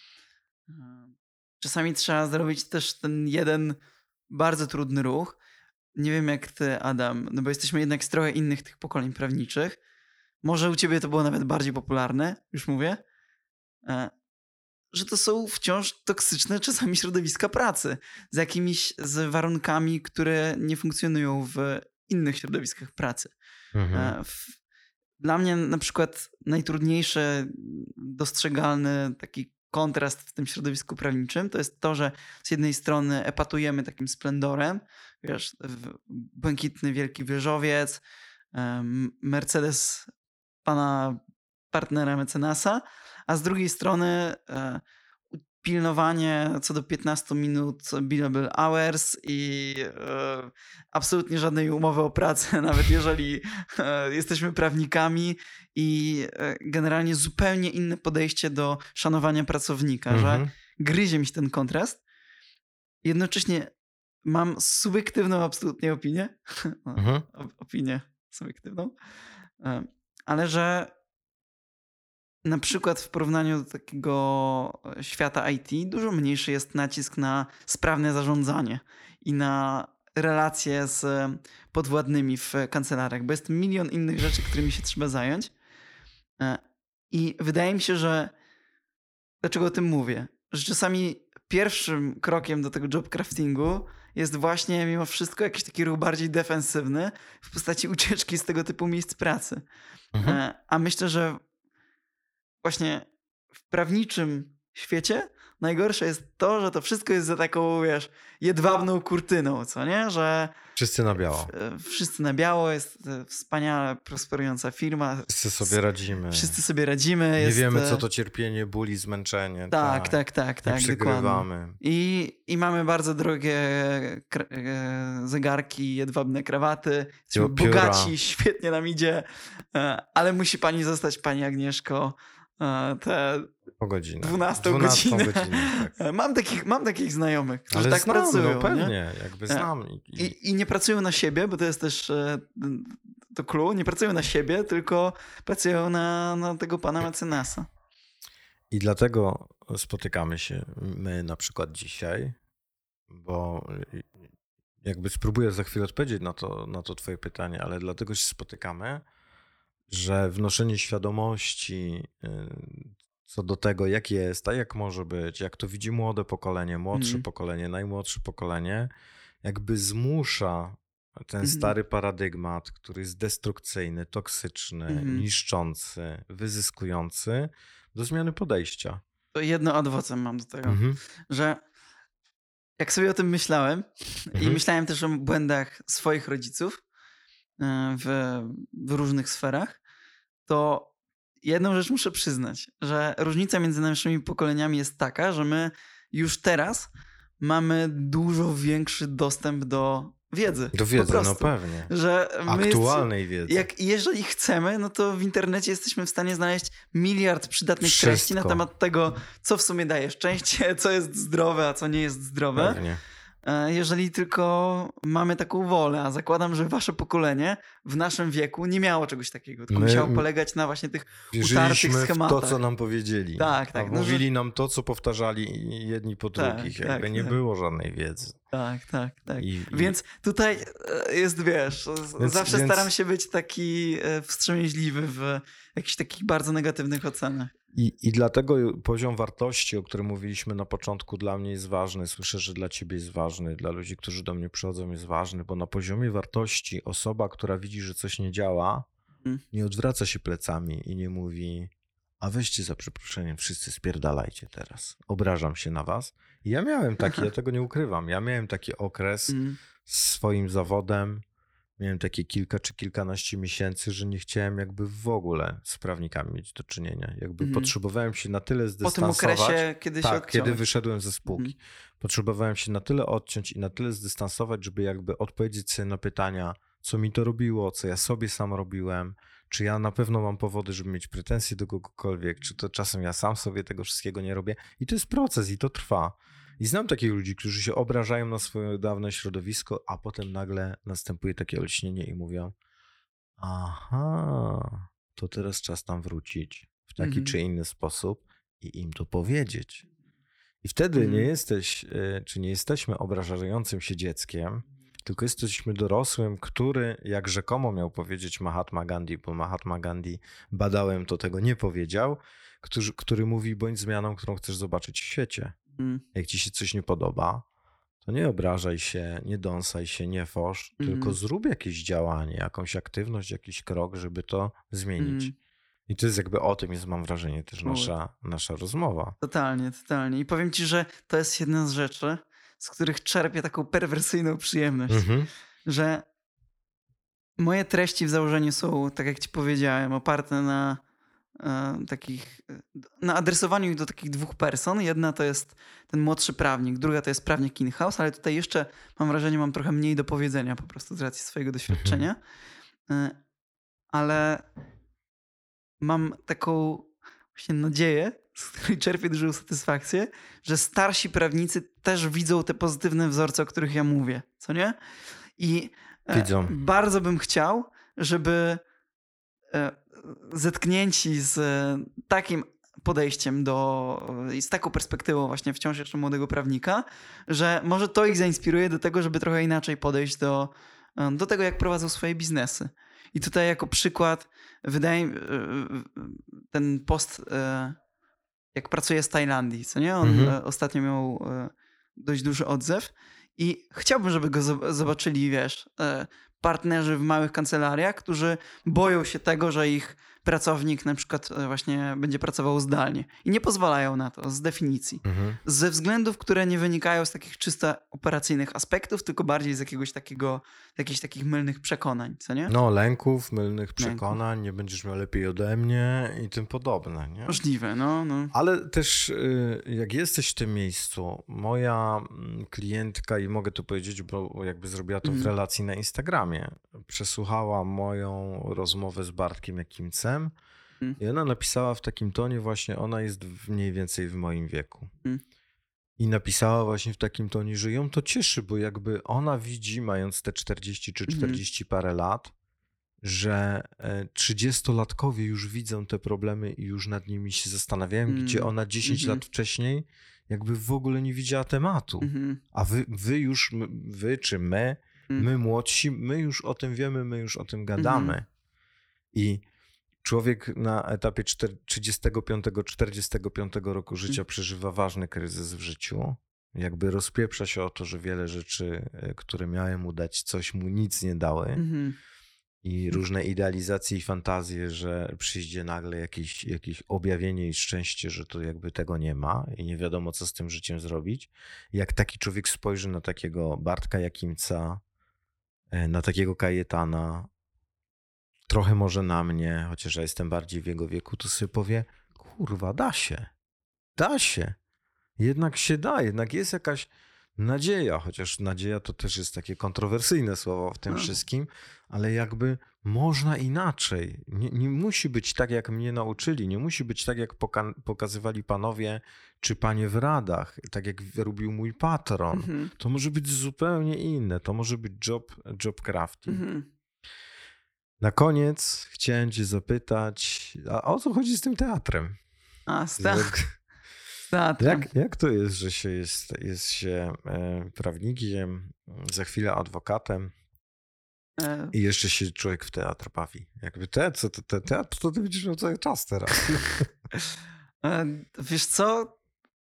czasami trzeba zrobić też ten jeden bardzo trudny ruch. Nie wiem jak ty, Adam, no bo jesteśmy jednak z trochę innych tych pokoleń prawniczych. Może u ciebie to było nawet bardziej popularne, już mówię, że to są wciąż toksyczne czasami środowiska pracy z warunkami, które nie funkcjonują w innych środowiskach pracy. Dla mnie na przykład najtrudniejszy dostrzegalny taki kontrast w tym środowisku prawniczym to jest to, że z jednej strony epatujemy takim splendorem, wiesz, błękitny wielki wieżowiec, Mercedes pana partnera mecenasa, a z drugiej strony pilnowanie co do 15 minut billable hours i absolutnie żadnej umowy o pracę, nawet jeżeli jesteśmy prawnikami i generalnie zupełnie inne podejście do szanowania pracownika, że gryzie mi się ten kontrast. Jednocześnie mam subiektywną absolutnie opinię, opinię subiektywną, ale że na przykład w porównaniu do takiego świata IT dużo mniejszy jest nacisk na sprawne zarządzanie i na relacje z podwładnymi w kancelariach, bo jest milion innych rzeczy, którymi się trzeba zająć. I wydaje mi się, że dlaczego o tym mówię? Że czasami pierwszym krokiem do tego jobcraftingu jest właśnie mimo wszystko jakiś taki ruch bardziej defensywny w postaci ucieczki z tego typu miejsc pracy. A myślę, że właśnie w prawniczym świecie najgorsze jest to, że to wszystko jest za taką, wiesz, jedwabną kurtyną, co nie? Że wszyscy na biało. Wszyscy na biało, jest wspaniale prosperująca firma. Wszyscy sobie radzimy. Wszyscy sobie radzimy. Nie jest... wiemy, co to cierpienie, ból i zmęczenie. Tak, Nie przegrywamy. I mamy bardzo drogie zegarki, jedwabne krawaty. Jesteśmy bogaci, świetnie nam idzie, ale musi pani zostać, pani Agnieszko, te po godzinę. 12 godzinę. Tak. Mam takich znajomych, którzy ale tak znam, pracują. No pewnie, jakby znam. I nie pracują na siebie, bo to jest też to clue. Nie pracują na siebie, tylko pracują na tego pana mecenasa. I dlatego spotykamy się my na przykład dzisiaj, bo jakby spróbuję za chwilę odpowiedzieć na to twoje pytanie, ale dlatego się spotykamy, że wnoszenie świadomości co do tego, jak jest, a jak może być, jak to widzi młode pokolenie, młodsze pokolenie, najmłodsze pokolenie, jakby zmusza ten stary paradygmat, który jest destrukcyjny, toksyczny, niszczący, wyzyskujący, do zmiany podejścia. To jedno adwocem mam do tego, że jak sobie o tym myślałem i myślałem też o błędach swoich rodziców w różnych sferach, to jedną rzecz muszę przyznać, że różnica między naszymi pokoleniami jest taka, że my już teraz mamy dużo większy dostęp do wiedzy. Do wiedzy, no pewnie. Że aktualnej wiedzy. Jeżeli chcemy, no to w internecie jesteśmy w stanie znaleźć miliard przydatnych treści na temat tego, co w sumie daje szczęście, co jest zdrowe, a co nie jest zdrowe. Pewnie. Jeżeli tylko mamy taką wolę, a zakładam, że wasze pokolenie w naszym wieku nie miało czegoś takiego, tylko musiało polegać na właśnie tych utartych schematach. W to, co nam powiedzieli. Tak. A mówili nam to, co powtarzali jedni po drugich. Jakby nie było żadnej wiedzy. Tak. Więc tutaj jest, wiesz, zawsze staram się być taki wstrzemięźliwy w jakichś takich bardzo negatywnych ocenach. I dlatego poziom wartości, o którym mówiliśmy na początku, dla mnie jest ważny. Słyszę, że dla ciebie jest ważny, dla ludzi, którzy do mnie przychodzą, jest ważny, bo na poziomie wartości osoba, która widzi, że coś nie działa, nie odwraca się plecami i nie mówi: a weźcie za przeproszeniem, wszyscy spierdalajcie teraz. Obrażam się na was. I ja miałem taki, ja tego nie ukrywam, ja miałem taki okres z swoim zawodem, miałem takie kilka czy kilkanaście miesięcy, że nie chciałem jakby w ogóle z prawnikami mieć do czynienia. Jakby potrzebowałem się na tyle zdystansować. Po tym okresie, kiedy się odciąłeś. Kiedy wyszedłem ze spółki. Potrzebowałem się na tyle odciąć i na tyle zdystansować, żeby jakby odpowiedzieć sobie na pytania, co mi to robiło, co ja sobie sam robiłem, czy ja na pewno mam powody, żeby mieć pretensje do kogokolwiek, czy to czasem ja sam sobie tego wszystkiego nie robię. I to jest proces i to trwa. I znam takich ludzi, którzy się obrażają na swoje dawne środowisko, a potem nagle następuje takie olśnienie i mówią: aha, to teraz czas tam wrócić w taki czy inny sposób i im to powiedzieć. I wtedy nie jesteś, czy nie jesteśmy obrażającym się dzieckiem, tylko jesteśmy dorosłym, który, jak rzekomo miał powiedzieć Mahatma Gandhi, bo Mahatma Gandhi, badałem, to tego nie powiedział, który mówi: bądź zmianą, którą chcesz zobaczyć w świecie. Jak ci się coś nie podoba, to nie obrażaj się, nie dąsaj się, nie fosz, tylko zrób jakieś działanie, jakąś aktywność, jakiś krok, żeby to zmienić. I to jest jakby o tym jest, mam wrażenie, też nasza rozmowa. Totalnie. I powiem ci, że to jest jedna z rzeczy, z których czerpię taką perwersyjną przyjemność, że moje treści w założeniu są, tak jak ci powiedziałem, oparte na adresowaniu ich do takich dwóch person. Jedna to jest ten młodszy prawnik, druga to jest prawnik in-house, ale tutaj jeszcze mam wrażenie, mam trochę mniej do powiedzenia po prostu z racji swojego doświadczenia. Ale mam taką właśnie nadzieję, z której czerpię dużą satysfakcję, że starsi prawnicy też widzą te pozytywne wzorce, o których ja mówię, co nie? I bardzo bym chciał, żeby zetknięci z takim podejściem i z taką perspektywą właśnie wciąż jeszcze młodego prawnika, że może to ich zainspiruje do tego, żeby trochę inaczej podejść do do tego, jak prowadzą swoje biznesy. I tutaj jako przykład wydaje mi ten post, jak pracuje z Tajlandii, co nie? On ostatnio miał dość duży odzew i chciałbym, żeby go zobaczyli, wiesz, partnerzy w małych kancelariach, którzy boją się tego, że ich pracownik na przykład właśnie będzie pracował zdalnie i nie pozwalają na to z definicji. Ze względów, które nie wynikają z takich czysto operacyjnych aspektów, tylko bardziej z jakichś takich mylnych przekonań, co nie? No, lęków, mylnych przekonań, nie będziesz miał lepiej ode mnie i tym podobne, nie? Możliwe, no. Ale też jak jesteś w tym miejscu, moja klientka, i mogę to powiedzieć, bo jakby zrobiła to w relacji na Instagramie, przesłuchała moją rozmowę z Bartkiem Jakimcem i ona napisała w takim tonie właśnie, ona jest mniej więcej w moim wieku. I napisała właśnie w takim tonie, że ją to cieszy, bo jakby ona widzi, mając te 40 czy 40 parę lat, że 30-latkowie już widzą te problemy i już nad nimi się zastanawiają, gdzie ona 10 lat wcześniej jakby w ogóle nie widziała tematu. A wy czy my młodsi, my już o tym wiemy, my już o tym gadamy. I człowiek na etapie 35-45 roku życia przeżywa ważny kryzys w życiu. Jakby rozpieprza się o to, że wiele rzeczy, które miały mu dać, coś mu nic nie dały. I różne idealizacje i fantazje, że przyjdzie nagle jakieś objawienie i szczęście, że to jakby tego nie ma i nie wiadomo, co z tym życiem zrobić. Jak taki człowiek spojrzy na takiego Bartka Jakimca, na takiego Kajetana, trochę może na mnie, chociaż ja jestem bardziej w jego wieku, to sobie powie, kurwa, da się. Jednak się da, jednak jest jakaś nadzieja, chociaż nadzieja to też jest takie kontrowersyjne słowo w tym wszystkim, ale jakby można inaczej. Nie musi być tak, jak mnie nauczyli, nie musi być tak, jak pokazywali panowie czy panie w radach, tak jak robił mój patron. To może być zupełnie inne, to może być job crafting. Na koniec chciałem cię zapytać, a o co chodzi z tym teatrem? Jak to jest, że jest się prawnikiem, za chwilę adwokatem i jeszcze się człowiek w teatr bawi? Jakby teatr, to ty będziesz miał cały czas teraz. Wiesz co?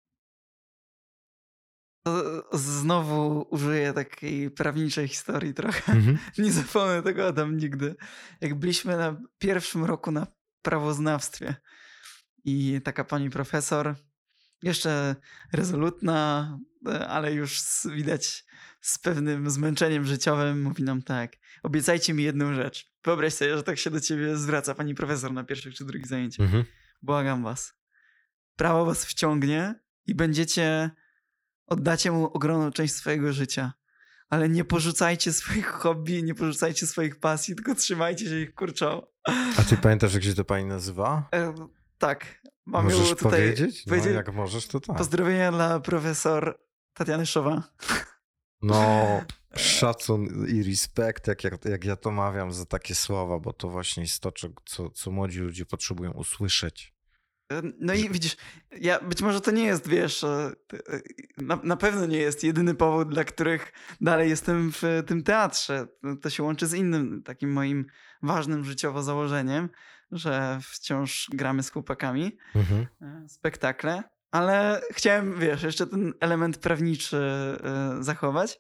Znowu użyję takiej prawniczej historii trochę. Nie zapomnę tego, Adam, nigdy. Jak byliśmy na pierwszym roku na prawoznawstwie i taka pani profesor, jeszcze rezolutna, ale już widać z pewnym zmęczeniem życiowym, mówi nam tak: obiecajcie mi jedną rzecz. Wyobraź sobie, że tak się do ciebie zwraca pani profesor na pierwszych czy drugich zajęciach. Błagam was. Prawo was wciągnie i oddacie mu ogromną część swojego życia. Ale nie porzucajcie swoich hobby, nie porzucajcie swoich pasji, tylko trzymajcie się ich kurczowo. A ty pamiętasz, jak się to pani nazywa? Tak. Mam możesz ją tutaj powiedzieć? No, jak możesz, to tak. Pozdrowienia dla profesor Tatiany Szowa. No, szacun i respekt, jak ja to mawiam za takie słowa, bo to właśnie jest to, co młodzi ludzie potrzebują usłyszeć. No i widzisz, być może to nie jest, wiesz, na pewno nie jest jedyny powód, dla których dalej jestem w tym teatrze. To się łączy z innym takim moim ważnym życiowo założeniem, że wciąż gramy z chłopakami spektakle, ale chciałem, wiesz, jeszcze ten element prawniczy zachować,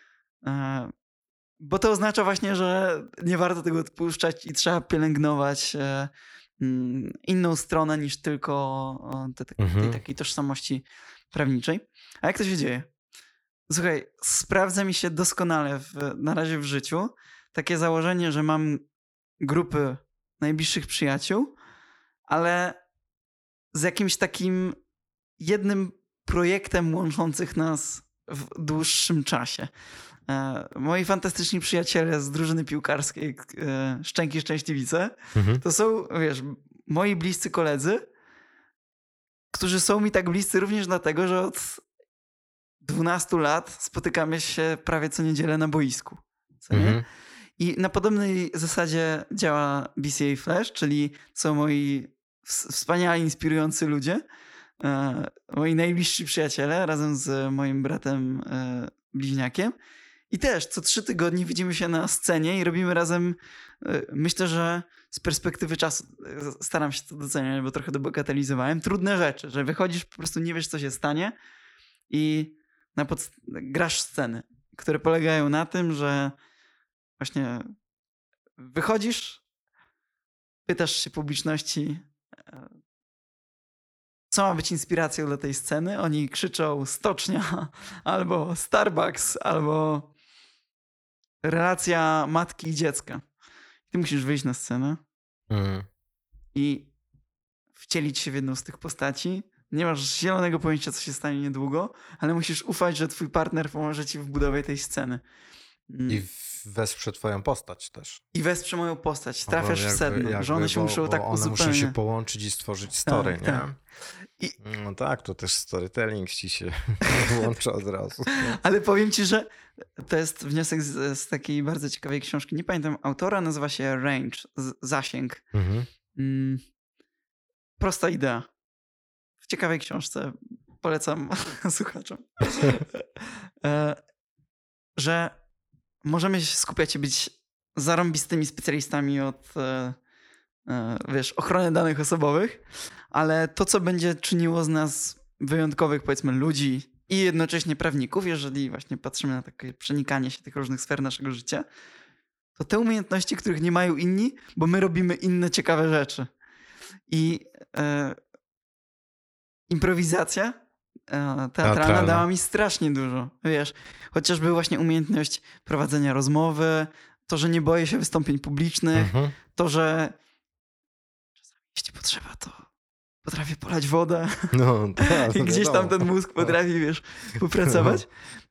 bo to oznacza właśnie, że nie warto tego odpuszczać i trzeba pielęgnować inną stronę niż tylko tej takiej tożsamości prawniczej. A jak to się dzieje? Słuchaj, sprawdza mi się doskonale na razie w życiu takie założenie, że mam grupy najbliższych przyjaciół, ale z jakimś takim jednym projektem łączących nas w dłuższym czasie. Moi fantastyczni przyjaciele z drużyny piłkarskiej Szczęki Szczęśliwice to są, wiesz, moi bliscy koledzy, którzy są mi tak bliscy również dlatego, że od 12 lat spotykamy się prawie co niedzielę na boisku. Co nie? I na podobnej zasadzie działa BCA Flash, czyli są moi wspaniali, inspirujący ludzie, moi najbliżsi przyjaciele razem z moim bratem bliźniakiem I też co 3 tygodnie widzimy się na scenie i robimy razem, myślę, że z perspektywy czasu staram się to doceniać, bo trochę debagatelizowałem, trudne rzeczy, że wychodzisz, po prostu nie wiesz, co się stanie i grasz sceny, które polegają na tym, że właśnie wychodzisz, pytasz się publiczności, co ma być inspiracją dla tej sceny. Oni krzyczą stocznia, albo Starbucks, albo relacja matki i dziecka. Ty musisz wyjść na scenę i wcielić się w jedną z tych postaci. Nie masz zielonego pojęcia, co się stanie niedługo, ale musisz ufać, że twój partner pomoże ci w budowie tej sceny. I wesprze twoją postać też. I wesprze moją postać. Trafiasz w sedno, że one się muszą tak one uzupełniać. muszą się połączyć i stworzyć story, tak, nie? Tak. No tak, to też storytelling ci się włącza od razu. Ale powiem ci, że to jest wniosek z takiej bardzo ciekawej książki. Nie pamiętam autora, nazywa się Range, zasięg. Prosta idea. W ciekawej książce. Polecam słuchaczom. Że możemy się skupiać i być zarąbistymi specjalistami od ochrony danych osobowych, ale to, co będzie czyniło z nas wyjątkowych, powiedzmy, ludzi i jednocześnie prawników, jeżeli właśnie patrzymy na takie przenikanie się tych różnych sfer naszego życia, to te umiejętności, których nie mają inni, bo my robimy inne ciekawe rzeczy. I improwizacja teatralna dała mi strasznie dużo. Wiesz, chociażby właśnie umiejętność prowadzenia rozmowy, to, że nie boję się wystąpień publicznych, to, że czasami jeśli potrzeba, to potrafię polać wodę i gdzieś tam ten mózg potrafi, wiesz, popracować.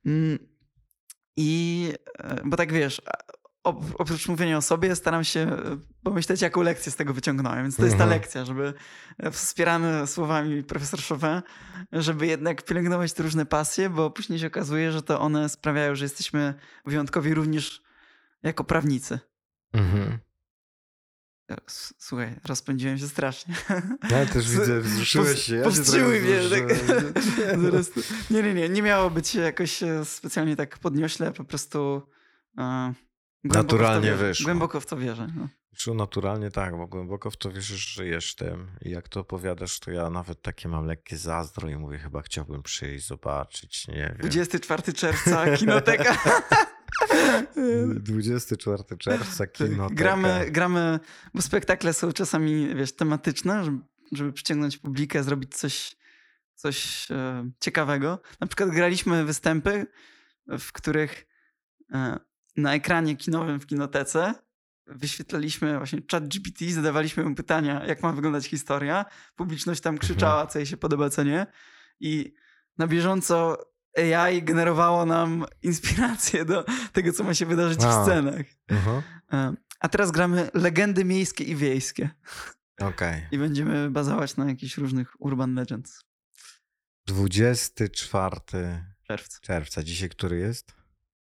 Bo tak wiesz, oprócz mówienia o sobie staram się pomyśleć, jaką lekcję z tego wyciągnąłem. Więc to jest ta lekcja, żeby wspierany słowami profesor Chauvin, żeby jednak pielęgnować te różne pasje, bo później się okazuje, że to one sprawiają, że jesteśmy wyjątkowi również jako prawnicy. Słuchaj, rozpędziłem się strasznie. Ja też widzę, wzruszyłeś się. Powstrzymuj mnie. Nie miało być jakoś specjalnie tak podniośle, po prostu naturalnie wyszło. Głęboko w to wierzę. No. Wyszło naturalnie tak, bo głęboko w to wierzysz, żyjesz tym. I jak to opowiadasz, to ja nawet takie mam lekkie zazdro i mówię, chyba chciałbym przyjść, zobaczyć, nie wiem. 24 czerwca, kinoteka. 24 czerwca, kinoteka. Gramy, bo spektakle są czasami, wiesz, tematyczne, żeby przyciągnąć publikę, zrobić coś ciekawego. Na przykład graliśmy występy, w których na ekranie kinowym w kinotece wyświetlaliśmy właśnie ChatGPT, zadawaliśmy mu pytania, jak ma wyglądać historia. Publiczność tam krzyczała, co jej się podoba, co nie. I na bieżąco AI generowało nam inspirację do tego, co ma się wydarzyć w scenach. A teraz gramy legendy miejskie i wiejskie. Okay. I będziemy bazować na jakichś różnych urban legends. 24 czerwca. Dzisiaj który jest?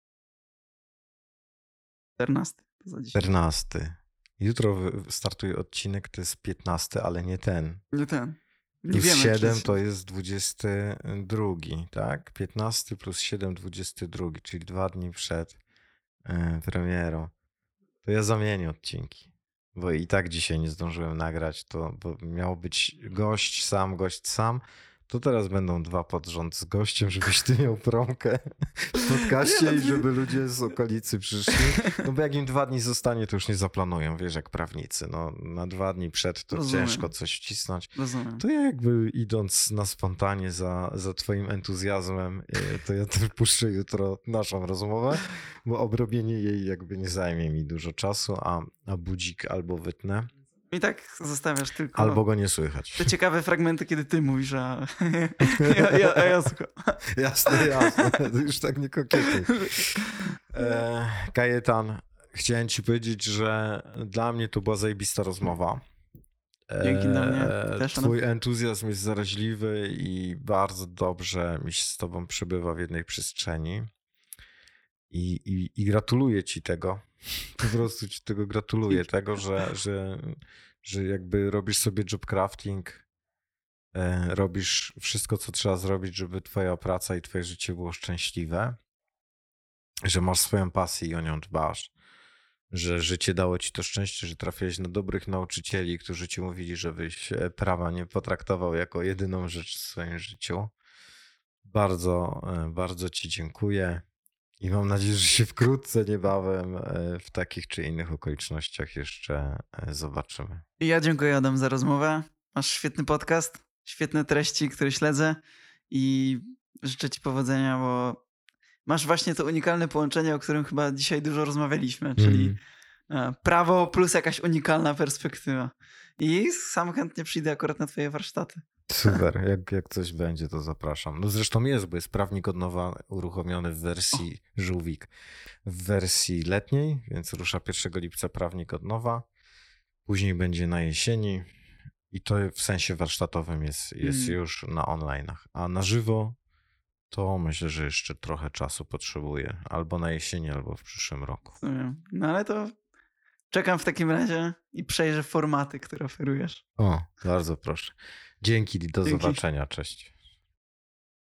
14. 14. Jutro startuje odcinek, to jest 15, ale nie ten. Nie ten. Nie wiemy, 7 to jest 22, tak? 15 plus 7, 22, czyli 2 dni przed premierą. To ja zamienię odcinki, bo i tak dzisiaj nie zdążyłem nagrać, bo miał być gość sam. To teraz będą 2 pod rząd z gościem, żebyś ty miał promkę w podcaście i żeby ludzie z okolicy przyszli. No bo jak im 2 dni zostanie, to już nie zaplanują, wiesz, jak prawnicy. No, na 2 dni przed to ciężko coś wcisnąć. To ja jakby idąc na spontanie za twoim entuzjazmem, to ja też puszczę jutro naszą rozmowę, bo obrobienie jej jakby nie zajmie mi dużo czasu, a budzik albo wytnę. I tak zostawiasz tylko... Albo go nie słychać. Te ciekawe fragmenty, kiedy ty mówisz, a ja słucham. Jasne. Już tak nie kokietuj. Kajetan, chciałem ci powiedzieć, że dla mnie to była zajebista rozmowa. Dzięki dla mnie też. Twój entuzjazm jest zaraźliwy i bardzo dobrze mi się z tobą przebywa w jednej przestrzeni. I gratuluję ci tego. Po prostu ci tego gratuluję. Tego, że jakby robisz sobie job crafting, robisz wszystko, co trzeba zrobić, żeby twoja praca i twoje życie było szczęśliwe. że masz swoją pasję i o nią dbasz, że życie dało ci to szczęście, że trafiłeś na dobrych nauczycieli, którzy ci mówili, żebyś prawa nie potraktował jako jedyną rzecz w swoim życiu. Bardzo, bardzo ci dziękuję i mam nadzieję, że się wkrótce, niebawem w takich czy innych okolicznościach jeszcze zobaczymy. I ja dziękuję, Adam, za rozmowę. Masz świetny podcast, świetne treści, które śledzę i życzę ci powodzenia, bo masz właśnie to unikalne połączenie, o którym chyba dzisiaj dużo rozmawialiśmy, czyli prawo plus jakaś unikalna perspektywa. I sam chętnie przyjdę akurat na twoje warsztaty. Super, jak coś będzie, to zapraszam. No zresztą jest, bo jest prawnik od nowa uruchomiony w wersji żółwik. W wersji letniej, więc rusza 1 lipca prawnik od nowa. Później będzie na jesieni i to w sensie warsztatowym jest już na online'ach. A na żywo to myślę, że jeszcze trochę czasu potrzebuję. Albo na jesieni, albo w przyszłym roku. No ale to czekam w takim razie i przejrzę formaty, które oferujesz. O, bardzo proszę. Dzięki, do zobaczenia, cześć.